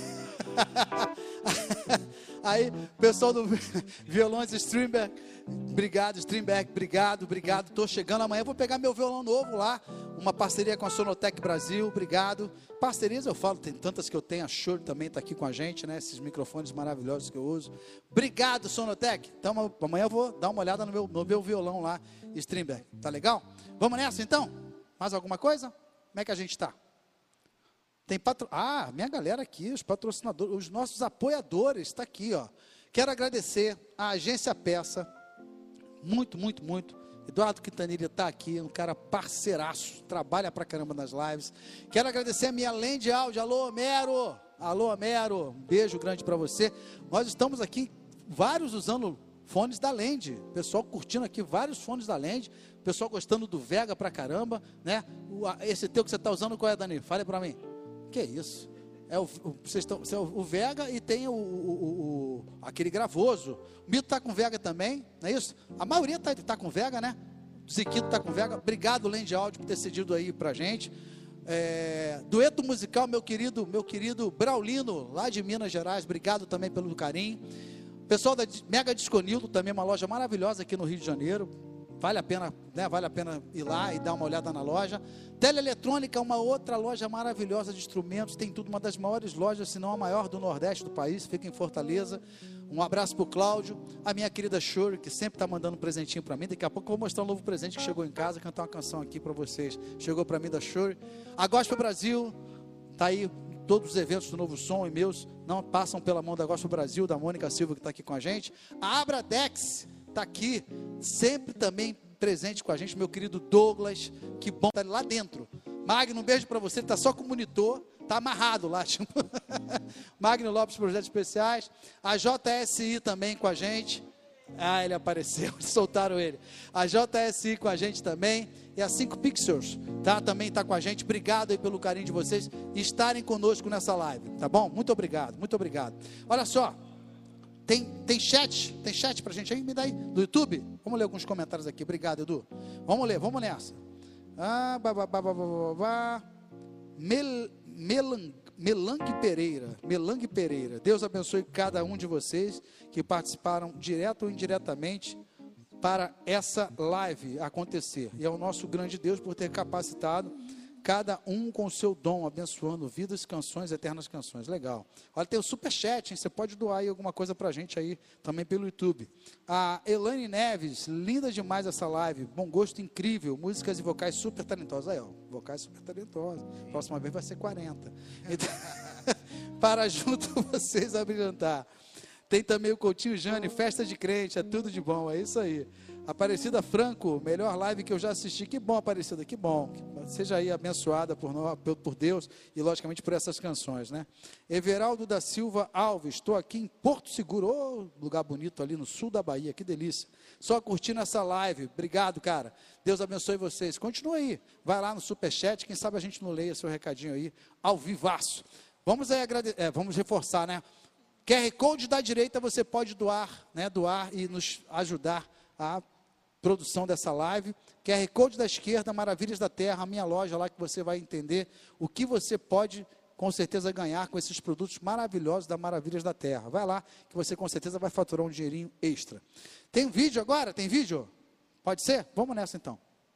aí pessoal do Violões Streamback, obrigado, Streamback, obrigado, obrigado. Estou chegando amanhã, vou pegar meu violão novo lá. Uma parceria com a Sonotec Brasil, obrigado. Parcerias eu falo, tem tantas que eu tenho, a Shure também está aqui com a gente, né? Esses microfones maravilhosos que eu uso. Obrigado, Sonotec. Então amanhã eu vou dar uma olhada no meu, no meu violão lá, Streamback. Tá legal? Vamos nessa então? Mais alguma coisa? Como é que a gente está? Tem patro... Ah, minha galera aqui, os patrocinadores, os nossos apoiadores, está aqui, ó. Quero agradecer a Agência Peça, muito, muito, muito. Eduardo Quintanilha está aqui, um cara parceiraço, trabalha pra caramba nas lives. Quero agradecer a minha Land Áudio, alô, Homero, alô, Homero, um beijo grande para você. Nós estamos aqui, vários usando fones da Land, pessoal curtindo aqui vários fones da Land, pessoal gostando do Vega pra caramba, né? O, esse teu que você está usando, qual é, Dani? Fale para mim. Que é isso? É o, o, vocês estão, o Vega e tem o, o, o aquele gravoso. O Mito está com Vega também, não é isso? A maioria está tá com Vega, né? O Ziquito está com Vega. Obrigado, Land Áudio, por ter cedido aí pra gente. É, dueto musical, meu querido, meu querido Braulino, lá de Minas Gerais. Obrigado também pelo carinho. Pessoal da Mega Disconildo, também uma loja maravilhosa aqui no Rio de Janeiro. Vale a pena, né? Vale a pena ir lá e dar uma olhada na loja. Teleeletrônica é uma outra loja maravilhosa de instrumentos, tem tudo, uma das maiores lojas, se não a maior do Nordeste do país, fica em Fortaleza. Um abraço para o Cláudio, a minha querida Shuri, que sempre está mandando um presentinho para mim. Daqui a pouco eu vou mostrar um novo presente que chegou em casa, cantar uma canção aqui para vocês. Chegou para mim da Shuri. A Gospel Brasil, está aí, todos os eventos do Novo Som e meus, não passam pela mão da Gospel Brasil, da Mônica Silva, que está aqui com a gente. A Abradex está aqui, sempre também presente com a gente, meu querido Douglas, que bom estar lá dentro. Magno, um beijo para você, ele está só com o monitor, está amarrado lá. Tipo. Magno Lopes, Projetos Especiais. A J S I também com a gente. Ah, ele apareceu, soltaram ele. A J S I com a gente também. E a cinco Pixels, tá? Também está com a gente. Obrigado aí pelo carinho de vocês e estarem conosco nessa live, tá bom? Muito obrigado, muito obrigado. Olha só. Tem, tem chat, tem chat pra gente aí, me dá aí, do YouTube. Vamos ler alguns comentários aqui, obrigado, Edu. Vamos ler, vamos nessa. Ah, babá, babá, babá. Mel, Melang, Melang Pereira, Melang Pereira. Deus abençoe cada um de vocês que participaram direto ou indiretamente para essa live acontecer. E é o nosso grande Deus por ter capacitado cada um com o seu dom, abençoando vidas, canções, eternas canções. Legal. Olha, tem o superchat, hein? Você pode doar aí alguma coisa pra gente aí, também pelo YouTube. A Elaine Neves, linda demais essa live, bom gosto incrível, músicas e vocais super talentosas. Aí, ó, vocais super talentosos. Próxima vez vai ser quarenta. Então, para junto vocês a brilhantar. Tem também o Coutinho Jane, festa de crente, é tudo de bom, é isso aí. Aparecida Franco, melhor live que eu já assisti. Que bom, Aparecida, que bom. Seja aí abençoada por, nós, por Deus e, logicamente, por essas canções, né? Everaldo da Silva Alves, estou aqui em Porto Seguro, oh, lugar bonito ali no sul da Bahia, que delícia. Só curtindo essa live. Obrigado, cara. Deus abençoe vocês. Continua aí, vai lá no superchat, quem sabe a gente não leia seu recadinho aí, ao vivaço. Vamos aí agradecer, é, vamos reforçar, né? Q R Code da direita, você pode doar, né? Doar e nos ajudar a produção dessa live. Q R Code da esquerda, Maravilhas da Terra, a minha loja lá, que você vai entender o que você pode com certeza ganhar com esses produtos maravilhosos da Maravilhas da Terra. Vai lá que você com certeza vai faturar um dinheirinho extra. Tem vídeo agora? Tem vídeo? Pode ser? Vamos nessa então.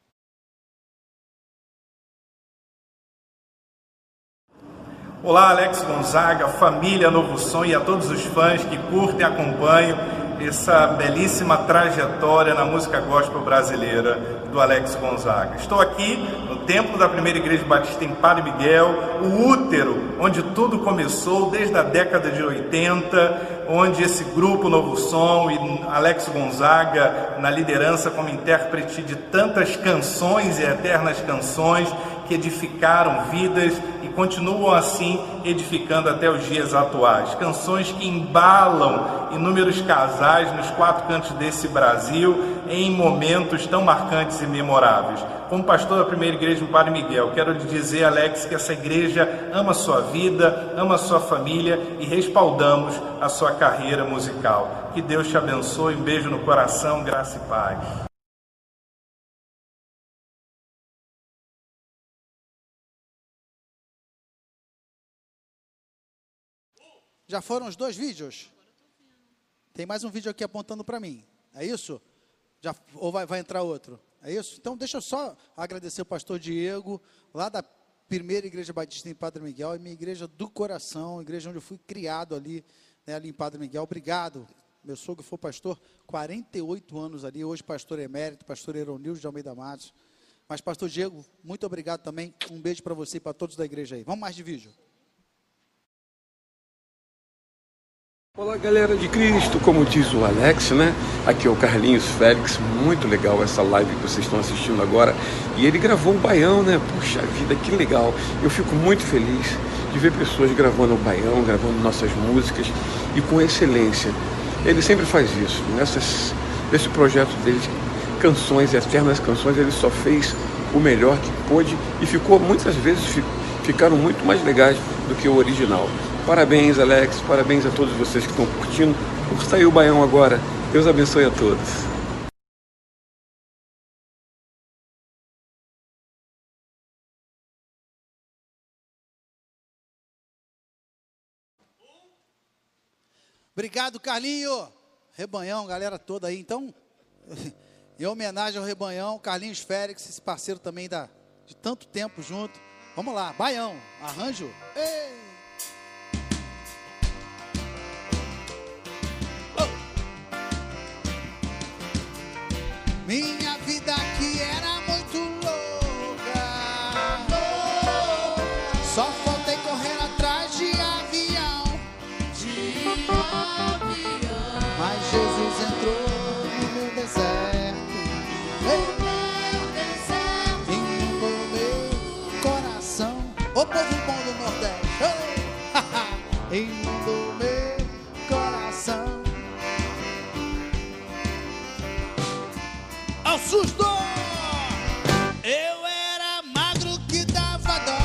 Olá, Alex Gonzaga, família Novo Som e a todos os fãs que curtem e acompanham essa belíssima trajetória na música gospel brasileira do Alex Gonzaga. Estou aqui no templo da Primeira Igreja Batista em Padre Miguel, o útero onde tudo começou desde a década de oitenta, onde esse grupo Novo Som e Alex Gonzaga na liderança como intérprete de tantas canções e eternas canções que edificaram vidas e continuam assim edificando até os dias atuais. Canções que embalam inúmeros casais nos quatro cantos desse Brasil em momentos tão marcantes e memoráveis. Como pastor da Primeira Igreja em Padre Miguel, quero lhe dizer, Alex, que essa igreja ama a sua vida, ama a sua família e respaldamos a sua carreira musical. Que Deus te abençoe, um beijo no coração, graça e paz. Já foram os dois vídeos? Tem mais um vídeo aqui apontando para mim. É isso? Já, ou vai, vai entrar outro? É isso? Então deixa eu só agradecer o pastor Diego, lá da Primeira Igreja Batista em Padre Miguel, é minha igreja do coração, igreja onde eu fui criado ali, né, ali em Padre Miguel. Obrigado. Meu sogro foi pastor quarenta e oito anos ali, hoje pastor emérito, pastor Eronildo de Almeida Matos. Mas pastor Diego, muito obrigado também. Um beijo para você e para todos da igreja aí. Vamos mais de vídeo. Olá, galera de Cristo, como diz o Alex, né? Aqui é o Carlinhos Félix, muito legal essa live que vocês estão assistindo agora. E ele gravou o baião, né? Puxa vida, que legal. Eu fico muito feliz de ver pessoas gravando o baião, gravando nossas músicas e com excelência. Ele sempre faz isso. Nessas, nesse projeto dele, Canções Eternas Canções, ele só fez o melhor que pôde e ficou, muitas vezes, ficaram muito mais legais do que o original. Parabéns, Alex, parabéns a todos vocês que estão curtindo. Curta aí o baião agora. Deus abençoe a todos. Obrigado, Carlinho. Rebanhão, galera toda aí. Então, Em homenagem ao Rebanhão, Carlinhos Félix, esse parceiro também da, de tanto tempo junto. Vamos lá, Baião, arranjo. Ei! Minha vida aqui era muito louca, só faltei correr atrás de avião, de avião. Mas Jesus entrou no meu deserto, inundou meu coração. Ô povo bom do Nordeste, inundou meu coração. Ao susto! Eu era magro que dava dó.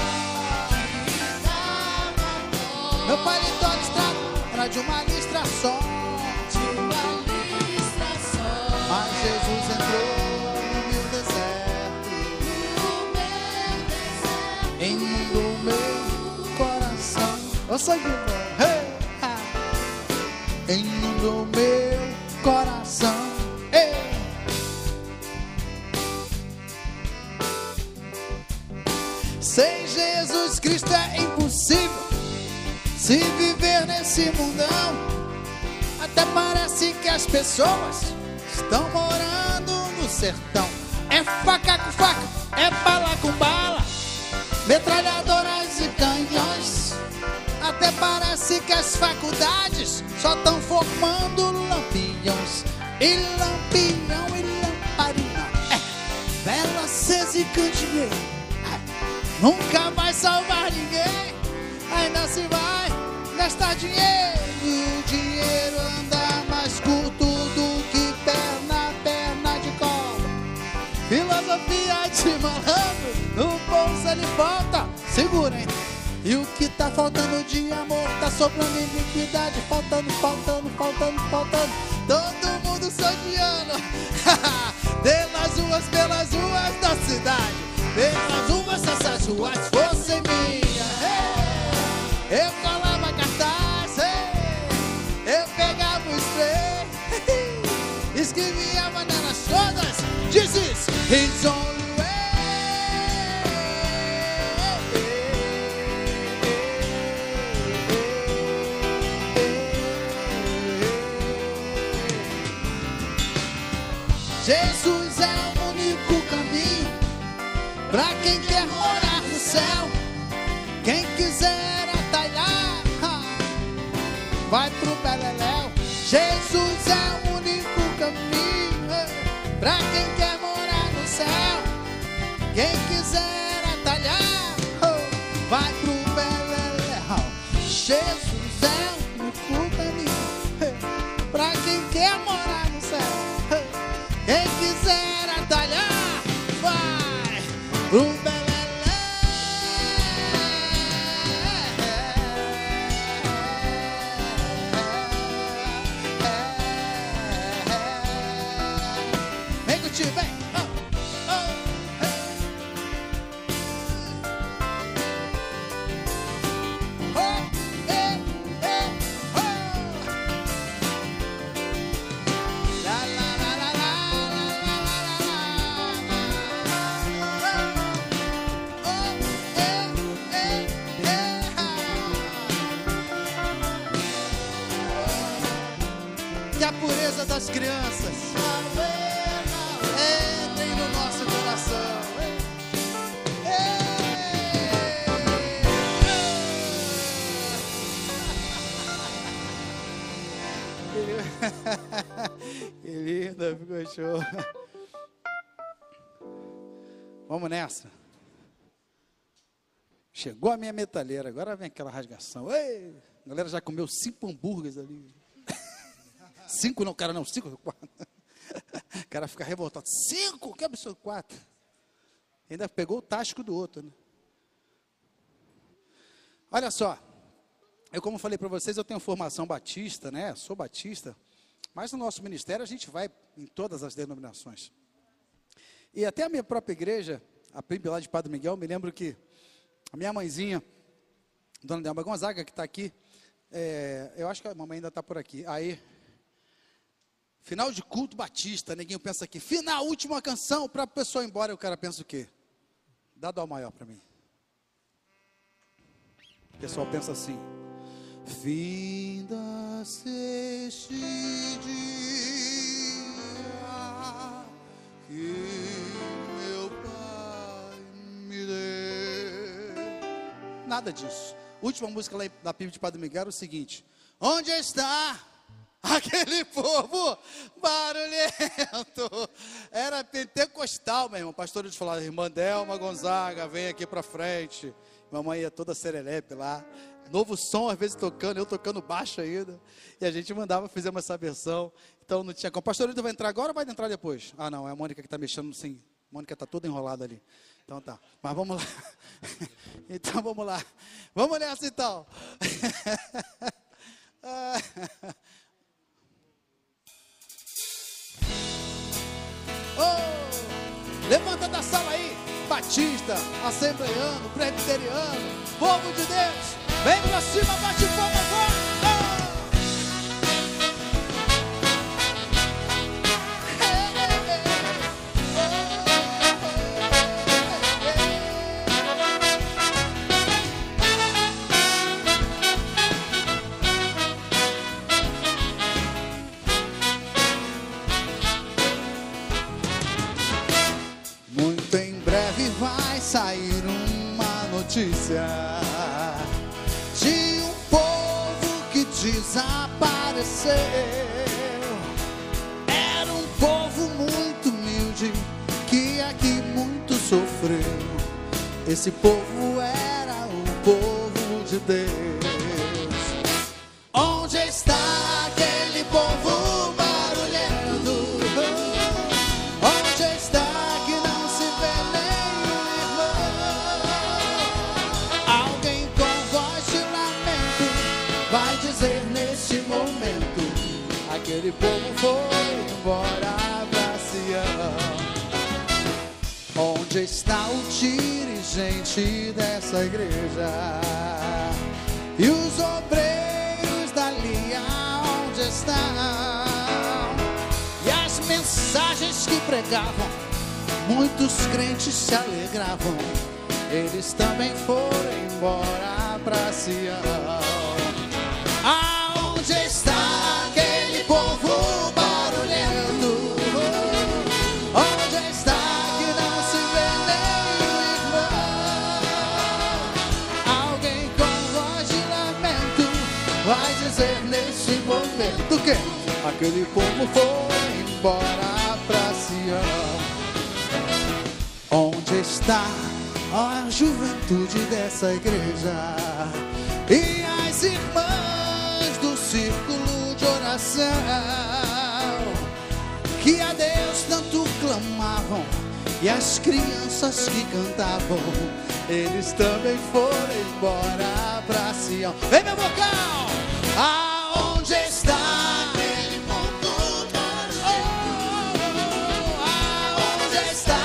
Meu paletó de estrada era de uma listra só. Mas Jesus entrou no meu deserto, inundou meu coração. Eu sou de novo. Hey! Inundou meu coração. Hey! Sem Jesus Cristo é impossível se viver nesse mundão. Até parece que as pessoas estão morando no sertão. É faca com faca, é bala com bala, metralhadoras e canhões. Até parece que as faculdades só estão formando lampiões. E lampião e lamparina, é, vela acesa e candeeiro, nunca vai salvar ninguém, ainda se vai gastar dinheiro. E o dinheiro anda mais curto do que perna, perna de cobra. Filosofia de malandro, no bolso ele falta, segura, hein? E o que tá faltando de amor, tá sobrando iniquidade, faltando, faltando, faltando, faltando. Todo mundo se odiando, pelas ruas, pelas ruas da cidade. Pelas ruas, se essas ruas fossem minhas, hey! Eu colava cartaz, hey! Eu pegava o spray, escrevia maneiras todas. This is his only way. Jesus é o único caminho pra quem quer morar no céu. Quem quiser atalhar, vai pro Beleléu. Jesus é o único caminho pra quem quer morar no céu. Quem quiser atalhar, vai pro Beleléu. Jesus é o único caminho pra quem quer morar no céu. Quem quiser atalhar, vai pro Beleléu. Vem contigo, vem. Oh, oh, hey. Oh, eh, eh, oh. La, la, la, la, la, la, la, la, la, la. Oh, eh, eh, eh. Que a pureza das crianças entrem no nosso coração. Que linda, ficou show. Vamos nessa. Chegou a minha metalheira, agora vem aquela rasgação. Ei, a galera já comeu cinco hambúrgueres ali. Cinco não, cara, não, cinco, quatro. O cara fica revoltado. Cinco? Que absurdo, quatro. Ainda pegou o tático do outro, né? Olha só, eu como falei para vocês, eu tenho formação batista, né? Sou batista, mas no nosso ministério a gente vai em todas as denominações. E até a minha própria igreja, a P I B lá de Padre Miguel, me lembro que a minha mãezinha, Dona Delma Gonzaga, que está aqui, é, eu acho que a mamãe ainda está por aqui, aí Final de culto batista, neguinho pensa aqui, final, última canção, para a pessoa ir embora, e o cara pensa o quê? Dá dó maior para mim. O pessoal pensa assim, finda-se este dia que meu Pai me deu. Nada disso. Última música lá da P I B de Padre Miguel era o seguinte, onde está aquele povo barulhento? Era pentecostal, meu irmão. Pastor de falar, irmã Delma Gonzaga, vem aqui pra frente. Mamãe ia toda serelepe lá. Novo som, às vezes tocando, eu tocando baixo ainda. E a gente mandava, fizemos essa versão. Então não tinha como. Pastor Hildo vai entrar agora ou vai entrar depois? Ah, não, é a Mônica que está mexendo, sim. A Mônica está toda enrolada ali. Então tá. Mas vamos lá. Então vamos lá. Vamos nessa então. Oh, levanta da sala aí, batista, assembleiano, presbiteriano, povo de Deus, vem pra cima, bate palma agora. Sair uma notícia de um povo que desapareceu. Era um povo muito humilde que aqui muito sofreu. Esse povo era o povo de Deus. Onde está aquele povo barulhento? Onde está que não se vê nem vai dizer neste momento, aquele povo foi embora pra Sião. Onde está o dirigente dessa igreja? E os obreiros dali onde estão? E as mensagens que pregavam, muitos crentes se alegravam. Eles também foram embora pra Sião. Aonde está aquele povo barulhento? Onde está que não se vê nem o irmão? Alguém com voz de lamento vai dizer nesse momento que aquele povo foi embora pra Sião. Onde está a juventude dessa igreja e as irmãs do círculo de oração que a Deus tanto clamavam, e as crianças que cantavam, eles também foram embora pra Sião. Vem meu vocal! Aonde está aquele povo barulhento? Oh, aonde está?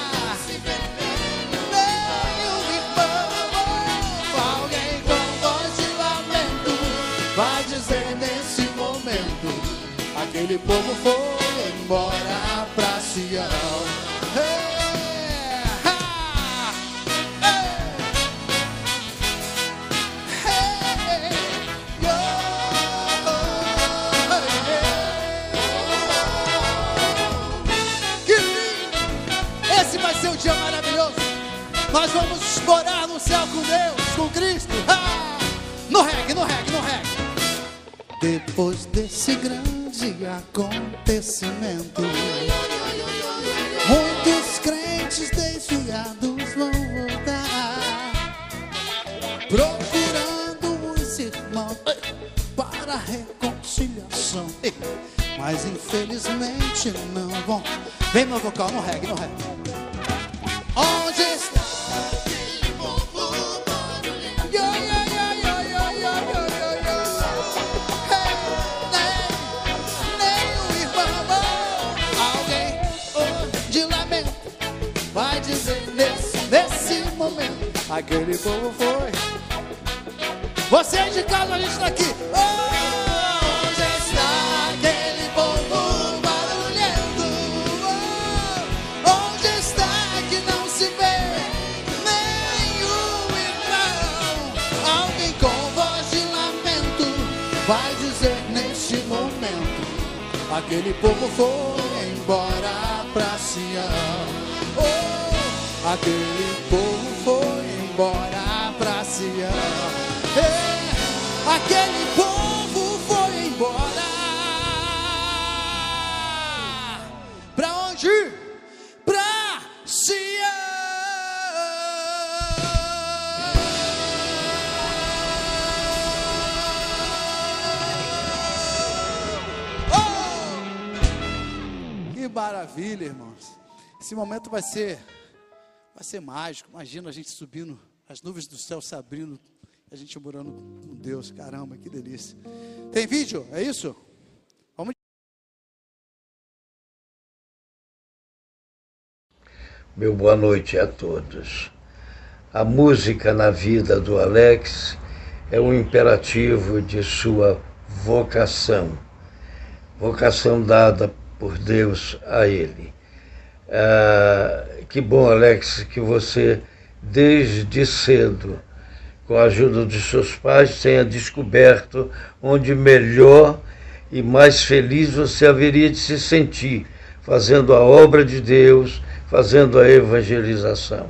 Vai dizer nesse momento, aquele povo foi embora pra Sião. Hey, ha, hey, hey, yo, hey. Que lindo! Esse vai ser um dia maravilhoso. Nós vamos morar no céu com Deus, com Cristo. Ah, no reggae, no reggae, no reggae. Depois desse grande acontecimento, muitos crentes desviados vão voltar, procurando os irmãos para reconciliação, mas infelizmente não vão. Vem meu vocal no reggae, no reggae. Onde está aquele povo barulhento? Yeah, yeah, yeah, yeah, yeah, yeah, yeah. Vai dizer nesse, nesse momento, aquele povo foi. Você de casa, a gente está aqui. Oh, onde está aquele povo aquele povo foi embora pra Sião. Oh, aquele povo foi embora pra Sião. É, aquele povo foi embora. Pra onde? Pra Sião. Que maravilha, irmãos. Esse momento vai ser vai ser mágico. Imagina a gente subindo, as nuvens do céu se abrindo, a gente morando com Deus. Caramba, que delícia. Tem vídeo? É isso? Vamos. Meu boa noite a todos. A música na vida do Alex é um imperativo de sua vocação. Vocação dada por Deus a ele. Ah, que bom, Alex, que você, desde cedo, com a ajuda dos seus pais, tenha descoberto onde melhor e mais feliz você haveria de se sentir, fazendo a obra de Deus, fazendo a evangelização.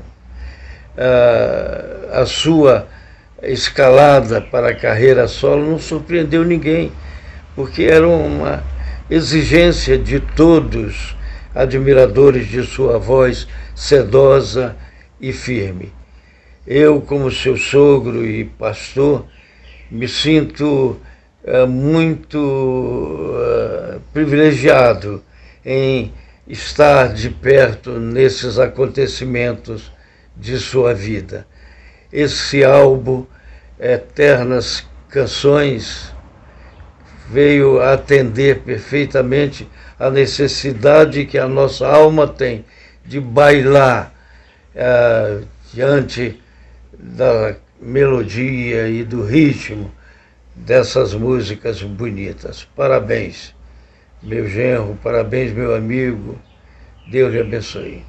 Ah, a sua escalada para a carreira solo não surpreendeu ninguém, porque era uma exigência de todos, admiradores de sua voz sedosa e firme. Eu, como seu sogro e pastor, me sinto uh, muito uh, privilegiado em estar de perto nesses acontecimentos de sua vida. Esse álbum, Eternas Canções, veio atender perfeitamente a necessidade que a nossa alma tem de bailar uh, diante da melodia e do ritmo dessas músicas bonitas. Parabéns, meu genro, parabéns, meu amigo. Deus lhe abençoe.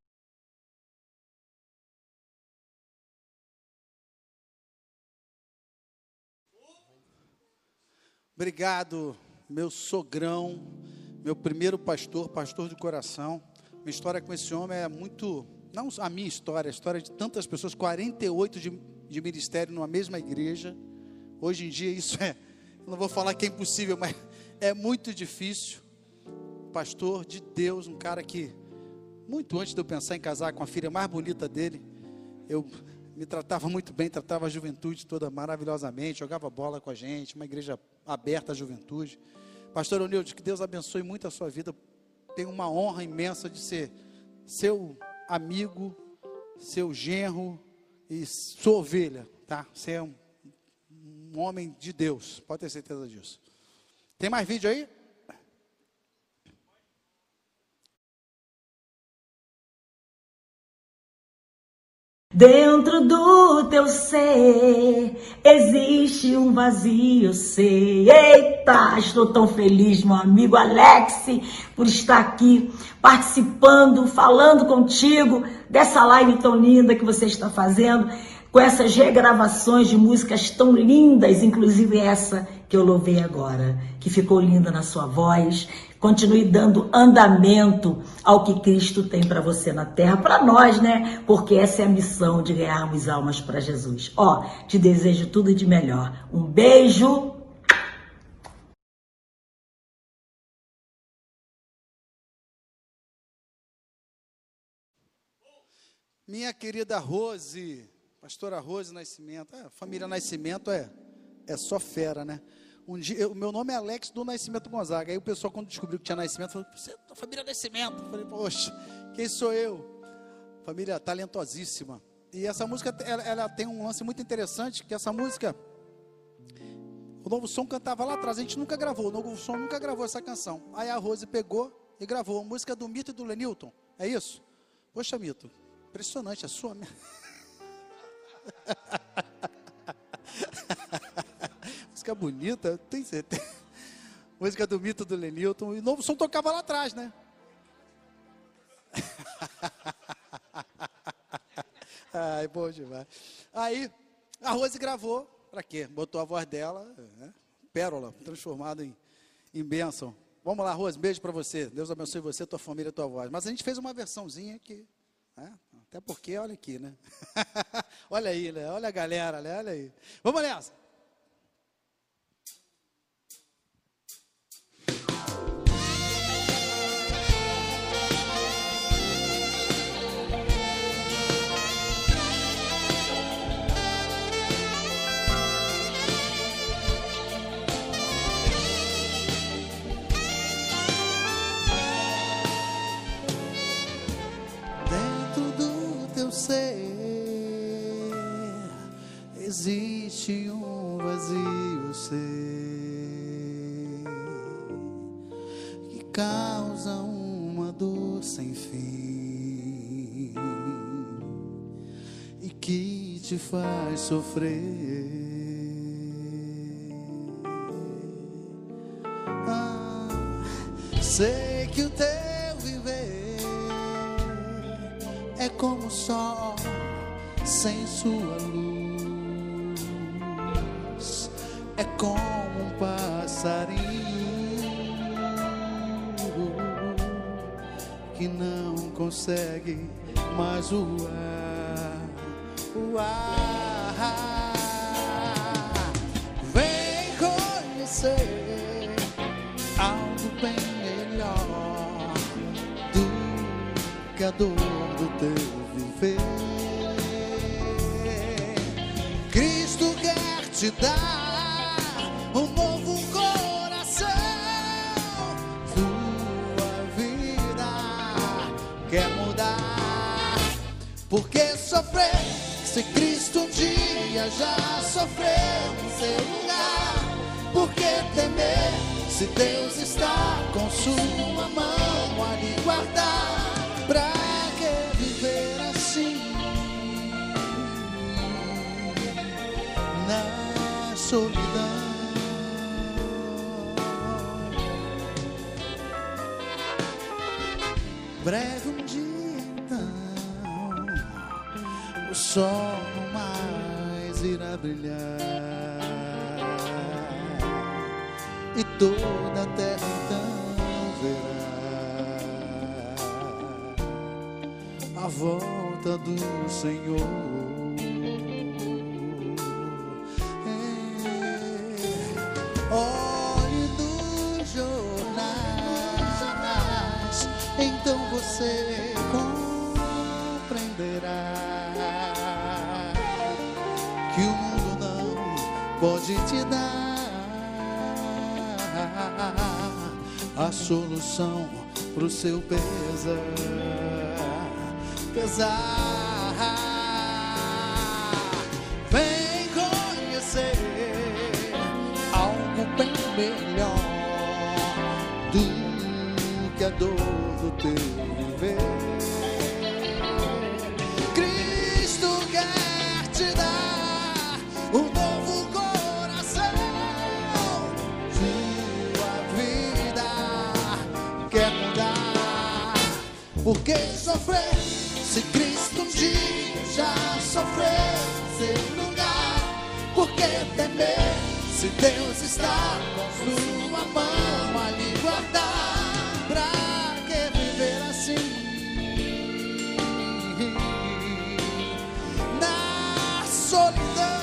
Obrigado, meu sogrão, meu primeiro pastor, pastor de coração. Minha história com esse homem é muito, não a minha história, a história de tantas pessoas, quarenta e oito de, de ministério numa mesma igreja. Hoje em dia isso é, não vou falar que é impossível, mas é muito difícil. Pastor de Deus, um cara que, muito antes de eu pensar em casar com a filha mais bonita dele, eu me tratava muito bem, tratava a juventude toda maravilhosamente, jogava bola com a gente, uma igreja aberta à juventude. Pastor Onildo, que Deus abençoe muito a sua vida. Tenho uma honra imensa de ser seu amigo, seu genro e sua ovelha, tá? Você é um, um homem de Deus, pode ter certeza disso. Tem mais vídeo aí? Dentro do teu ser existe um vazio, eu sei. Eita, estou tão feliz, meu amigo Alex, por estar aqui participando, falando contigo dessa live tão linda que você está fazendo, com essas regravações de músicas tão lindas, inclusive essa que eu louvei agora, que ficou linda na sua voz. Continue dando andamento ao que Cristo tem para você na terra, para nós, né? Porque essa é a missão de ganharmos almas para Jesus. Ó, te desejo tudo de melhor. Um beijo. Minha querida Rose, pastora Rose Nascimento. É, família Nascimento é, é só fera, né? Um dia, o meu nome é Alex do Nascimento Gonzaga. Aí o pessoal, quando descobriu que tinha Nascimento, falou: você é da família Nascimento. Eu falei: poxa, quem sou eu? Família talentosíssima. E essa música, ela, ela tem um lance muito interessante, que essa música, o Novo Som cantava lá atrás, a gente nunca gravou, o Novo Som nunca gravou essa canção. Aí a Rose pegou e gravou a música do Mito e do Lenilton. É isso? Poxa, Mito, impressionante a sua... Música bonita, tem certeza. Música do Mito do Lenilton. E o Novo Som tocava lá atrás, né? Ai, bom demais. Aí, a Rose gravou. Pra quê? Botou a voz dela, né? Pérola, transformada em, em bênção. Vamos lá, Rose, beijo para você. Deus abençoe você, tua família, tua voz. Mas a gente fez uma versãozinha que, né? Até porque, olha aqui, né? Olha aí, né? Olha a galera, né? Olha aí. Vamos nessa. Existe um vazio ser que causa uma dor sem fim e que te faz sofrer. Ah, sei que o teu viver é como o sol sem sua luz. É como um passarinho que não consegue mais voar, voar. Vem conhecer algo bem melhor do que a dor do teu viver. Cristo quer te dar um novo coração, sua vida quer mudar. Por que sofrer se Cristo um dia já sofreu em seu lugar? Por que temer se Deus está com sua mão a lhe guardar? Pra que viver assim na solidão? Breve um dia então o sol não mais irá brilhar e toda a terra então verá a volta do Senhor. Olhe nos jornais, então você compreenderá que o mundo não pode te dar a solução pro seu pesar, pesar. Vem conhecer algo bem melhor do que a dor do teu viver. Cristo quer te dar um novo coração, sua vida quer mudar. Por que sofrer se Cristo um dia já sofreu em seu lugar? Por que temer se Deus está com sua mão a lhe guardar? Pra que viver assim na solidão?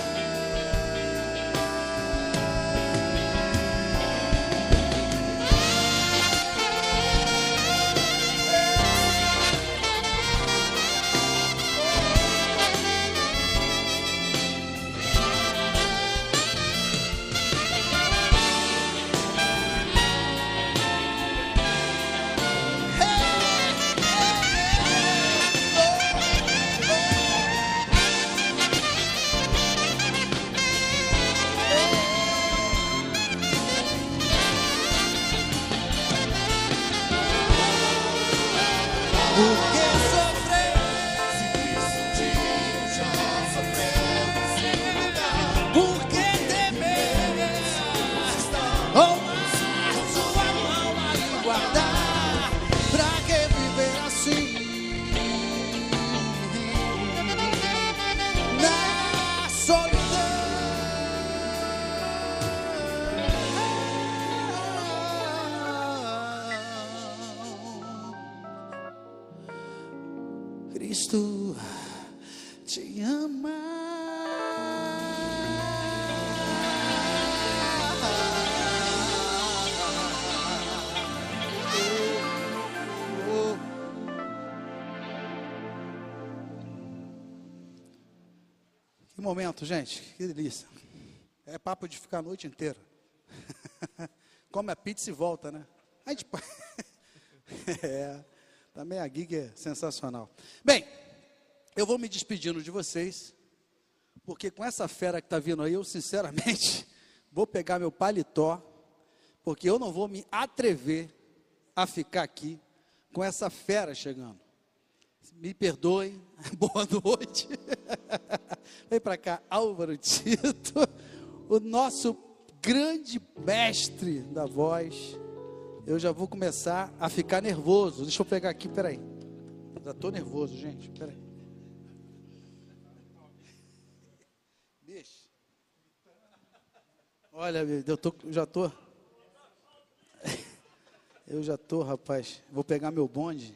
Por que sofrer se Cristo um dia já sofreu em seu lugar? Por que temer ou a sua mão a lhe guardar? Pra que viver assim na solidão? Cristo te ama. Que momento, gente, que delícia. É papo de ficar a noite inteira. Come a pizza e volta, né? A gente... é, também a gig é sensacional. Bem, eu vou me despedindo de vocês, porque com essa fera que está vindo aí, eu sinceramente vou pegar meu paletó, porque eu não vou me atrever a ficar aqui com essa fera chegando. Me perdoem, boa noite. Vem para cá, Álvaro Tito, o nosso grande mestre da voz. Eu já vou começar a ficar nervoso. Deixa eu pegar aqui, peraí. Já estou nervoso, gente, peraí. Deixa. Olha, eu tô, já tô. Eu já tô, rapaz. Vou pegar meu bonde.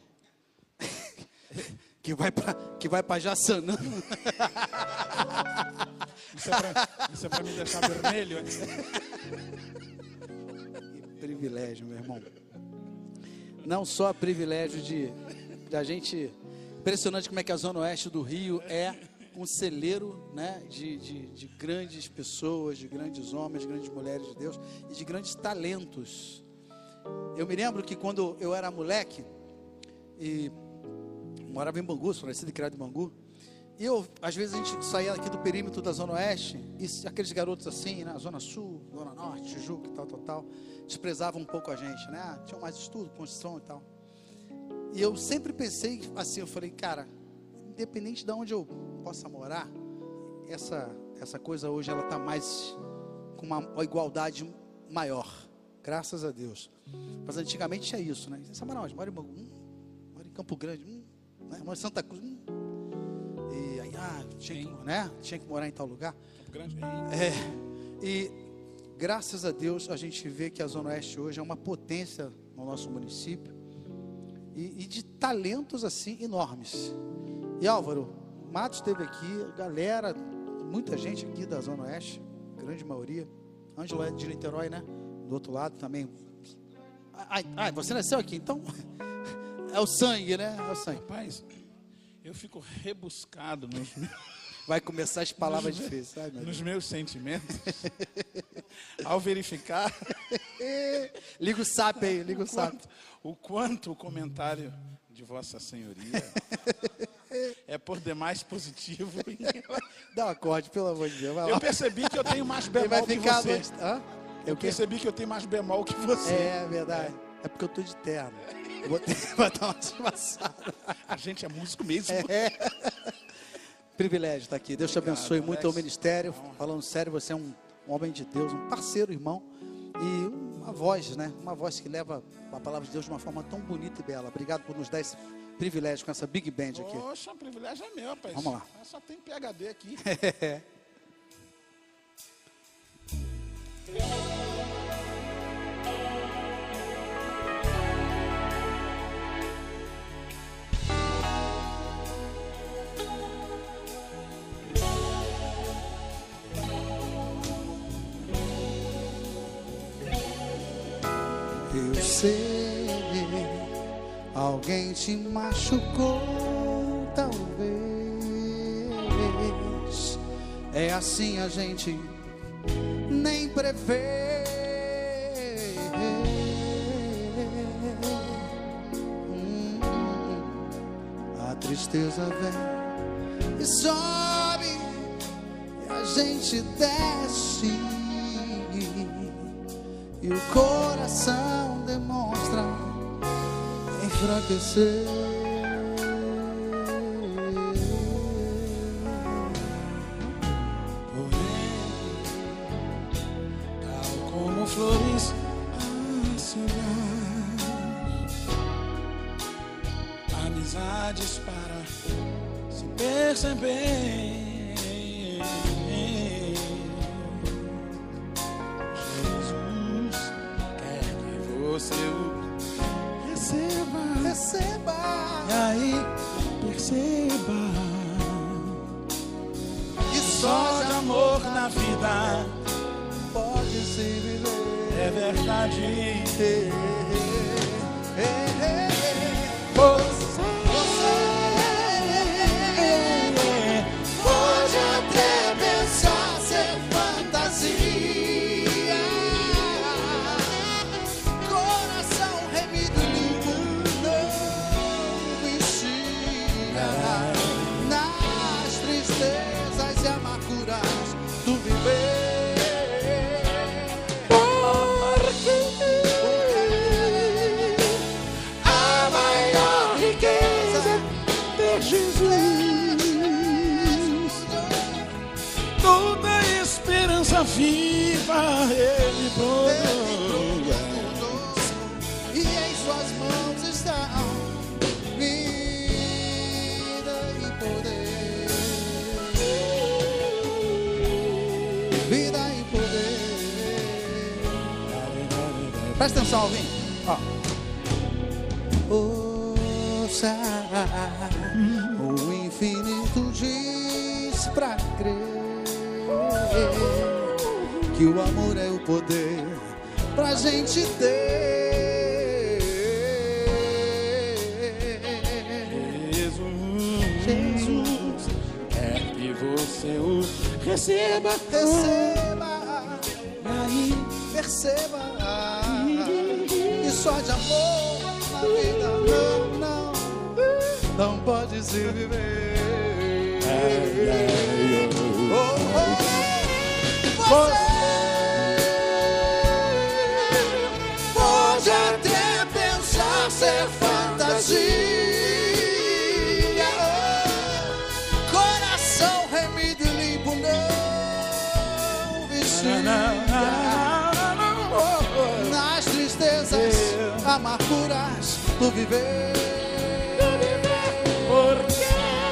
Que vai para que vai para Jaçanã. Isso é pra, isso é pra me deixar vermelho, hein? Que privilégio, meu irmão. Não só privilégio de, de a gente... Impressionante como é que a Zona Oeste do Rio é um celeiro, né, de, de, de grandes pessoas, de grandes homens, de grandes mulheres de Deus e de grandes talentos. Eu me lembro que quando eu era moleque e morava em Bangu, sou nascido e criado em Bangu, e eu, às vezes a gente saía aqui do perímetro da Zona Oeste, e aqueles garotos assim, né, Zona Sul, Zona Norte, Tijuca e tal, tal, tal, desprezavam um pouco a gente, né, ah, tinham mais estudo, construção e tal. E eu sempre pensei assim, eu falei, cara, independente de onde eu possa morar, essa, essa coisa hoje, ela está mais, com uma, uma igualdade maior, graças a Deus. Mas antigamente tinha isso, né, você mora onde? Mora em Bangu, hum, mora em Campo Grande, hum, né? Mora em Santa Cruz, hum. E aí, ah, tinha que, né? tinha que morar em tal lugar. Campo Grande. É, e graças a Deus a gente vê que a Zona Oeste hoje é uma potência no nosso município e, e de talentos assim enormes. E Álvaro, Matos esteve aqui, galera, muita gente aqui da Zona Oeste, grande maioria. Ângelo é de Niterói, né? Do outro lado também. Ai, ai, você nasceu aqui, então é o sangue, né? É o sangue. Rapaz, eu fico rebuscado nos meus... Vai começar as palavras nos difíceis. Ai, meu nos Deus. meus sentimentos. Ao verificar... Liga o S A P aí, liga o o S A P. quanto, o quanto o comentário de Vossa Senhoria é por demais positivo. Dá um acorde, pelo amor de Deus. Vai lá. Eu percebi que eu tenho mais Ele bemol vai que ficar você. à noite. Hã? Eu O quê? percebi que eu tenho mais bemol que você. É verdade. É porque eu tô de terno. Eu vou ter que dar uma disfarçada. A gente é músico mesmo. É. Privilégio estar aqui. Deus te abençoe Obrigado, muito ao Alex. ministério. Falando sério, você é um, um homem de Deus, um parceiro, irmão. E uma voz, né? Uma voz que leva a palavra de Deus de uma forma tão bonita e bela. Obrigado por nos dar esse privilégio com essa Big Band aqui. Poxa, o privilégio é meu, rapaz. Vamos lá. Só tem P H D aqui. Eu sei, alguém te machucou, talvez. É assim, a gente nem prevê. Hum, a tristeza vem e sobe, e a gente desce. E o coração demonstra enfraquecer. Tal como flores nacionais, amizades para se perceber. Jesus quer que você o receba, receba. E aí perceba a vida pode se viver. é verdade. Ei, ei, ei, ei. Você Pode até pensar ser fantasia, coração remido limpo não vicia nas tristezas e amarguras do viver. A maior riqueza de Jesus. toda esperança viva Ele produz. E em suas mãos estão vida e poder. Vida e poder. Presta atenção, Alvin. Ó. Ouça, o infinito diz pra crer que o amor é o poder pra gente ter. Jesus, Jesus, quer que você o receba, receba, e aí perceba que só de amor na vida não, não, não pode se viver. Oh, oh, você pode até pensar ser fantasia, coração remido e limpo não vicia nas tristezas, amarguras do viver. porque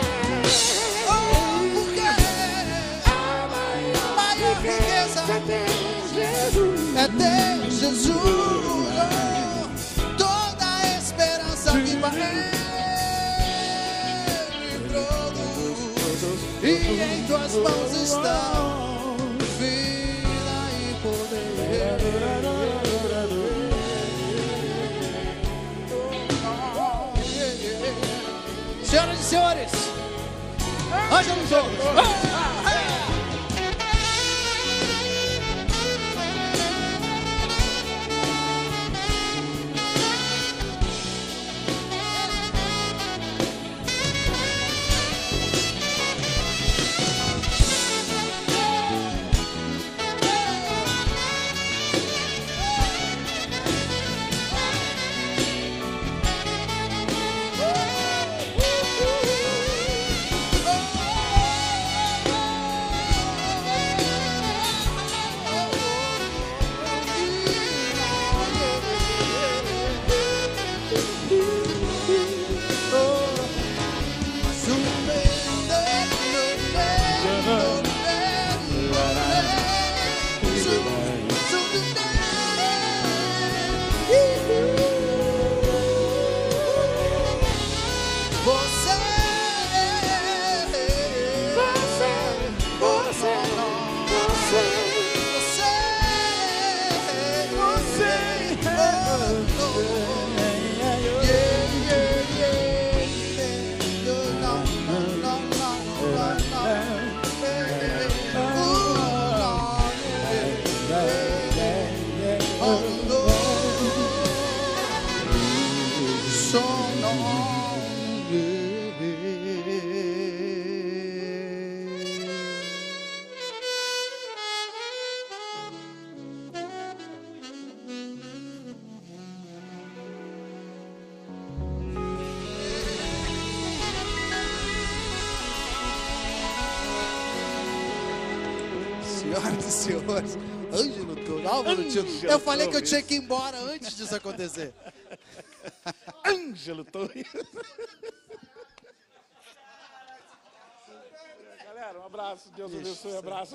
Oh, porque a maior riqueza é ter Jesus. Oh, toda a esperança viva Ele produz. E em tuas mãos estão vida e poder. Senhoras e senhores, Ângelo Torres. Senhoras e senhores, Ângelo Torres, Álvaro Tito. Eu falei que eu tinha que ir embora antes disso acontecer. Ângelo Torres. Galera, um abraço, Deus abençoe, um abraço.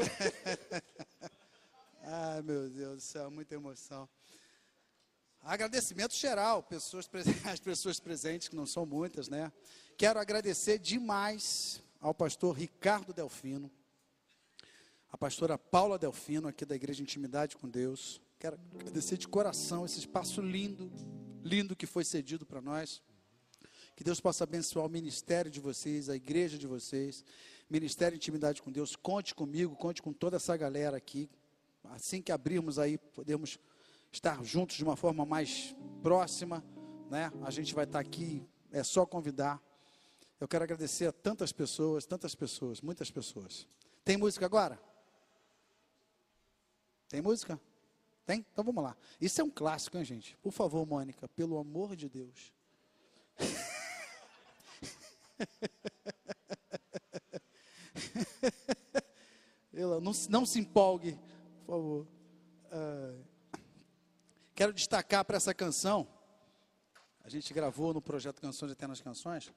Ai, meu Deus do céu, muita emoção. Agradecimento geral, pessoas, as pessoas presentes, que não são muitas, né? Quero agradecer demais ao pastor Ricardo Delfino, a pastora Paula Delfino, aqui da Igreja Intimidade com Deus. Quero agradecer de coração esse espaço lindo, lindo que foi cedido para nós. Que Deus possa abençoar o ministério de vocês, a igreja de vocês, Ministério Intimidade com Deus. Conte comigo, conte com toda essa galera aqui. Assim que abrirmos aí, podemos estar juntos de uma forma mais próxima, né? A gente vai estar aqui, é só convidar. Eu quero agradecer a tantas pessoas, tantas pessoas, muitas pessoas. Tem música agora? Tem música? Tem? Então vamos lá. Isso é um clássico, hein, gente? Por favor, Mônica, pelo amor de Deus. Ela não, não se empolgue, por favor. Uh, quero destacar para essa canção. A gente gravou no projeto Canções Eternas Canções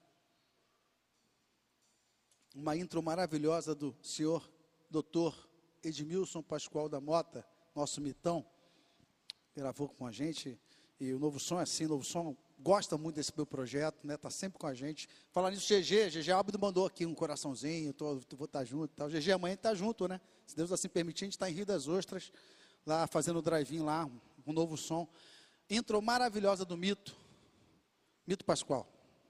uma intro maravilhosa do senhor doutor Edmilson Pascoal da Mota, nosso mitão, gravou com a gente. E o Novo Som é assim, o Novo Som gosta muito desse meu projeto, né? Tá sempre com a gente. Falar nisso, G G, G G Albido mandou aqui um coraçãozinho, tô, vou estar junto e tal. G G amanhã está junto, né? Se Deus assim permitir, a gente está em Rio das Ostras, lá fazendo o drive-in lá, um Novo Som. Intro maravilhosa do Mito, Mito Pascoal.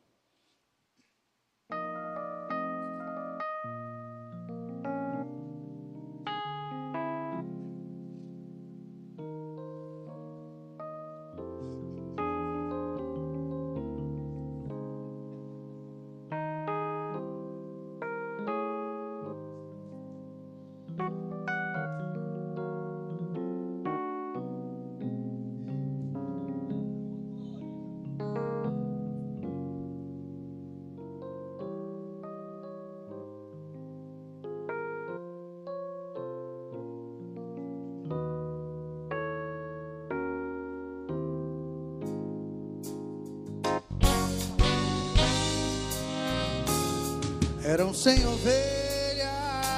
Eram cem ovelhas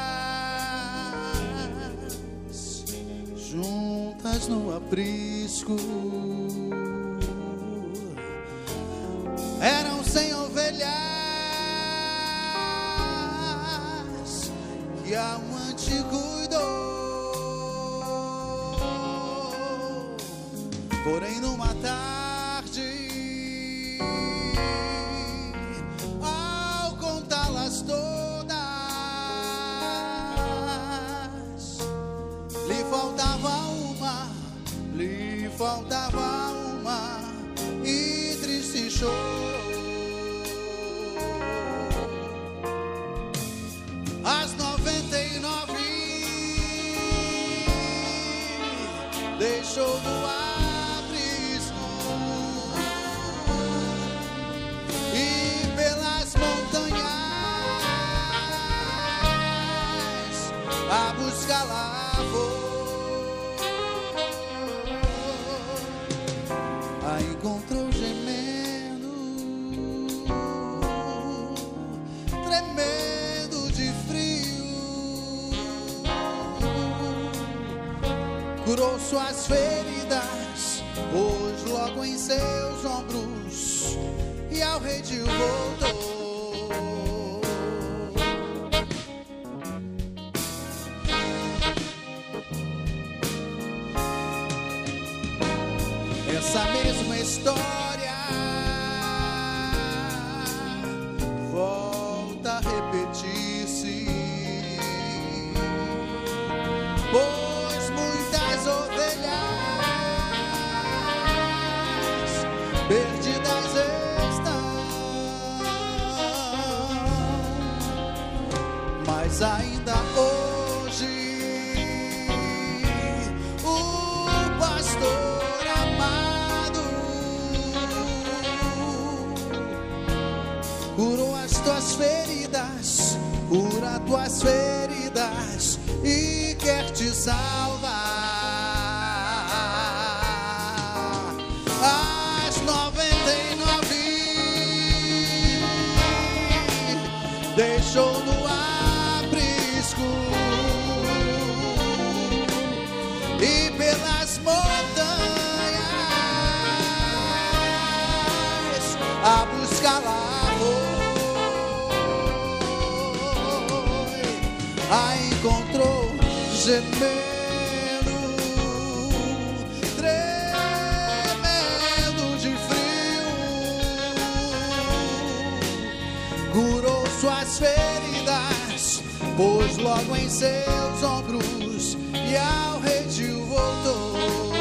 juntas no aprisco. Eram cem ovelhas que a amante cuidou. Porém numa tarde, todas lhe faltava uma, lhe faltava uma, e triste chorou. As noventa e nove deixou no aprisco e pelas montanhas a busca lá vou. A encontrou gemendo, tremendo de frio. Curou suas feridas, pôs logo em seus ombros e ao redil voltou. Essa mesma história volta a repetir-se, pois muitas ovelhas perdidas estão, mas ainda hoje o pastor curou as tuas feridas, cura tuas feridas e quer te salvar. As noventa e nove deixou no aprisco e pelas montanhas a busca lá. A encontrou gemendo, tremendo de frio, curou suas feridas, pôs logo em seus ombros e ao redil voltou.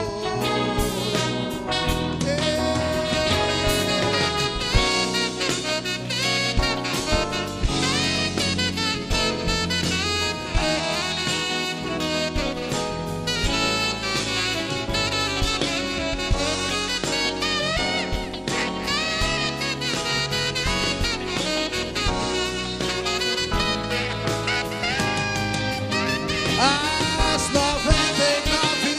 As noventa e nove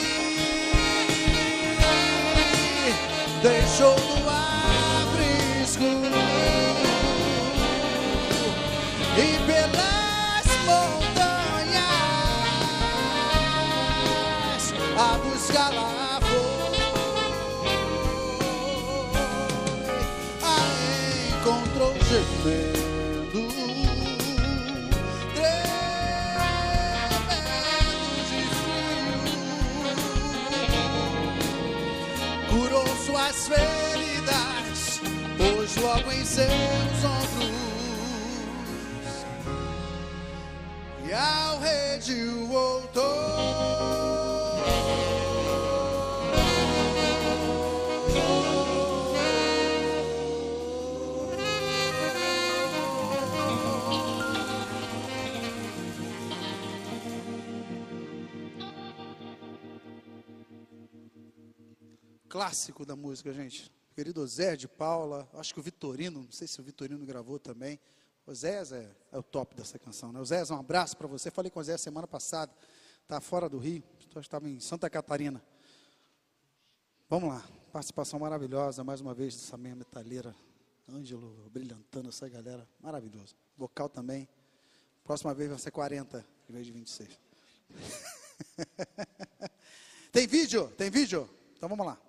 deixou no aprisco e pelas montanhas a buscá-la foi, a encontrou gemendo. Suas feridas, pôs logo em seus ombros e ao redil voltou. Clássico da música, gente. Querido Zé de Paula, acho que o Vitorino, não sei se o Vitorino gravou também. O Zé é, é o top dessa canção, né? O Zé, um abraço para você. Falei com o Zé semana passada, tá fora do Rio, estava em Santa Catarina. Vamos lá, participação maravilhosa, mais uma vez, dessa minha metalheira, Ângelo, brilhantando essa galera, maravilhoso. Vocal também. Próxima vez vai ser quarenta, em vez de vinte e seis. Tem vídeo? Tem vídeo? Então vamos lá.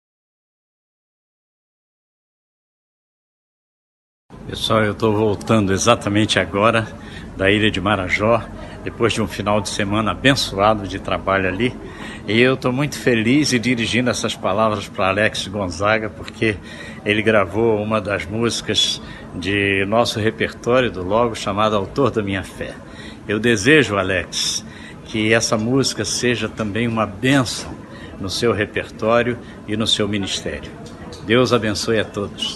Pessoal, eu estou voltando exatamente agora da ilha de Marajó, depois de um final de semana abençoado de trabalho ali. E eu estou muito feliz de dirigindo essas palavras para Alex Gonzaga, porque ele gravou uma das músicas de nosso repertório do Logo, chamada Autor da Minha Fé. Eu desejo, Alex, que essa música seja também uma bênção no seu repertório e no seu ministério. Deus abençoe a todos.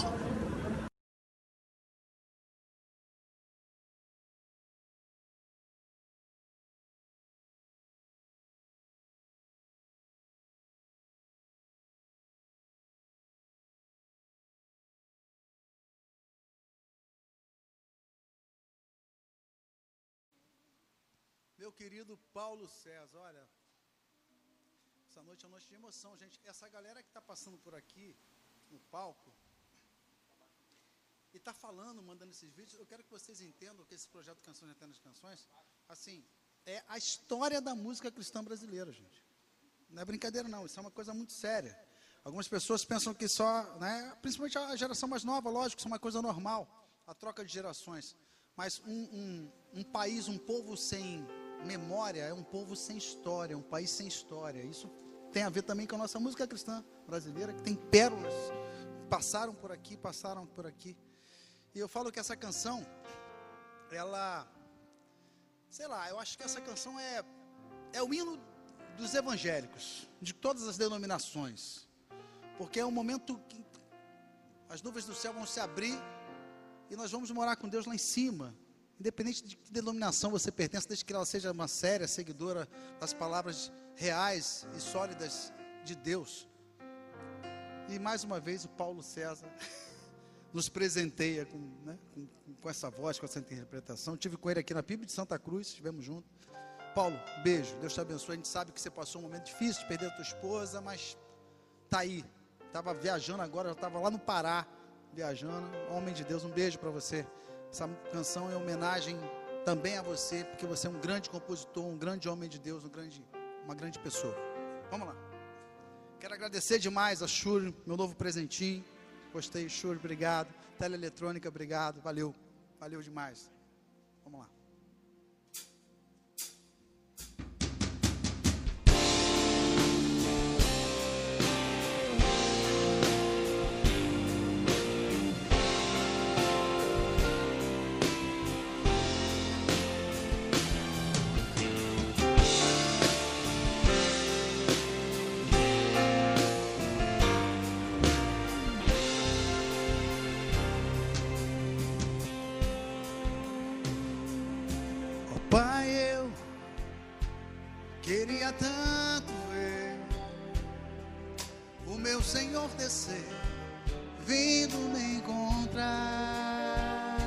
Meu querido Paulo César, olha, essa noite é uma noite de emoção, gente. Essa galera que está passando por aqui, no palco, e está falando, mandando esses vídeos, eu quero que vocês entendam que esse projeto Canções Eternas Canções, assim, é a história da música cristã brasileira, gente. Não é brincadeira, não, isso é uma coisa muito séria. Algumas pessoas pensam que só, né, principalmente a geração mais nova, lógico, isso é uma coisa normal, a troca de gerações. Mas um, um, um país, um povo sem memória, é um povo sem história, um país sem história. Isso tem a ver também com a nossa música cristã brasileira, que tem pérolas, passaram por aqui, passaram por aqui. E eu falo que essa canção, ela, sei lá, eu acho que essa canção é, é o hino dos evangélicos, de todas as denominações, porque é um momento que as nuvens do céu vão se abrir e nós vamos morar com Deus lá em cima. Independente de que denominação você pertence, desde que ela seja uma séria seguidora das palavras reais e sólidas de Deus. E mais uma vez o Paulo César nos presenteia com, né, com, com essa voz, com essa interpretação. Estive com ele aqui na P I B de Santa Cruz, estivemos juntos. Paulo, beijo, Deus te abençoe. A gente sabe que você passou um momento difícil de perder a tua esposa, mas tá aí. Estava viajando agora, já estava lá no Pará, viajando. Homem de Deus, um beijo para você. Essa canção é homenagem também a você, porque você é um grande compositor, um grande homem de Deus, um grande, uma grande pessoa. Vamos lá. Quero agradecer demais a Shuri, meu novo presentinho. Gostei, Shuri, obrigado. Teleeletrônica, obrigado. Valeu, valeu demais. Vamos lá. Queria tanto ver o meu Senhor descer, vindo me encontrar.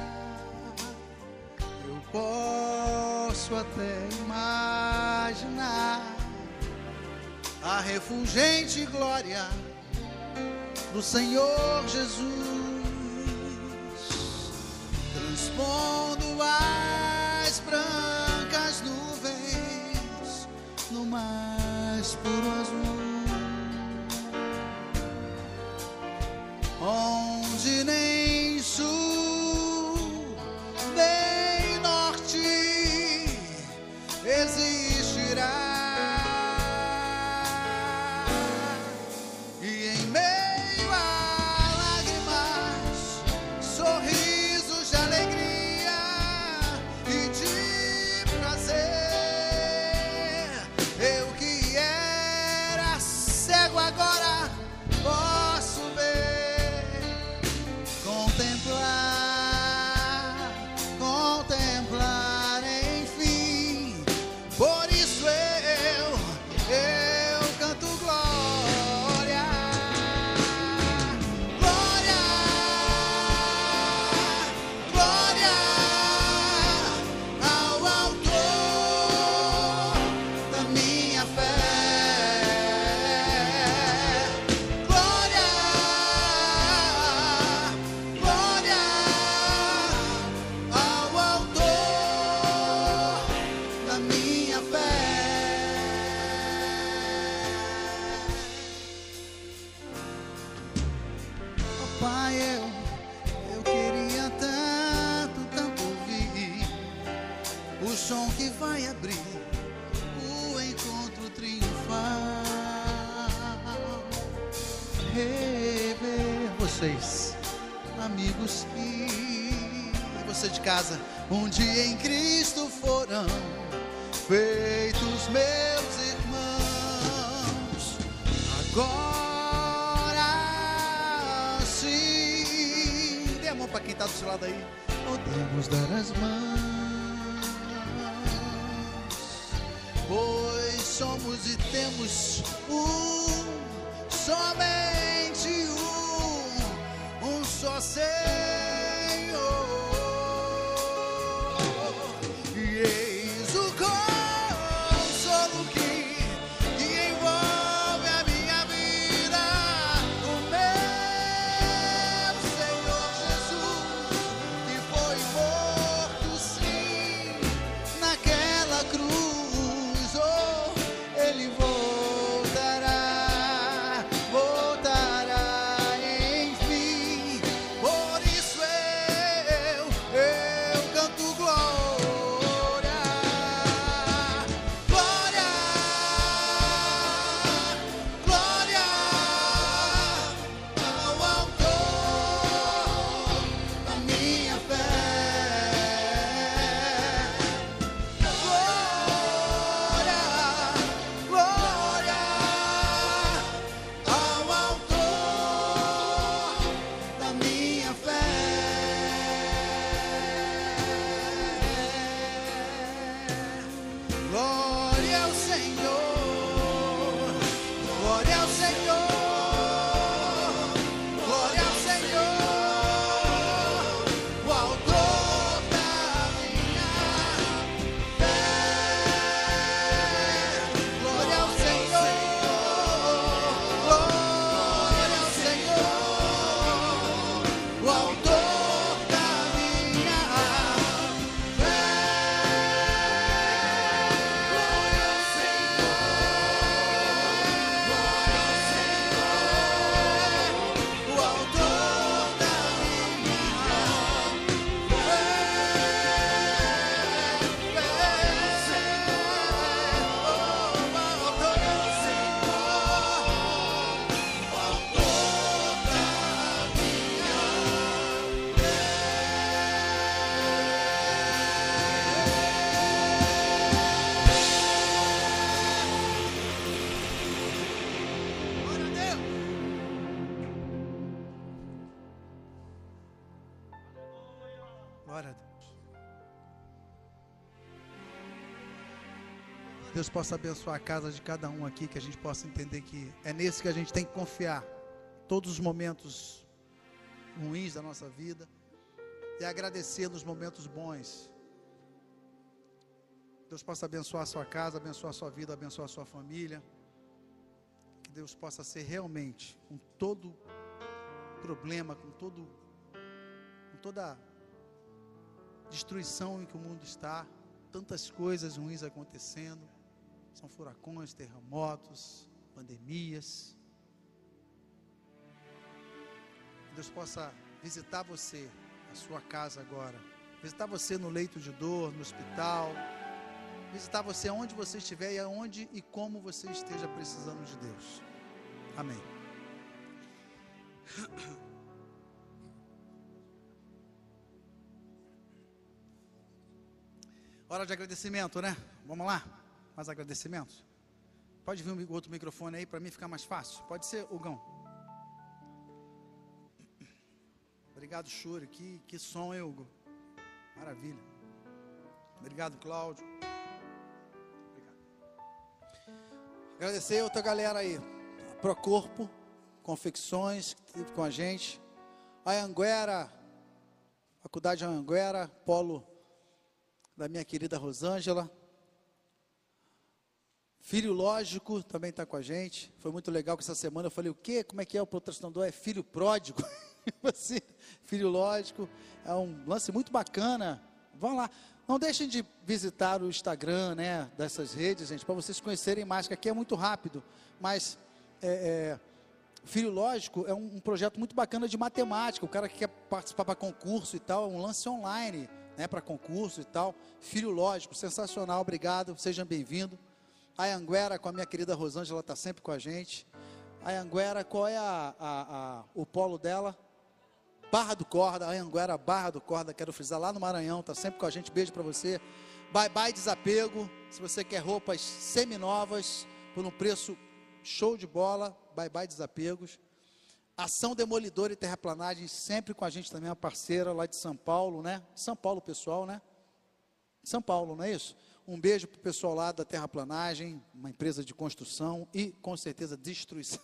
Eu posso até imaginar a refulgente glória do Senhor Jesus, transpondo as brancas nuvens no mais puro azul, onde nem sul nem norte existirá. Agora posso ver, contemplar, contemplar, enfim. Por isso eu, eu canto glória, glória, glória ao autor da minha fé. Pai, eu, eu queria tanto, tanto ouvir o som que vai abrir o encontro triunfal. Rever vocês, amigos, e você de casa, um dia em Cristo foram feitos meus irmãos. Agora para quem está do seu lado aí, podemos dar as mãos, pois somos e temos um, somente um, um só Senhor. E eis o consolo que, que envolve a minha vida, o meu cruz, oh, ele voltará, voltará. Deus possa abençoar a casa de cada um aqui, que a gente possa entender que é nesse que a gente tem que confiar. Todos os momentos ruins da nossa vida e agradecer nos momentos bons. Deus possa abençoar a sua casa, abençoar a sua vida, abençoar a sua família. Que Deus possa ser realmente, com todo problema, com todo, com toda destruição em que o mundo está, tantas coisas ruins acontecendo, são furacões, terremotos, pandemias. Que Deus possa visitar você, a sua casa agora, visitar você no leito de dor, no hospital, visitar você onde você estiver e aonde e como você esteja precisando de Deus. Amém. Hora de agradecimento, né? Vamos lá? Mais agradecimentos? Pode vir o outro microfone aí para mim ficar mais fácil? Pode ser, Hugão? Obrigado, Shuri. Que, que som, hein, Hugo? Maravilha. Obrigado, Cláudio. Obrigado. Agradecer a outra galera aí. A Procorpo, Confecções, que esteve com a gente. A Anguera, Faculdade Anguera, Polo da minha querida Rosângela. Filho Lógico também está com a gente. Foi muito legal que essa semana eu falei, o quê? Como é que é o patrocinador? É filho pródigo. Assim, filho Lógico. É um lance muito bacana. Vão lá. Não deixem de visitar o Instagram, né, dessas redes, gente, para vocês conhecerem mais, que aqui é muito rápido. Mas é, é, Filho Lógico é um, um projeto muito bacana de matemática. O cara que quer participar para concurso e tal, é um lance online, né, para concurso e tal. Filho Lógico, sensacional, obrigado, sejam bem-vindos. A Anguera, com a minha querida Rosângela, está sempre com a gente. A Anguera, qual é a, a, a, o polo dela? Barra do Corda, a Anguera Barra do Corda, quero frisar, lá no Maranhão, está sempre com a gente, beijo para você. Bye Bye Desapego, se você quer roupas seminovas, por um preço show de bola, Bye Bye Desapegos. Ação Demolidora e Terraplanagem, sempre com a gente também, uma parceira lá de São Paulo, né? São Paulo, pessoal, né? São Paulo, não é isso? Um beijo para o pessoal lá da Terraplanagem, uma empresa de construção e, com certeza, destruição.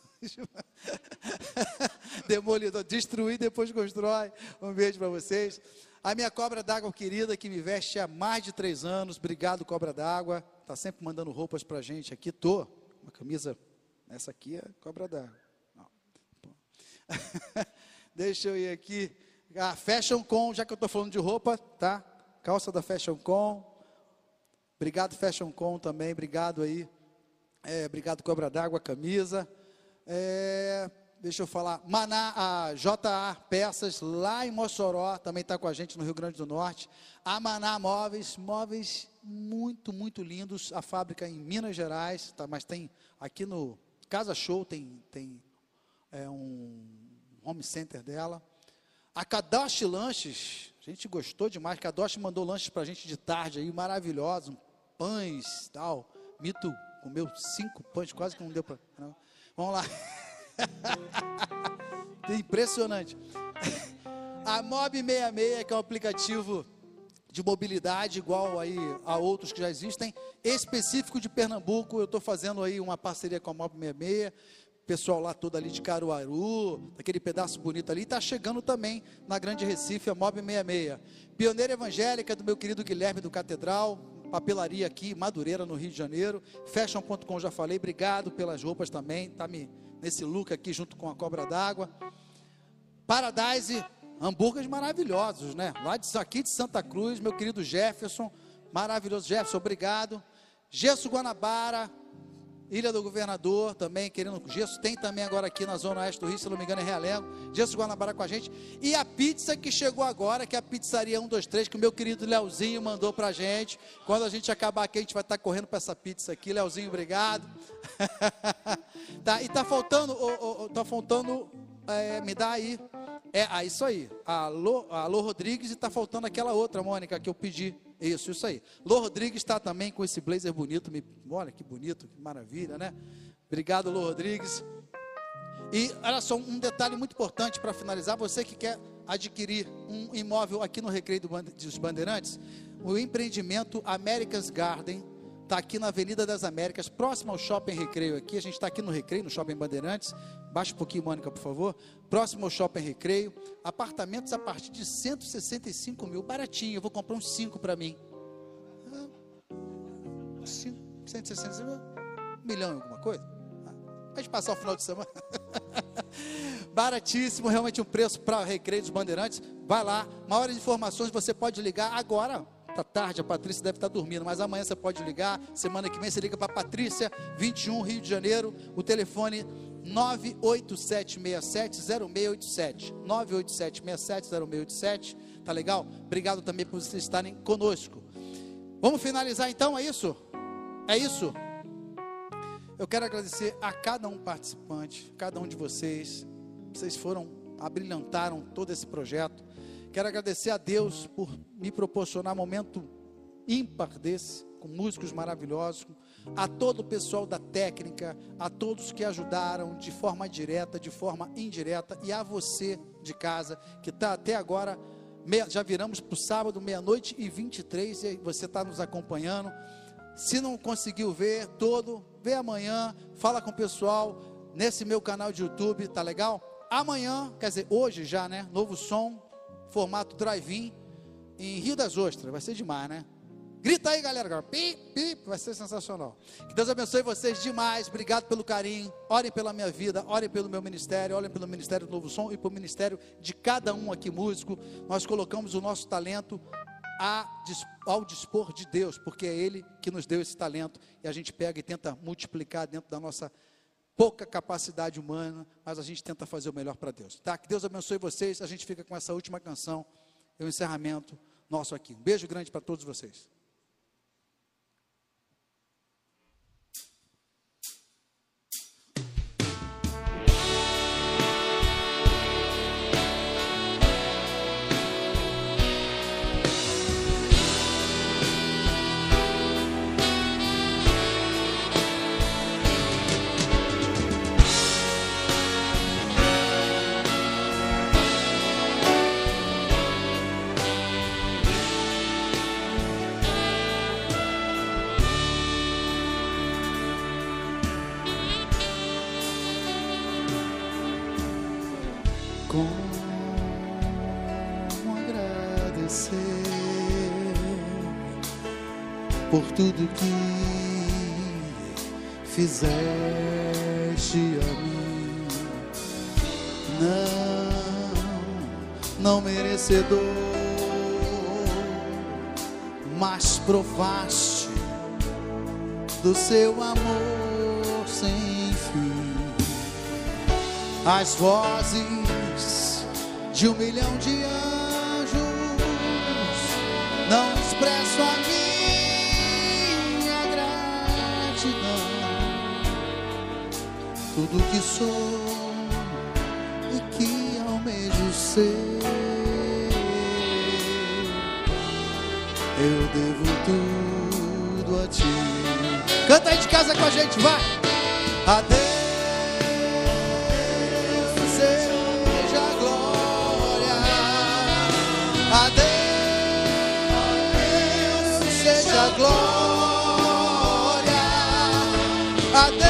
Demolidor, destruir e depois constrói. Um beijo para vocês. A minha cobra d'água querida, que me veste há mais de três anos. Obrigado, cobra d'água. Está sempre mandando roupas para a gente aqui. Tô, uma camisa, essa aqui é cobra d'água. Deixa eu ir aqui. A Fashion Com, já que eu estou falando de roupa, tá? Calça da Fashion Com. Obrigado, Fashion Com também, obrigado aí, é, obrigado, Cobra d'Água, camisa, é, deixa eu falar, Maná, a J A Peças, lá em Mossoró, também está com a gente no Rio Grande do Norte. A Maná Móveis, móveis muito, muito lindos, a fábrica em Minas Gerais, tá, mas tem aqui no Casa Show, tem, tem é, um home center dela. A Kadoshi Lanches, a gente gostou demais, Kadoshi mandou lanches para a gente de tarde aí, maravilhosos, pães, tal. Mito comeu cinco pães, quase que não deu para... Vamos lá. Impressionante. A Mob sessenta e seis, que é um aplicativo de mobilidade, igual aí a outros que já existem, específico de Pernambuco. Eu estou fazendo aí uma parceria com a Mob sessenta e seis, pessoal lá todo ali de Caruaru, daquele pedaço bonito ali, está chegando também na Grande Recife, a Mob sessenta e seis. Pioneira Evangélica, do meu querido Guilherme do Catedral, papelaria aqui, Madureira, no Rio de Janeiro. Fashion ponto com, já falei, obrigado pelas roupas também, tá me, nesse look aqui junto com a Cobra d'Água. Paradise, hambúrgueres maravilhosos, né? Lá de, aqui de Santa Cruz, meu querido Jefferson, maravilhoso Jefferson, obrigado. Gesso Guanabara, Ilha do Governador, também querendo gesso, tem também agora aqui na Zona Oeste do Rio, se não me engano é Realengo, Gesso Guanabara com a gente, e a pizza que chegou agora, que é a pizzaria um dois três, que o meu querido Leozinho mandou pra gente. Quando a gente acabar aqui, a gente vai estar correndo para essa pizza aqui. Leozinho, obrigado. Tá, e tá faltando, oh, oh, tá faltando, é, me dá aí, é, ah, isso aí, a Lô, a Lô Rodrigues, e tá faltando aquela outra, Mônica, que eu pedi. Isso, isso aí. Lô Rodrigues está também com esse blazer bonito. Me, olha que bonito, que maravilha, né? Obrigado, Lô Rodrigues. E olha só, um detalhe muito importante para finalizar. Você que quer adquirir um imóvel aqui no Recreio do Bande, dos Bandeirantes, o empreendimento America's Garden, está aqui na Avenida das Américas, próximo ao Shopping Recreio aqui. A gente está aqui no Recreio, no Shopping Bandeirantes. Baixa um pouquinho, Mônica, por favor. Próximo ao Shopping Recreio. Apartamentos a partir de cento e sessenta e cinco mil. Baratinho, eu vou comprar uns cinco para mim. Cinco, cento e sessenta mil? Um milhão em alguma coisa? Pode passar o final de semana. Baratíssimo, realmente um preço para Recreio dos Bandeirantes. Vai lá, maiores informações você pode ligar agora. Tá tarde, a Patrícia deve estar dormindo, mas amanhã você pode ligar. Semana que vem você liga para a Patrícia, vinte e um, Rio de Janeiro. O telefone nove oito sete seis sete zero seis oito sete. nove oito sete seis sete zero seis oito sete. Tá legal? Obrigado também por vocês estarem conosco. Vamos finalizar então, é isso? É isso? Eu quero agradecer a cada um participante, cada um de vocês. Vocês foram, abrilhantaram todo esse projeto. Quero agradecer a Deus por me proporcionar um momento ímpar desse, com músicos maravilhosos, a todo o pessoal da técnica, a todos que ajudaram de forma direta, de forma indireta, e a você de casa, que está até agora, meia, já viramos para o sábado, meia-noite e vinte e três, e você está nos acompanhando. Se não conseguiu ver todo, vê amanhã, fala com o pessoal, nesse meu canal de YouTube, tá legal? Amanhã, quer dizer, hoje já, né, novo som, formato drive-in, em Rio das Ostras, vai ser demais, né? Grita aí, galera, pi, pi, vai ser sensacional. Que Deus abençoe vocês demais, obrigado pelo carinho, orem pela minha vida, orem pelo meu ministério, orem pelo ministério do Novo Som e pelo ministério de cada um aqui músico. Nós colocamos o nosso talento a, ao dispor de Deus, porque é Ele que nos deu esse talento, e a gente pega e tenta multiplicar dentro da nossa pouca capacidade humana, mas a gente tenta fazer o melhor para Deus, tá? Que Deus abençoe vocês. A gente fica com essa última canção, e o encerramento nosso aqui. Um beijo grande para todos vocês. Como agradecer por tudo que fizeste a mim, não, não merecedor, mas provaste do seu amor sem fim. As vozes de um milhão de anjos não expressam a minha gratidão. Tudo que sou e que almejo ser, eu devo tudo a ti. Canta aí de casa com a gente, vai! Adeus. A Deus seja a glória, a Deus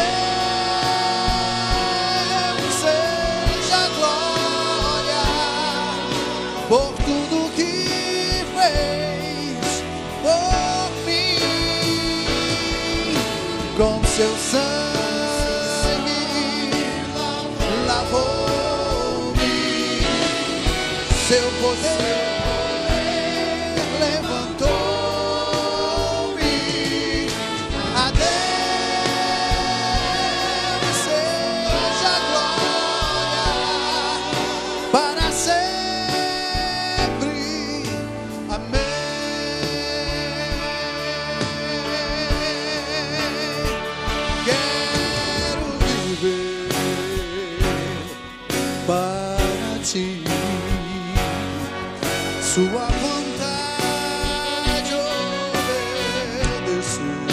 seja a glória, por tudo que fez por mim, com seu sangue lavou-me, seu poder sua vontade obedecer,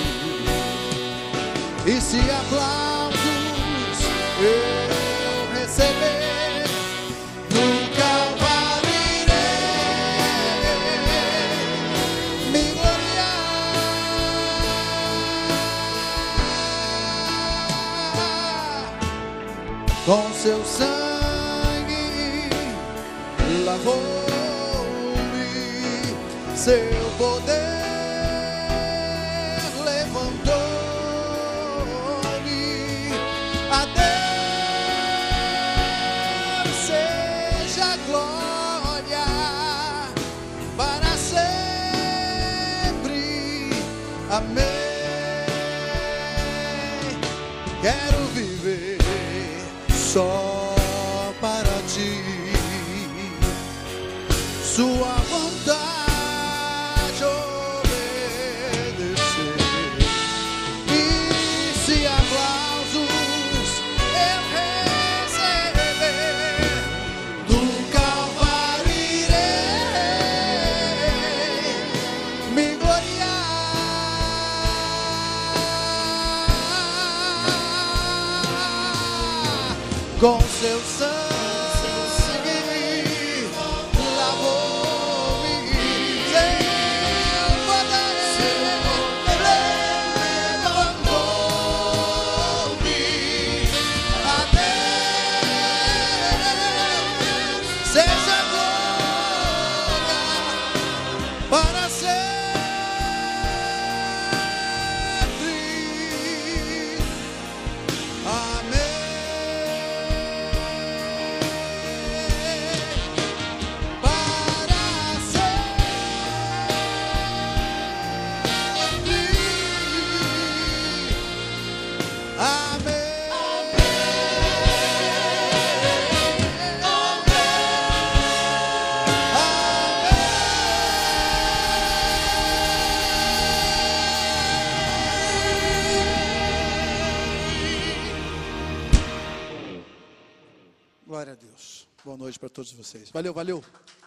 e se aplausos eu receber, nunca valirei me gloriar com seu sangue lavou-me, seu poder levantou-me. A Deus seja glória para sempre. Amém. Quero viver só para ti, sua vontade obedecer. E se aplausos eu receber, do Calvário irei me gloriar. Com seu sangue Glória a Deus. Boa noite para todos vocês. Valeu, valeu.